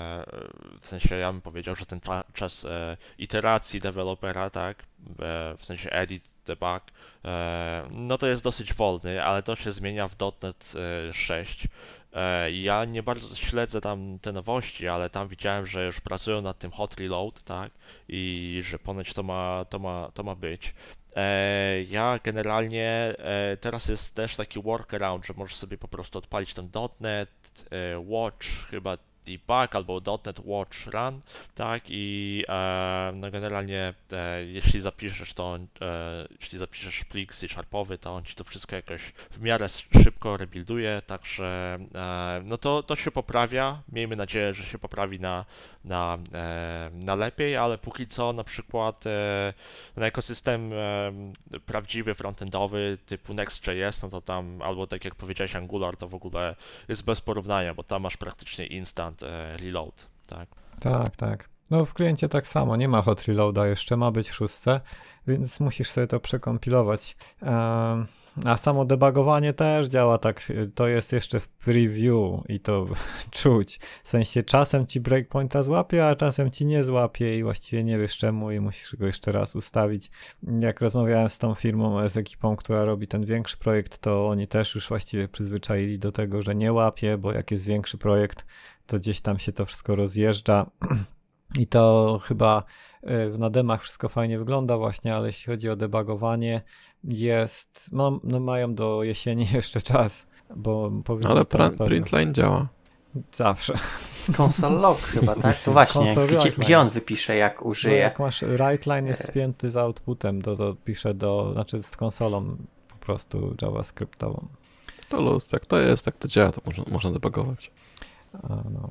w sensie ja bym powiedział, że ten cza, czas e, iteracji dewelopera, tak, e, w sensie edit, debug, e, no to jest dosyć wolny, ale to się zmienia w dot net e, sześć. E, ja nie bardzo śledzę tam te nowości, ale tam widziałem, że już pracują nad tym hot reload, tak, i że ponoć to ma, to ma, to ma być. E, Ja generalnie e, teraz jest też taki workaround, że możesz sobie po prostu odpalić ten dot net, e, Watch, chyba debug albo .NET Watch Run, tak, i e, no generalnie e, jeśli zapiszesz to, e, jeśli zapiszesz plik C-sharpowy, to on ci to wszystko jakoś w miarę szybko rebuilduje, także e, no to, to się poprawia, miejmy nadzieję, że się poprawi na, na, e, na lepiej, ale póki co na przykład e, na ekosystem e, prawdziwy frontendowy typu Next.js, no to tam albo tak jak powiedziałeś Angular, to w ogóle jest bez porównania, bo tam masz praktycznie instant e, reload, tak. Tak, tak. No w kliencie tak samo, nie ma hot reloada jeszcze, ma być w szóstce, więc musisz sobie to przekompilować. Um, a samo debugowanie też działa tak, to jest jeszcze w preview i to czuć. W sensie czasem ci breakpointa złapie, a czasem ci nie złapie i właściwie nie wiesz czemu i musisz go jeszcze raz ustawić. Jak rozmawiałem z tą firmą, z ekipą, która robi ten większy projekt, to oni też już właściwie przyzwyczaili do tego, że nie łapie, bo jak jest większy projekt, to gdzieś tam się to wszystko rozjeżdża. I to chyba na demach wszystko fajnie wygląda właśnie, ale jeśli chodzi o debugowanie, jest, no, no mają do jesieni jeszcze czas, bo powinno Ale to pra- na pewno- printline działa. Zawsze. Console log chyba, tak? To właśnie, Console gdzie, write gdzie line. on wypisze, jak No użyje? jak masz write line jest spięty z outputem, to, to pisze do, znaczy z konsolą po prostu javascriptową. To luz, jak to jest, jak to działa, to można, można debugować. A, no.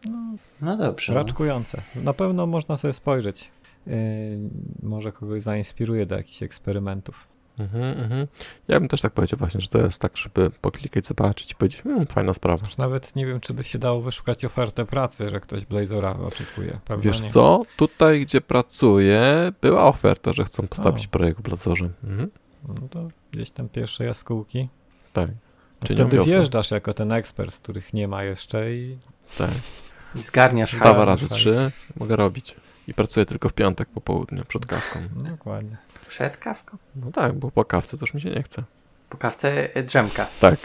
No dobrze. No. Raczkujące. Na pewno można sobie spojrzeć. Yy, może kogoś zainspiruje do jakichś eksperymentów. Mhm, mhm. Ja bym też tak powiedział właśnie, że to jest tak, żeby poklikać, zobaczyć i powiedzieć, hmm, fajna sprawa. Już nawet nie wiem, czy by się dało wyszukać ofertę pracy, że ktoś Blazora oczekuje. Pewno Wiesz nie. co, tutaj gdzie pracuję, była oferta, że chcą postawić O. projekt w Blazorze. Mhm. No to gdzieś tam pierwsze jaskółki. Tak, A Czynią wtedy wiosnę. wjeżdżasz jako ten ekspert, których nie ma jeszcze i tak. I zgarniasz Dwa Dwa hajs. razy fajnie. trzy mogę robić. I pracuję tylko w piątek po południu przed kawką. dokładnie. Przed kawką. No tak, bo po kawce to już mi się nie chce. Po kawce y, drzemka. Tak.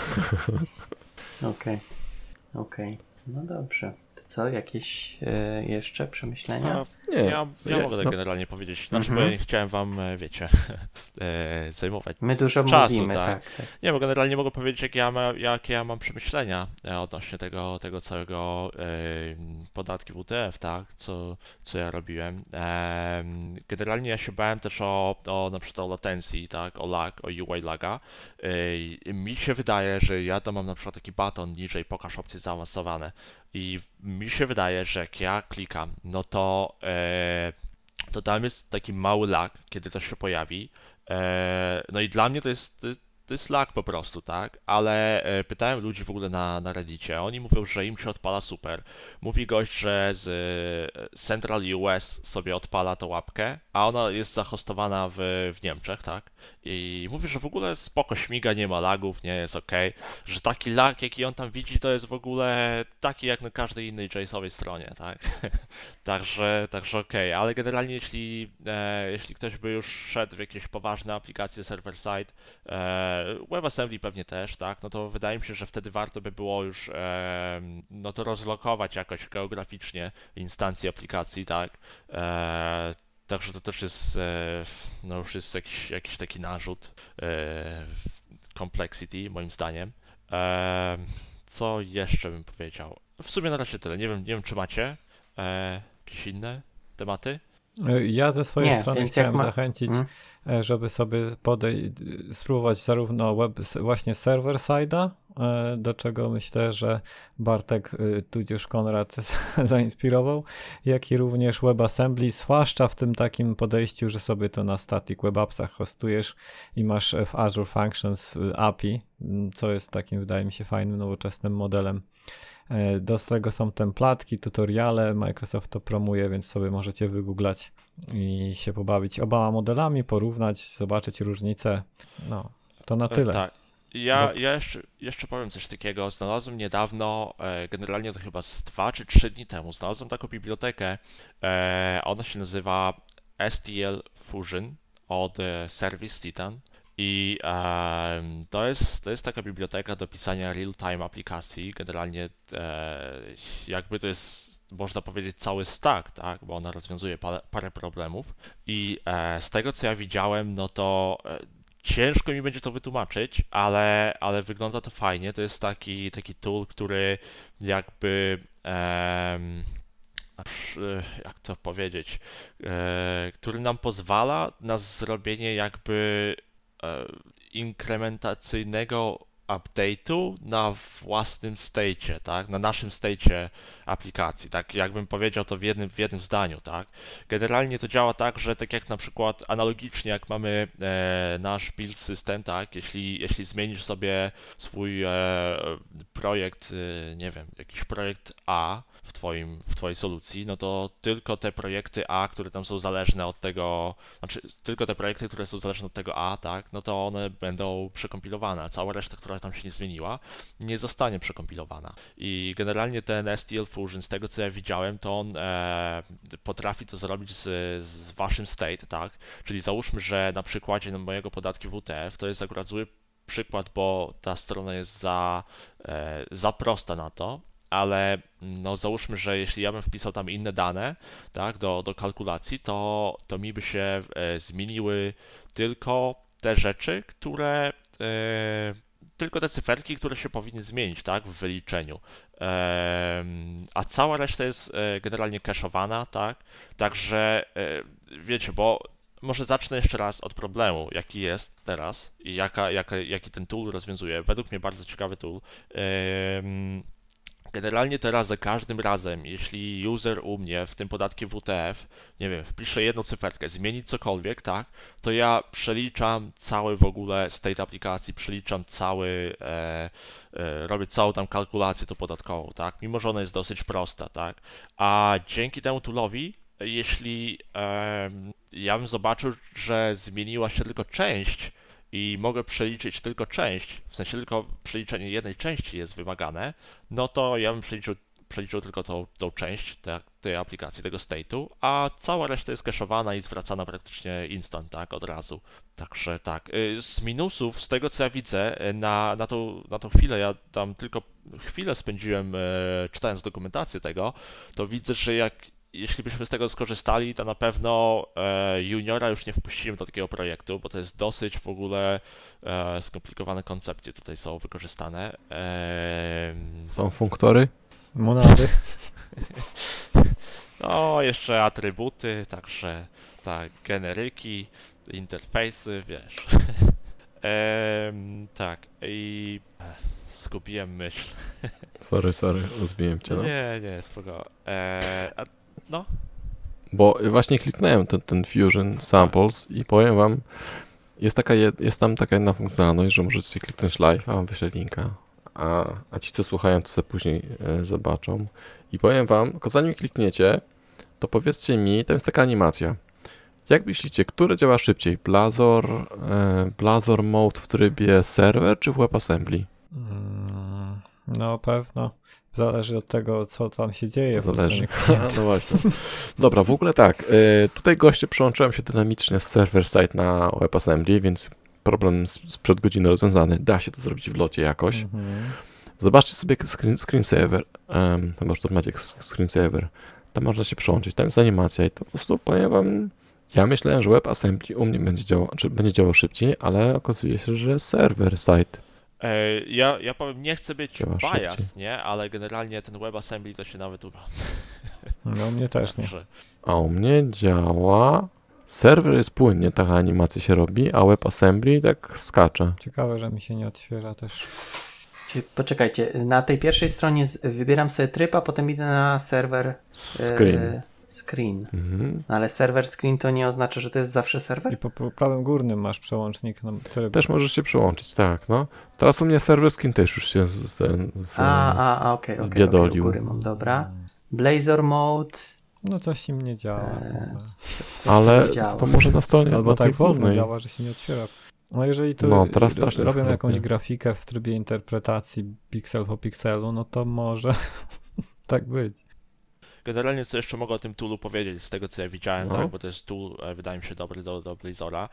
Okej. Okej. No dobrze. To co, jakieś y, jeszcze przemyślenia? A, Nie, ja, ja ja- mogę tak no. generalnie powiedzieć, znaczy, Mhm. bo ja nie chciałem wam, e, wiecie, e, zajmować. My dużo Czasu, mówimy, tak. tak. tak. Nie, bo generalnie mogę powiedzieć, jakie ja, ma, jakie ja mam przemyślenia e, odnośnie tego, tego całego e, podatki W T F, tak, co, co ja robiłem. E, generalnie ja się bałem też o, o na przykład o latencji, tak, o lag, o U I laga. E, i mi się wydaje, że ja to mam na przykład taki baton niżej, pokaż opcje zaawansowane. I mi się wydaje, że jak ja klikam, no to, e, to tam jest taki mały lag, kiedy to się pojawi. E, no i dla mnie to jest, to, to jest lag po prostu, tak? Ale e, pytałem ludzi w ogóle na, na Reddicie, oni mówią, że im się odpala super. Mówi gość, że z e, Central U S sobie odpala tą łapkę, a ona jest zahostowana w, w Niemczech, tak? I mówi, że w ogóle spoko śmiga, nie ma lagów, nie jest ok, że taki lag, jaki on tam widzi, to jest w ogóle taki jak na każdej innej J S owej stronie, tak? Także, także okej, ale generalnie jeśli, e, jeśli ktoś by już szedł w jakieś poważne aplikacje server-side, e, WebAssembly pewnie też, tak, no to wydaje mi się, że wtedy warto by było już e, no to rozlokować jakoś geograficznie instancje aplikacji, tak, e, także to też jest, e, no już jest jakiś, jakiś taki narzut e, complexity moim zdaniem. E, co jeszcze bym powiedział? W sumie na razie tyle, nie wiem, nie wiem czy macie e, jakieś inne tematy? Ja ze swojej Nie, strony więc chciałem jak ma- zachęcić, Mm. e, żeby sobie podej- spróbować zarówno web, właśnie server side'a, e, do czego myślę, że Bartek e, tudzież Konrad zainspirował, jak i również WebAssembly, zwłaszcza w tym takim podejściu, że sobie to na static web appsach hostujesz i masz w Azure Functions A P I, m, co jest takim, wydaje mi się, fajnym, nowoczesnym modelem. E, Do tego są templatki, tutoriale, Microsoft to promuje, więc sobie możecie wygooglać i się pobawić oboma modelami, porównać, zobaczyć różnice. No, to na E, tyle. Tak. Ja, Bo- ja jeszcze, jeszcze powiem coś takiego. Znalazłem niedawno, e, generalnie to chyba z dwa czy trzy dni temu, znalazłem taką bibliotekę. E, ona się nazywa S T L Fusion od e, Service Titan. I em, to jest, to jest taka biblioteka do pisania real-time aplikacji. Generalnie e, jakby to jest, można powiedzieć, cały stack, tak? Bo ona rozwiązuje parę, parę problemów. I e, z tego co ja widziałem, no to e, ciężko mi będzie to wytłumaczyć, ale, ale wygląda to fajnie. To jest taki, taki tool, który jakby em, przy- jak to powiedzieć, e, który nam pozwala na zrobienie jakby e, inkrementacyjnego update'u na własnym state'cie, tak? Na naszym state'cie aplikacji, tak? Jakbym powiedział to w jednym, w jednym zdaniu, tak? Generalnie to działa tak, że tak jak na przykład analogicznie jak mamy e, nasz build system, tak? Jeśli, jeśli zmienisz sobie swój e, projekt, e, nie wiem, jakiś projekt A w twoim, w twojej solucji, no to tylko te projekty A, które tam są zależne od tego, znaczy tylko te projekty, które są zależne od tego A, tak, no to one będą przekompilowane, a cała reszta, która tam się nie zmieniła, nie zostanie przekompilowana. I generalnie ten S T L Fusion, z tego co ja widziałem, to on e, potrafi to zrobić z, z waszym state, tak, czyli załóżmy, że na przykładzie mojego podatki W T F to jest akurat zły przykład, bo ta strona jest za, e, za prosta na to, ale no załóżmy, że jeśli ja bym wpisał tam inne dane, tak, do, do kalkulacji, to, to mi by się e, zmieniły tylko te rzeczy, które e, tylko te cyferki, które się powinny zmienić, tak, w wyliczeniu. E, a cała reszta jest e, generalnie cache'owana, tak, także e, wiecie, bo może zacznę jeszcze raz od problemu, jaki jest teraz i jaka, jaka, jaki ten tool rozwiązuje. Według mnie bardzo ciekawy tool. E, Generalnie teraz za każdym razem, jeśli user u mnie w tym podatku W T F, nie wiem, wpisze jedną cyferkę, zmieni cokolwiek, tak, to ja przeliczam cały w ogóle state aplikacji, przeliczam cały, e, e, robię całą tam kalkulację tą podatkową, tak, mimo że ona jest dosyć prosta, tak, a dzięki temu toolowi, jeśli e, ja bym zobaczył, że zmieniła się tylko część, i mogę przeliczyć tylko część, w sensie tylko przeliczenie jednej części jest wymagane, no to ja bym przeliczył, przeliczył tylko tą, tą część te, tej aplikacji, tego state'u, a cała reszta jest cache'owana i zwracana praktycznie instant, tak, od razu. Także tak, z minusów, z tego co ja widzę, na, na, tą, na tą chwilę, ja tam tylko chwilę spędziłem czytając dokumentację tego, to widzę, że jak jeśli byśmy z tego skorzystali, to na pewno e, juniora już nie wpuścimy do takiego projektu, bo to jest dosyć w ogóle e, skomplikowane koncepcje tutaj są wykorzystane. E, Są funktory? Monady. no, jeszcze atrybuty, także tak, generyki, interfejsy, wiesz. E, tak, i zgubiłem myśl. Sorry, sorry, rozbiłem cię, no. Nie, nie, spoko. E, a, no. Bo właśnie kliknąłem ten, ten Fusion Samples i powiem wam, jest, taka jed, jest tam taka jedna funkcjonalność, że możecie kliknąć live, a wam wyślę linka, a, a ci co słuchają to sobie później e, zobaczą. I powiem wam, tylko zanim klikniecie, to powiedzcie mi, tam jest taka animacja. Jak myślicie, które działa szybciej? Blazor, e, Blazor Mode w trybie serwer czy w WebAssembly? Mm, no pewno. Zależy od tego, co tam się dzieje. To w zależy. stronie No właśnie. Dobra, w ogóle tak. y, Tutaj goście przełączyłem się dynamicznie z server-side na WebAssembly, więc problem z- sprzed godziny rozwiązany. Da się to zrobić w locie jakoś. Mhm. Zobaczcie sobie screen, screensaver. Um, chyba, że to macie screensaver. Tam można się przełączyć. Tam jest animacja i to po prostu powiem wam, ja myślałem, że WebAssembly u mnie będzie działał, czy będzie działał szybciej, ale okazuje się, że server-side. E, Ja, ja powiem, nie chcę być Działa biased, szybciej. nie? Ale generalnie ten WebAssembly to się nawet uda. No mnie też nie. Także, A u mnie działa. Serwer jest płynnie, taka animacja się robi, a WebAssembly tak skacze. Ciekawe, że mi się nie otwiera też. Czy- Poczekajcie, na tej pierwszej stronie z- wybieram sobie tryb, a potem idę na serwer Screen. e, screen. Mhm. No ale serwer screen to nie oznacza, że to jest zawsze I serwer? po, po prawym górnym masz przełącznik na tryb. Też możesz się przyłączyć, tak, no. Teraz u mnie serwer skin też już się z, z, z, A, a, a, okej, okej, okej, zbiadolił. u góry mam, dobra. Blazor mode, No coś im nie działa. Eee, ale nie działa. to może na stronie Albo na tej tak wolno głównej. działa, że się nie otwiera. No jeżeli to No, teraz ro- strasznie robią sklepie. jakąś grafikę w trybie interpretacji piksel po pikselu, no to może tak być. generalnie co jeszcze mogę o tym toolu powiedzieć, z tego co ja widziałem, No. tak, bo to jest tool, e, wydaje mi się, dobry do, do Blazora.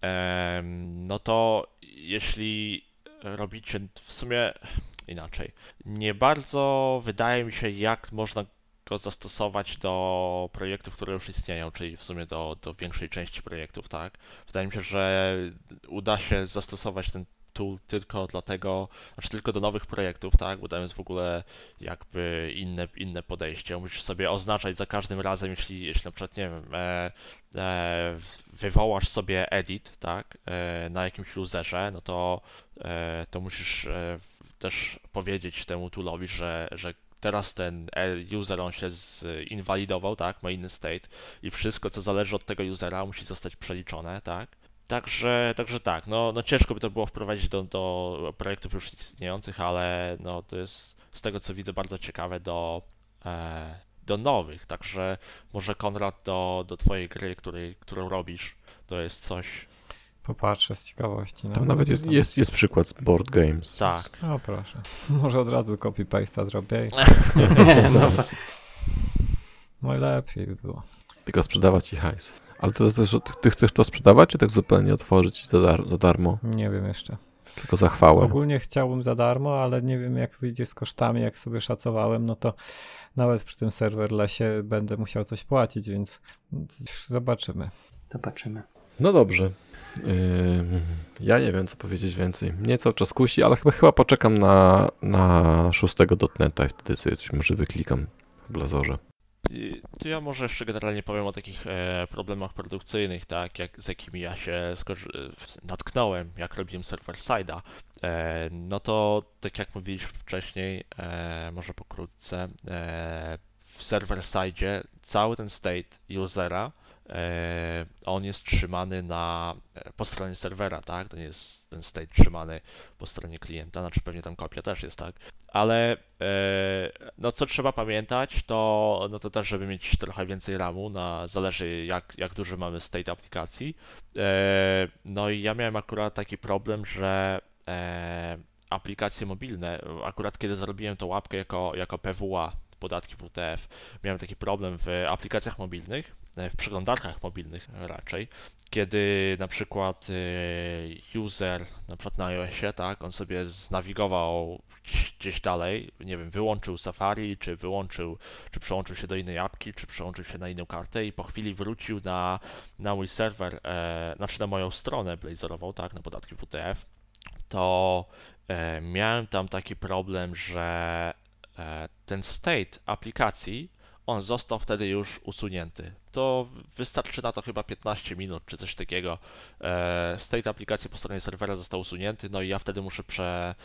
Em, no to jeśli robicie w sumie inaczej, nie bardzo wydaje mi się, jak można go zastosować do projektów, które już istnieją, czyli w sumie do, do większej części projektów, tak? Wydaje mi się, że uda się zastosować ten tool tylko dlatego, znaczy tylko do nowych projektów, tak, bo tam jest w ogóle jakby inne, inne podejście. Musisz sobie oznaczać za każdym razem, jeśli, jeśli na przykład, nie wiem, e, e, wywołasz sobie edit, tak, e, na jakimś userze, no to, e, to musisz e, też powiedzieć temu toolowi, że, że teraz ten user, on się zinwalidował, tak, ma inny state i wszystko, co zależy od tego usera, musi zostać przeliczone, tak. Także, także tak, no, no ciężko by to było wprowadzić do, do projektów już istniejących, ale no to jest z tego, co widzę, bardzo ciekawe do, e, do nowych, także może Konrad do, do twojej gry, której, którą robisz, to jest coś... Popatrzę z ciekawości. No, Tam co nawet ty jest, tam? jest, jest przykład z Board Games. Tak. O proszę. Może od razu copy-paste'a zrobię. No, Najlepiej by było. Tylko sprzedawać i hajs. Ale ty, ty, ty, ty chcesz to sprzedawać, czy tak zupełnie otworzyć za, dar, za darmo? Nie wiem jeszcze. Tylko za chwałę. Ogólnie chciałbym za darmo, ale nie wiem jak wyjdzie z kosztami, jak sobie szacowałem, no to nawet przy tym serverlessie będę musiał coś płacić, więc zobaczymy. zobaczymy. No dobrze. Yy, ja nie wiem, co powiedzieć więcej. Mnie cały czas kusi, ale chyba, chyba poczekam na, na szóstego dotneta i wtedy sobie coś może wyklikam w Blazorze. I to ja może jeszcze generalnie powiem o takich e, problemach produkcyjnych, tak, jak, z jakimi ja się skorzy- natknąłem, jak robiłem server-side'a. E, no to, tak jak mówiliśmy wcześniej, e, może pokrótce, e, w server-side'zie cały ten state usera, e, on jest trzymany na, po stronie serwera, tak, to nie jest ten state trzymany po stronie klienta, znaczy pewnie tam kopia też jest, tak, ale e, no co trzeba pamiętać, to, no to też, żeby mieć trochę więcej ramu, na, zależy jak, jak duży mamy state aplikacji. E, no i ja miałem akurat taki problem, że e, aplikacje mobilne, akurat kiedy zrobiłem tą łapkę jako, jako P W A, podatki W T F, miałem taki problem w aplikacjach mobilnych, w przeglądarkach mobilnych raczej, kiedy na przykład user, na przykład na iOSie, tak, on sobie znawigował gdzieś dalej, nie wiem, wyłączył Safari, czy wyłączył, czy przełączył się do innej apki, czy przełączył się na inną kartę i po chwili wrócił na, na mój serwer, e, znaczy na moją stronę blazorową, tak, na podatki W T F, to e, miałem tam taki problem, że e, ten state aplikacji, on został wtedy już usunięty. To wystarczy na to chyba piętnaście minut czy coś takiego. E, state aplikacji po stronie serwera został usunięty, no i ja wtedy muszę prze,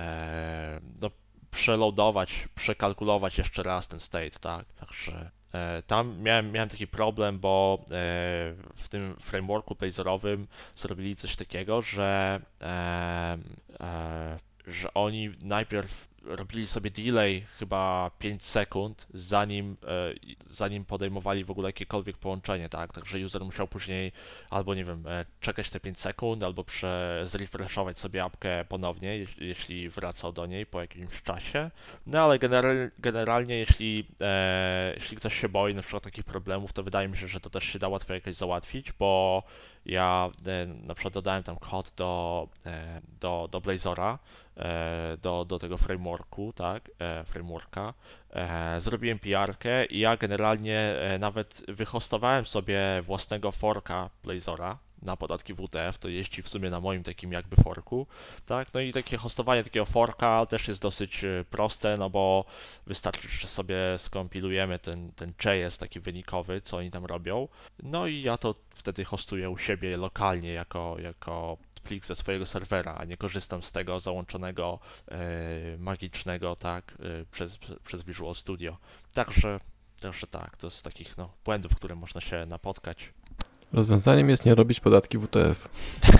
e, no, przeloadować, przekalkulować jeszcze raz ten state, tak? Także e, tam miałem, miałem taki problem, bo e, w tym frameworku blazorowym zrobili coś takiego, że e, e, że oni najpierw robili sobie delay chyba pięć sekund, zanim, e, zanim podejmowali w ogóle jakiekolwiek połączenie, tak? Także user musiał później albo, nie wiem, e, czekać te pięć sekund, albo prze, zrefreshować sobie apkę ponownie, jeśli, jeśli wracał do niej po jakimś czasie. No ale general, generalnie, jeśli, e, jeśli ktoś się boi na przykład takich problemów, to wydaje mi się, że to też się da łatwo jakoś załatwić, bo ja e, na przykład dodałem tam kod do, e, do, do Blazora, do, do tego frameworku, tak, frameworka. Zrobiłem P R-kę i ja generalnie nawet wyhostowałem sobie własnego forka Blazora na podatki W T F, to jeździ w sumie na moim takim jakby forku, tak, no i takie hostowanie takiego forka też jest dosyć proste, no bo wystarczy, że sobie skompilujemy ten, ten J S taki wynikowy, co oni tam robią, no i ja to wtedy hostuję u siebie lokalnie jako, jako plik ze swojego serwera, a nie korzystam z tego załączonego e, magicznego, tak, e, przez, przez Visual Studio. Także, także tak, to z takich no, błędów, które można się napotkać. Rozwiązaniem jest nie robić podatki W T F.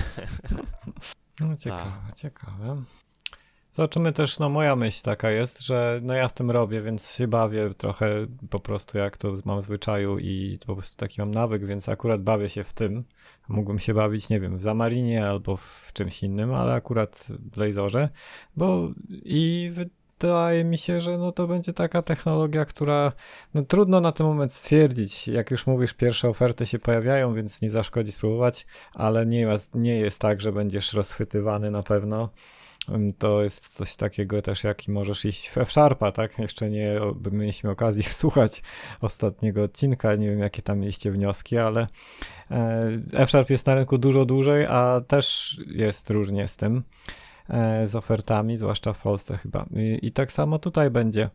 No ciekawe, tak. ciekawe. Zobaczymy też, no moja myśl taka jest, że no ja w tym robię, więc się bawię trochę po prostu jak to mam w zwyczaju i po prostu taki mam nawyk, więc akurat bawię się w tym. Mógłbym się bawić, nie wiem, w Xamarinie albo w czymś innym, ale akurat w Blazorze, bo i wydaje mi się, że no to będzie taka technologia, która no trudno na ten moment stwierdzić. Jak już mówisz, pierwsze oferty się pojawiają, więc nie zaszkodzi spróbować, ale nie jest, nie jest tak, że będziesz rozchwytywany na pewno. To jest coś takiego też, jak możesz iść w F-Sharpa, tak? Jeszcze nie mieliśmy okazji słuchać ostatniego odcinka, nie wiem jakie tam mieliście wnioski, ale F-Sharp jest na rynku dużo dłużej, a też jest różnie z tym, z ofertami, zwłaszcza w Polsce chyba. I, i tak samo tutaj będzie.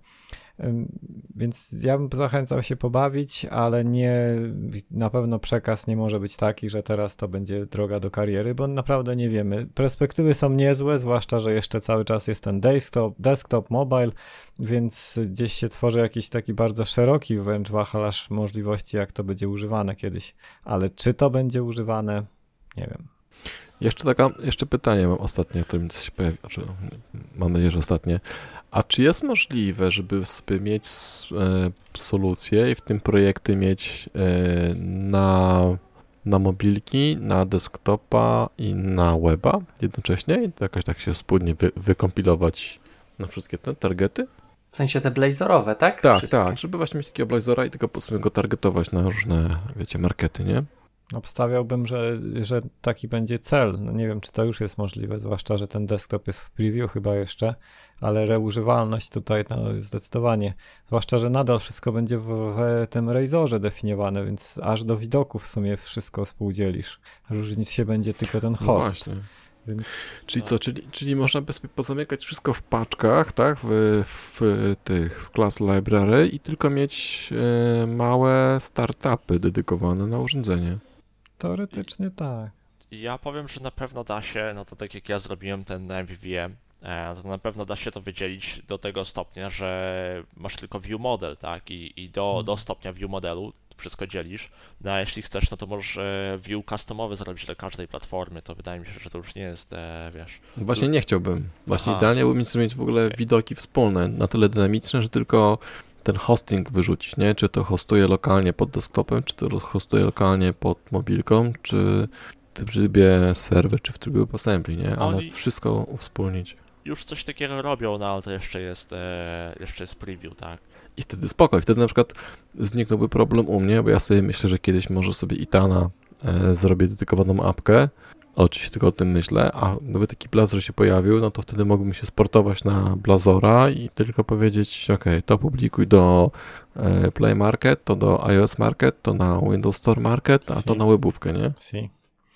Więc ja bym zachęcał się pobawić, ale nie, na pewno przekaz nie może być taki, że teraz to będzie droga do kariery, bo naprawdę nie wiemy. Perspektywy są niezłe, zwłaszcza, że jeszcze cały czas jest ten desktop, desktop mobile, więc gdzieś się tworzy jakiś taki bardzo szeroki wręcz wachlarz możliwości, jak to będzie używane kiedyś. Ale czy to będzie używane? Nie wiem. Jeszcze taka, jeszcze pytanie mam ostatnie, które mi się pojawi, znaczy, mam nadzieję, że ostatnie. A czy jest możliwe, żeby sobie mieć e, solucję i w tym projekty mieć e, na, na mobilki, na desktopa i na weba jednocześnie i to jakoś tak się wspólnie wy, wykompilować na wszystkie te targety? W sensie te blazorowe, tak? Tak, Wszystkie. tak, żeby właśnie mieć takiego blazora i tylko po prostu go targetować na różne, wiecie, markety, nie? Obstawiałbym, że, że taki będzie cel. No nie wiem, czy to już jest możliwe, zwłaszcza, że ten desktop jest w preview chyba jeszcze, ale reużywalność tutaj no, zdecydowanie. Zwłaszcza, że nadal wszystko będzie w, w tym Razorze definiowane, więc aż do widoków w sumie wszystko współdzielisz. Różnic się będzie tylko ten No host. właśnie. Więc... Czyli co, czyli, czyli można by sobie pozamykać wszystko w paczkach, tak, w, w tych, w class library i tylko mieć e, małe startupy dedykowane na urządzenie. Teoretycznie tak. Ja powiem, że na pewno da się, no to tak jak ja zrobiłem ten M V V M, e, to na pewno da się to wydzielić do tego stopnia, że masz tylko view model, tak, i, i do, do stopnia view modelu wszystko dzielisz, no a jeśli chcesz, no to możesz e, view customowy zrobić dla każdej platformy, to wydaje mi się, że to już nie jest, e, wiesz... Właśnie nie chciałbym. Właśnie Aha. idealnie byłbym chciał mieć w ogóle Okay. widoki wspólne, na tyle dynamiczne, że tylko ten hosting wyrzucić, nie? Czy to hostuje lokalnie pod desktopem, czy to hostuje lokalnie pod mobilką, czy w trybie serwer, czy w trybie postępli, nie? Ale Oni- wszystko wspólnić. Już coś takiego robią, no ale to jeszcze jest, e, jeszcze jest preview, tak. I wtedy spoko. I wtedy na przykład zniknąłby problem u mnie, bo ja sobie myślę, że kiedyś może sobie Itana e, zrobię dedykowaną apkę. Oczywiście tylko o tym myślę, a gdyby taki Blazor się pojawił, no to wtedy mógłbym się sportować na Blazora i tylko powiedzieć, ok, to publikuj do e, Play Market, to do iOS Market, to na Windows Store Market, a to na webówkę, nie? Si.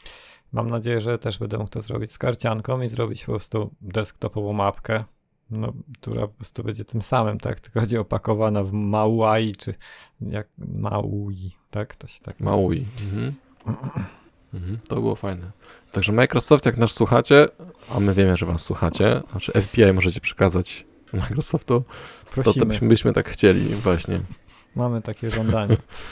Mam nadzieję, że też będę mógł to zrobić z karcianką i zrobić po prostu desktopową mapkę, no, która po prostu będzie tym samym, tak? Tylko będzie opakowana w Maui, czy jak Maui, tak? To się tak Maui. Mhm. Mhm, to było fajne. Także Microsoft, jak nas słuchacie, a my wiemy, że was słuchacie, znaczy F B I możecie przekazać Microsoftu, to, prosimy. to byśmy, byśmy tak chcieli właśnie. Mamy takie żądanie.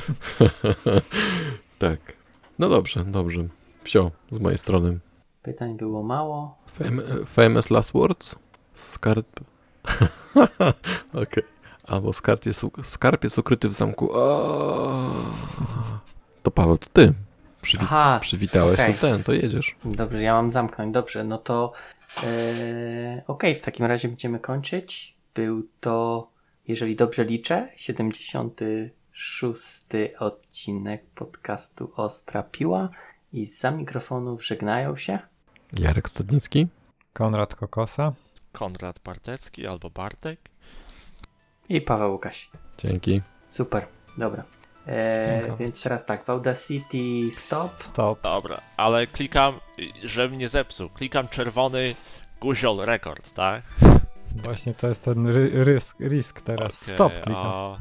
Tak. No dobrze, dobrze. Wsio, z mojej strony. Pytań było mało. Fam- famous last words? Skarb... Okej. Okay. Albo skarb jest, u- skarb jest ukryty w zamku. O! To Paweł, to ty. Przywi- Aha, przywitałeś, okej. to ten, to jedziesz. Dobrze, ja mam zamknąć. Dobrze, no to e, okej, w takim razie będziemy kończyć. Był to, jeżeli dobrze liczę, siedemdziesiąty szósty odcinek podcastu Ostra Piła i zza mikrofonów żegnają się Jarek Stadnicki. Konrad Kokosa. Konrad Bartecki albo Bartek. i Paweł Łukaś. Dzięki. Super, dobra. E, Dziękuję. więc teraz tak, w Audacity stop. Stop. Dobra, ale klikam, żebym nie zepsuł, klikam czerwony guziol rekord, tak? Właśnie to jest ten ry- rysk, risk teraz. Okej, Stop klikam. o-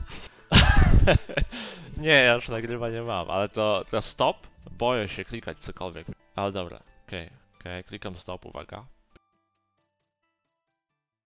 nie, ja już nagrywania mam, ale to, to stop? Boję się klikać cokolwiek. Ale dobra, okej, okej, klikam stop, uwaga.